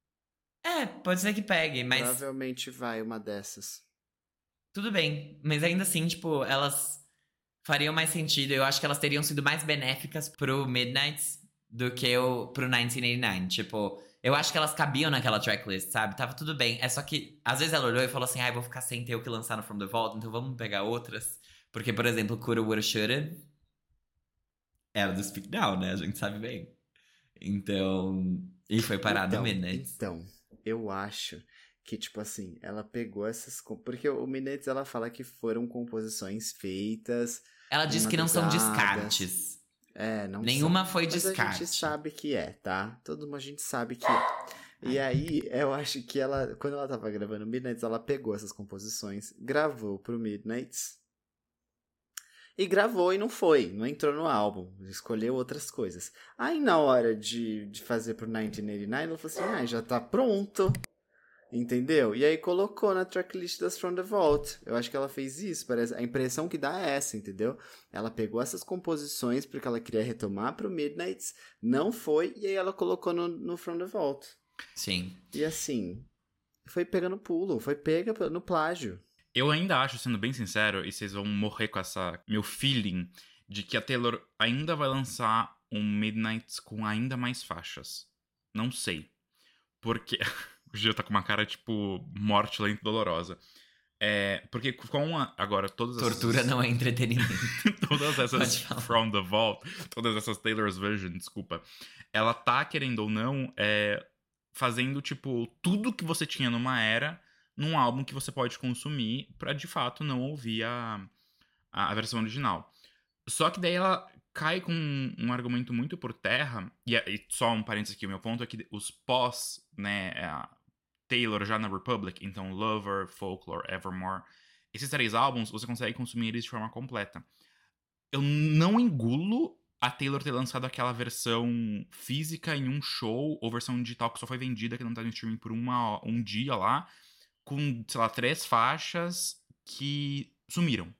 É, pode ser que pegue, mas Provavelmente vai uma dessas. tudo bem. Mas ainda assim, tipo, elas fariam mais sentido. Eu acho que elas teriam sido mais benéficas pro Midnights do que o, pro mil novecentos e oitenta e nove. Tipo, eu acho que elas cabiam naquela tracklist, sabe? Tava tudo bem. É só que, às vezes ela olhou e falou assim, ai, ah, vou ficar sem ter o que lançar no From the Vault, então vamos pegar outras. Porque, por exemplo, Coulda, Woulda, Shoulda era do Speak Now, né? A gente sabe bem. Então... E foi parar então, no Midnights. Então, eu acho que, tipo assim, ela pegou essas... Porque o Midnights, ela fala que foram composições feitas... Ela diz que não são madrugadas. descartes. É, não Nenhuma são. foi Mas descarte. a gente sabe que é, tá? Todo mundo a gente sabe que é. E aí, eu acho que ela... Quando ela tava gravando Midnights, ela pegou essas composições, gravou pro Midnights... E gravou e não foi, não entrou no álbum, escolheu outras coisas. Aí na hora de, de fazer pro mil novecentos e oitenta e nove, ela falou assim, ah, já tá pronto, entendeu? E aí colocou na tracklist das From the Vault. Eu acho que ela fez isso, parece, a impressão que dá é essa, entendeu? Ela pegou essas composições porque ela queria retomar pro Midnights, não foi, e aí ela colocou no, no From the Vault. Sim. E assim, foi pegando pulo, foi pega no plágio. Eu ainda acho, sendo bem sincero, e vocês vão morrer com essa meu feeling, de que a Taylor ainda vai lançar um Midnights com ainda mais faixas. Não sei. Porque... o Gil tá com uma cara, tipo, morte lenta e dolorosa. É, porque com a, agora todas essas... Tortura não é entretenimento. todas essas From the Vault, todas essas Taylor's Version, desculpa. Ela tá, querendo ou não, é, fazendo, tipo, tudo que você tinha numa era... num álbum que você pode consumir pra, de fato, não ouvir a, a, a versão original. Só que daí ela cai com um, um argumento muito por terra, e, e só um parênteses aqui, o meu ponto é que os pós, né, a Taylor já na Republic, então Lover, Folklore, Evermore, esses três álbuns, você consegue consumir eles de forma completa. Eu não engulo a Taylor ter lançado aquela versão física em um show, ou versão digital que só foi vendida, que não tá no streaming por uma, um dia lá, com, sei lá, três faixas que sumiram.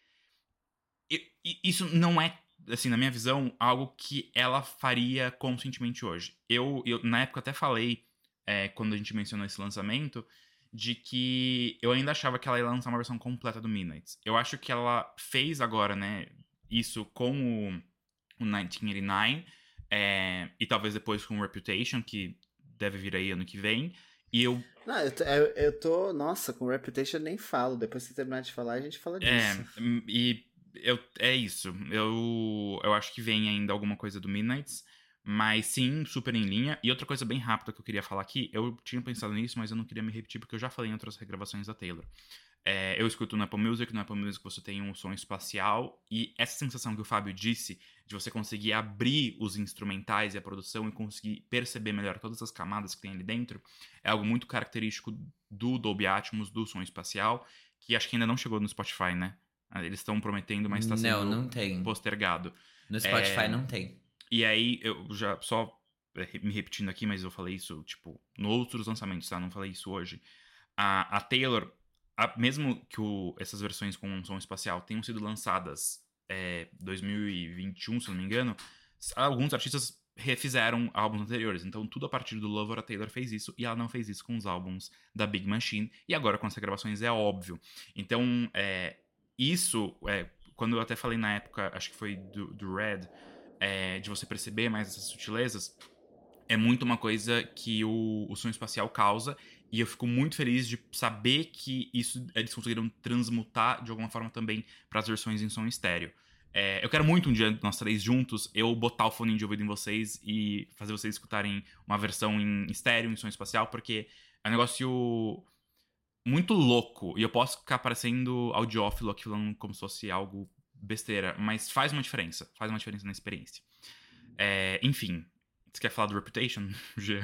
E, e isso não é, assim, na minha visão, algo que ela faria conscientemente hoje. Eu, eu na época, até falei, é, quando a gente mencionou esse lançamento, de que eu ainda achava que ela ia lançar uma versão completa do Midnights. Eu acho que ela fez agora, né, isso com o, o mil novecentos e oitenta e nove, é, e talvez depois com o Reputation, que deve vir aí ano que vem. E eu... Não, eu tô, eu, eu tô... Nossa, com Reputation eu nem falo. Depois que você terminar de falar, a gente fala disso. É, e eu, é isso. Eu, eu acho que vem ainda alguma coisa do Midnights, Mas sim, super em linha. E outra coisa bem rápida que eu queria falar aqui, eu tinha pensado nisso, mas eu não queria me repetir porque eu já falei em outras regravações da Taylor. É, eu escuto no Apple Music, no Apple Music você tem um som espacial, e essa sensação que o Fábio disse, de você conseguir abrir os instrumentais e a produção e conseguir perceber melhor todas as camadas que tem ali dentro, é algo muito característico do Dolby Atmos, do som espacial, que acho que ainda não chegou no Spotify, né? Eles estão prometendo, mas está sendo Não, não tem. postergado. No Spotify É, não tem. E aí, eu já, só me repetindo aqui, mas eu falei isso, tipo, nos outros lançamentos, tá? Não falei isso hoje. A, a Taylor, a, mesmo que o, essas versões com um som espacial tenham sido lançadas é, dois mil e vinte e um, se não me engano, alguns artistas refizeram álbuns anteriores. Então, tudo a partir do Lover, a Taylor fez isso, e ela não fez isso com os álbuns da Big Machine. E agora, com essas gravações, é óbvio. Então, é, isso, é, quando eu até falei na época, acho que foi do, do Red... É, de você perceber mais essas sutilezas, é muito uma coisa que o, o som espacial causa, e eu fico muito feliz de saber que isso eles conseguiram transmutar de alguma forma também para as versões em som estéreo. É, eu quero muito um dia, nós três juntos, eu botar o fone de ouvido em vocês e fazer vocês escutarem uma versão em estéreo, em som espacial, porque é um negócio muito louco, e eu posso ficar parecendo audiófilo aqui falando como se fosse algo besteira, mas faz uma diferença. Faz uma diferença na experiência. É, enfim, você quer falar do Reputation, G?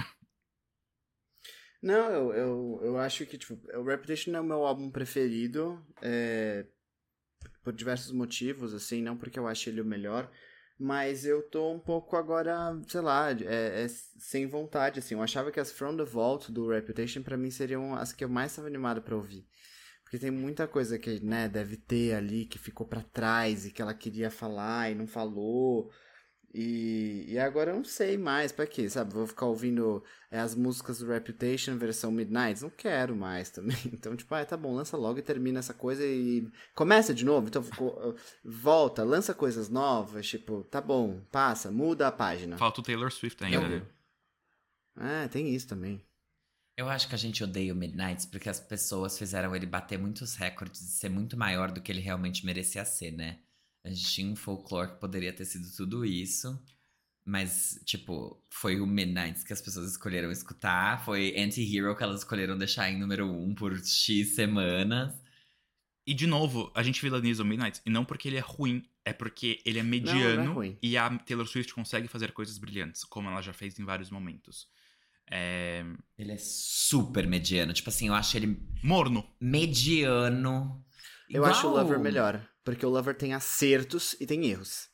Não, eu, eu, eu acho que, tipo, o Reputation é o meu álbum preferido, é, por diversos motivos, assim, não porque eu acho ele o melhor, mas eu tô um pouco agora, sei lá, é, é sem vontade, assim. Eu achava que as From the Vault do Reputation, pra mim, seriam as que eu mais estava animado pra ouvir. Porque tem muita coisa que, né, deve ter ali que ficou pra trás e que ela queria falar e não falou. E, e agora eu não sei mais pra quê, sabe? Vou ficar ouvindo é, as músicas do Reputation versão Midnight? Não quero mais também. Então, tipo, ah, tá bom, lança logo e termina essa coisa e começa de novo. Então, ficou, volta, lança coisas novas. Tipo, tá bom, passa, muda a página. Falta o Taylor Swift ainda, Eu- né? Ah, tem isso também. Eu acho que a gente odeia o Midnights porque as pessoas fizeram ele bater muitos recordes e ser muito maior do que ele realmente merecia ser, né? A gente tinha um folclore que poderia ter sido tudo isso, mas, tipo, foi o Midnights que as pessoas escolheram escutar, foi Anti-Hero que elas escolheram deixar em número um por X semanas. E, de novo, a gente vilaniza o Midnight, e não porque ele é ruim, é porque ele é Não, não é mediano ruim. e a Taylor Swift consegue fazer coisas brilhantes, como ela já fez em vários momentos. É... Ele é super mediano, tipo assim, eu acho ele Morno. mediano. Eu Igual acho o Lover melhor, porque o Lover tem acertos e tem erros.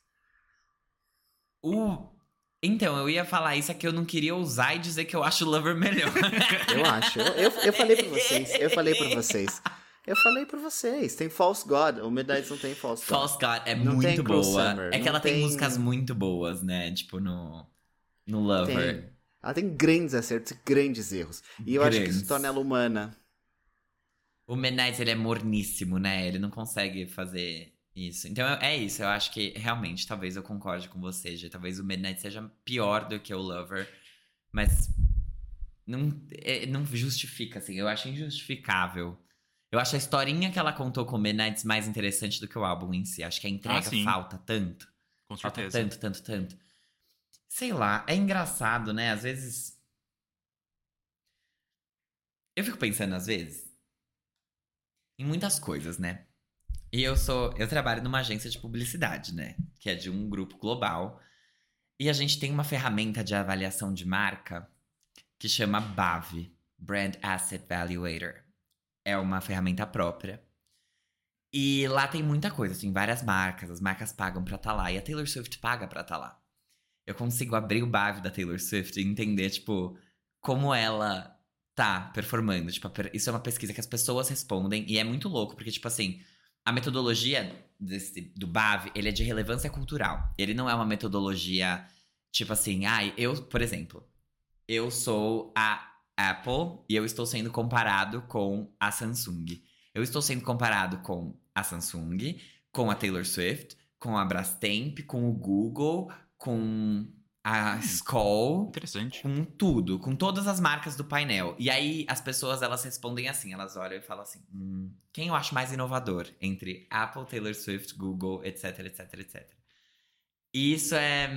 O... Então, eu ia falar isso, é que eu não queria ousar e dizer que eu acho o Lover melhor. Eu acho. Eu, eu, eu falei pra vocês. Eu falei pra vocês. Eu falei pra vocês. Tem False God. O Midnight não tem False God. False God é Não tem muito Cruel boa. Summer, É que não ela tem... tem- músicas muito boas, né? Tipo, no, no Lover. Tem. Ela tem grandes acertos e grandes erros. E eu acho que Grandes. isso torna ela humana. O Midnight, ele é morníssimo, né? Ele não consegue fazer isso. Então, é é isso. Eu acho que, realmente, talvez eu concorde com você, Gê. Talvez o Midnight seja pior do que o Lover. Mas não, é- não justifica, assim. Eu acho injustificável. Eu acho a historinha que ela contou com o Midnight mais interessante do que o álbum em si. Acho que a entrega Ah, sim. falta tanto. Com Falta certeza. tanto, tanto, tanto. Sei lá, é engraçado, né? Às vezes. Eu fico pensando, às vezes, em muitas coisas, né? E eu sou. Eu trabalho numa agência de publicidade, né? Que é de um grupo global. E a gente tem uma ferramenta de avaliação de marca que chama B A V, Brand Asset Valuator. É uma ferramenta própria. E lá tem muita coisa, tem várias marcas, as marcas pagam pra estar lá. E a Taylor Swift paga pra estar lá. Eu consigo abrir o B A V da Taylor Swift e entender, tipo, como ela tá performando. Tipo, a per- isso é uma pesquisa que as pessoas respondem e é muito louco, porque, tipo assim, a metodologia desse, do B A V, ele é de relevância cultural. Ele não é uma metodologia, tipo assim, ai, eu, por exemplo, eu sou a Apple e eu estou sendo comparado com a Samsung. Eu estou sendo comparado com a Samsung, com a Taylor Swift, com a Brastemp, com o Google, com a Skoll, Interessante. com tudo, com todas as marcas do painel. E aí as pessoas, elas respondem assim, elas olham e falam assim, hum, quem eu acho mais inovador entre Apple, Taylor Swift, Google, etc, etc, etcétera. E isso é,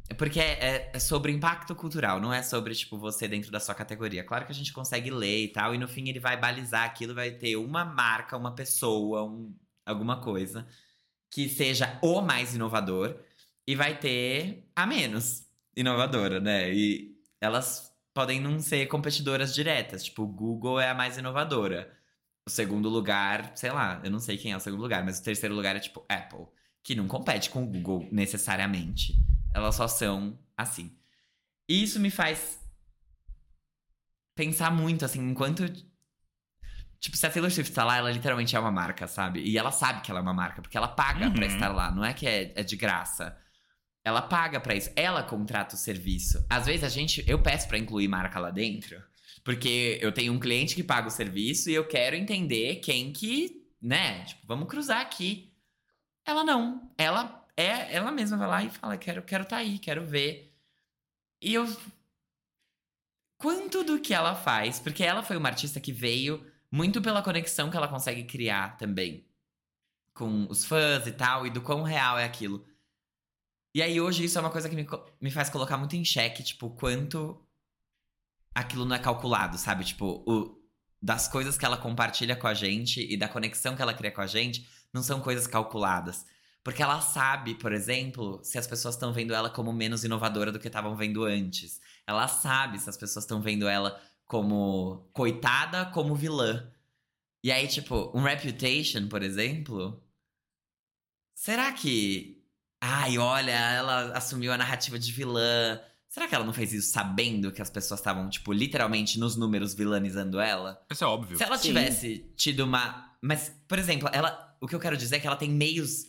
Porque é, é sobre impacto cultural, não é sobre, tipo, você dentro da sua categoria. Claro que a gente consegue ler e tal, e no fim ele vai balizar aquilo, vai ter uma marca, uma pessoa, um, alguma coisa que seja o mais inovador, e vai ter a menos inovadora, né? E elas podem não ser competidoras diretas, tipo, o Google é a mais inovadora. O segundo lugar, sei lá, eu não sei quem é o segundo lugar, mas o terceiro lugar é tipo Apple, que não compete com o Google necessariamente. Elas só são assim. E isso me faz pensar muito, assim, enquanto. Tipo, se a Taylor Swift tá lá, ela literalmente é uma marca, sabe? E ela sabe que ela é uma marca, porque ela paga Uhum. pra estar lá. Não é que é, é de graça. Ela paga pra isso. Ela contrata o serviço. Às vezes a gente. Eu peço pra incluir marca lá dentro. Porque eu tenho um cliente que paga o serviço e eu quero entender quem que. Né? Tipo, vamos cruzar aqui. Ela não. Ela é. Ela mesma vai lá e fala: quero, quero tá aí, quero ver. E eu. Quanto do que ela faz? Porque ela foi uma artista que veio muito pela conexão que ela consegue criar também com os fãs e tal, e do quão real é aquilo. E aí hoje isso é uma coisa que me, me faz colocar muito em xeque, tipo, quanto aquilo não é calculado, sabe? Tipo, o, das coisas que ela compartilha com a gente e da conexão que ela cria com a gente, não são coisas calculadas. Porque ela sabe, por exemplo, se as pessoas estão vendo ela como menos inovadora do que estavam vendo antes. Ela sabe se as pessoas estão vendo ela como coitada, como vilã. E aí, tipo, um Reputation, por exemplo. Será que. Ai, olha, ela assumiu a narrativa de vilã. Será que ela não fez isso sabendo que as pessoas estavam, tipo, literalmente nos números vilanizando ela? Isso é óbvio. Se ela Sim. tivesse tido uma. Mas, por exemplo, ela. O que eu quero dizer é que ela tem meios.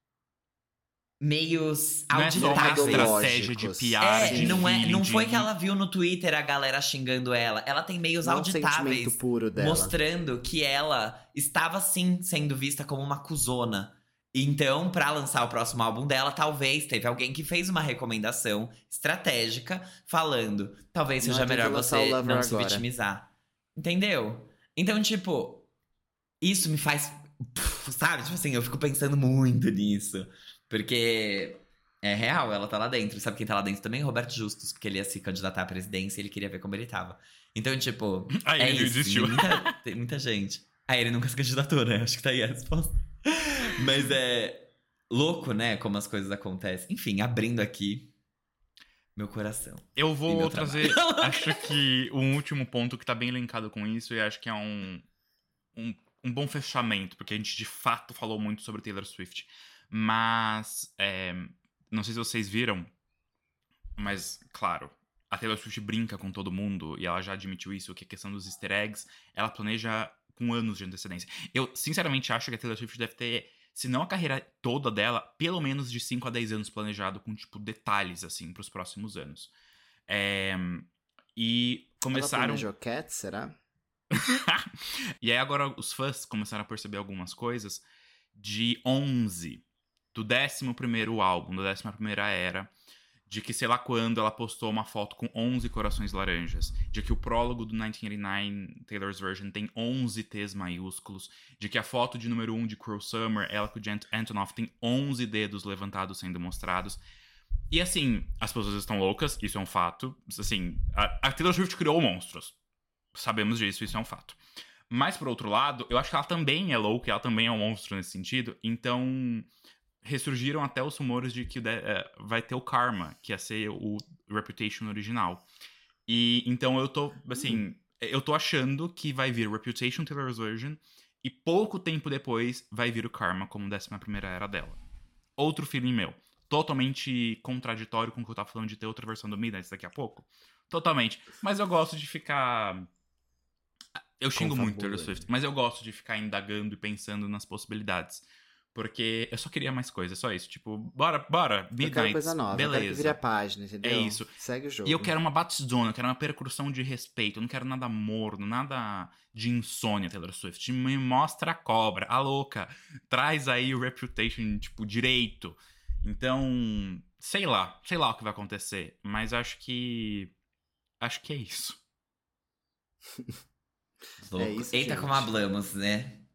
Meios Não é só uma auditáveis. estratégia de P R, É, de não, é, não feeling, foi de- que ela viu no Twitter a galera xingando ela. Ela tem meios Não é um sentimento auditáveis puro dela. mostrando que ela estava sim sendo vista como uma cuzona. Então, pra lançar o próximo álbum dela, talvez teve alguém que fez uma recomendação estratégica falando, talvez Não seja adianta melhor lançar você o Lover não se agora. vitimizar. Entendeu? Então, tipo, isso me faz, sabe? Tipo assim, eu fico pensando muito nisso. Porque é real, ela tá lá dentro. Sabe quem tá lá dentro também? Roberto Justus, porque ele ia se candidatar à presidência e ele queria ver como ele tava. Então, tipo, Aí é ele isso. desistiu. Tem muita, tem muita gente. Aí ele nunca se candidatou, né? Acho que tá aí a resposta. Mas é louco, né? Como as coisas acontecem. Enfim, abrindo aqui meu coração. Eu E vou meu trazer, acho que um último ponto que tá bem linkado com isso, e acho que é um, um, um bom fechamento, porque a gente de fato falou muito sobre Taylor Swift. Mas, é, não sei se vocês viram, mas, claro, a Taylor Swift brinca com todo mundo, e ela já admitiu isso, que a questão dos easter eggs, ela planeja com anos de antecedência. Eu, sinceramente, acho que a Taylor Swift deve ter, se não a carreira toda dela, pelo menos de cinco a dez anos planejado com, tipo, detalhes, assim, pros próximos anos. É, e começaram... Ela planejou Cats, será? E aí agora os fãs começaram a perceber algumas coisas de onze, do décimo primeiro álbum, da décima primeira era, de que sei lá quando ela postou uma foto com onze corações laranjas, de que o prólogo do mil novecentos e oitenta e nove, Taylor's Version, tem onze T's maiúsculos, de que a foto de número um de Cruel Summer, ela com o Jen Antonoff, tem onze dedos levantados sendo mostrados. E assim, as pessoas estão loucas, isso é um fato. Assim, a, a Taylor Swift criou monstros. Sabemos disso, isso é um fato. Mas, por outro lado, eu acho que ela também é louca, ela também é um monstro nesse sentido. Então, ressurgiram até os rumores de que uh, vai ter o Karma, que ia ser o Reputation original. E então eu tô, assim, hum. eu tô achando que vai vir Reputation Taylor's Version e pouco tempo depois vai vir o Karma como décima primeira era dela. Outro feeling meu. Totalmente contraditório com o que eu tava falando de ter outra versão do Midnight daqui a pouco. Totalmente. Mas eu gosto de ficar... Eu xingo muito Taylor Swift, mas eu gosto de ficar indagando e pensando nas possibilidades. Porque eu só queria mais coisa, só isso. Tipo, bora, bora, Midnight, eu quero coisa nova, beleza. Eu quero que vire a página, entendeu? É isso. Segue o jogo. E eu quero uma Batizona, eu quero uma percussão de respeito. Eu não quero nada morno, nada de insônia, Taylor Swift. Me mostra a cobra, a louca. Traz aí o Reputation, tipo, direito. Então, sei lá. Sei lá o que vai acontecer. Mas acho que... Acho que é isso. Louco. É isso, Eita, gente. como hablamos, né?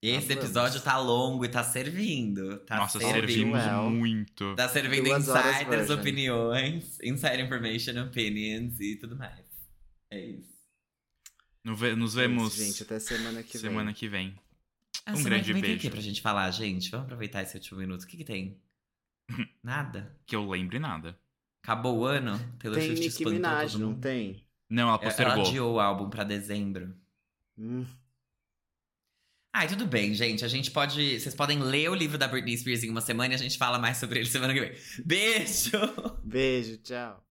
Esse Vamos. episódio tá longo e tá servindo. Tá Nossa, servindo. servimos Well. muito. Tá servindo Duas horas insiders, version. opiniões, inside information, opinions e tudo mais. É isso. No ve- Nos É isso, vemos gente, até semana que semana vem. que vem. Ah, Um semana grande que vem tem o beijo. que pra gente falar, gente? Vamos aproveitar esse último minuto. O que que tem? Nada? Que eu lembre nada. Acabou o ano? Taylor Tem Swift Nicki espantou Minaj, todo não mundo. tem? Não, ela Ela postergou. adiou o álbum pra dezembro. Hum. Ai, tudo bem, gente. A gente pode. Vocês podem ler o livro da Britney Spears em uma semana e a gente fala mais sobre ele semana que vem. Beijo! Beijo, tchau.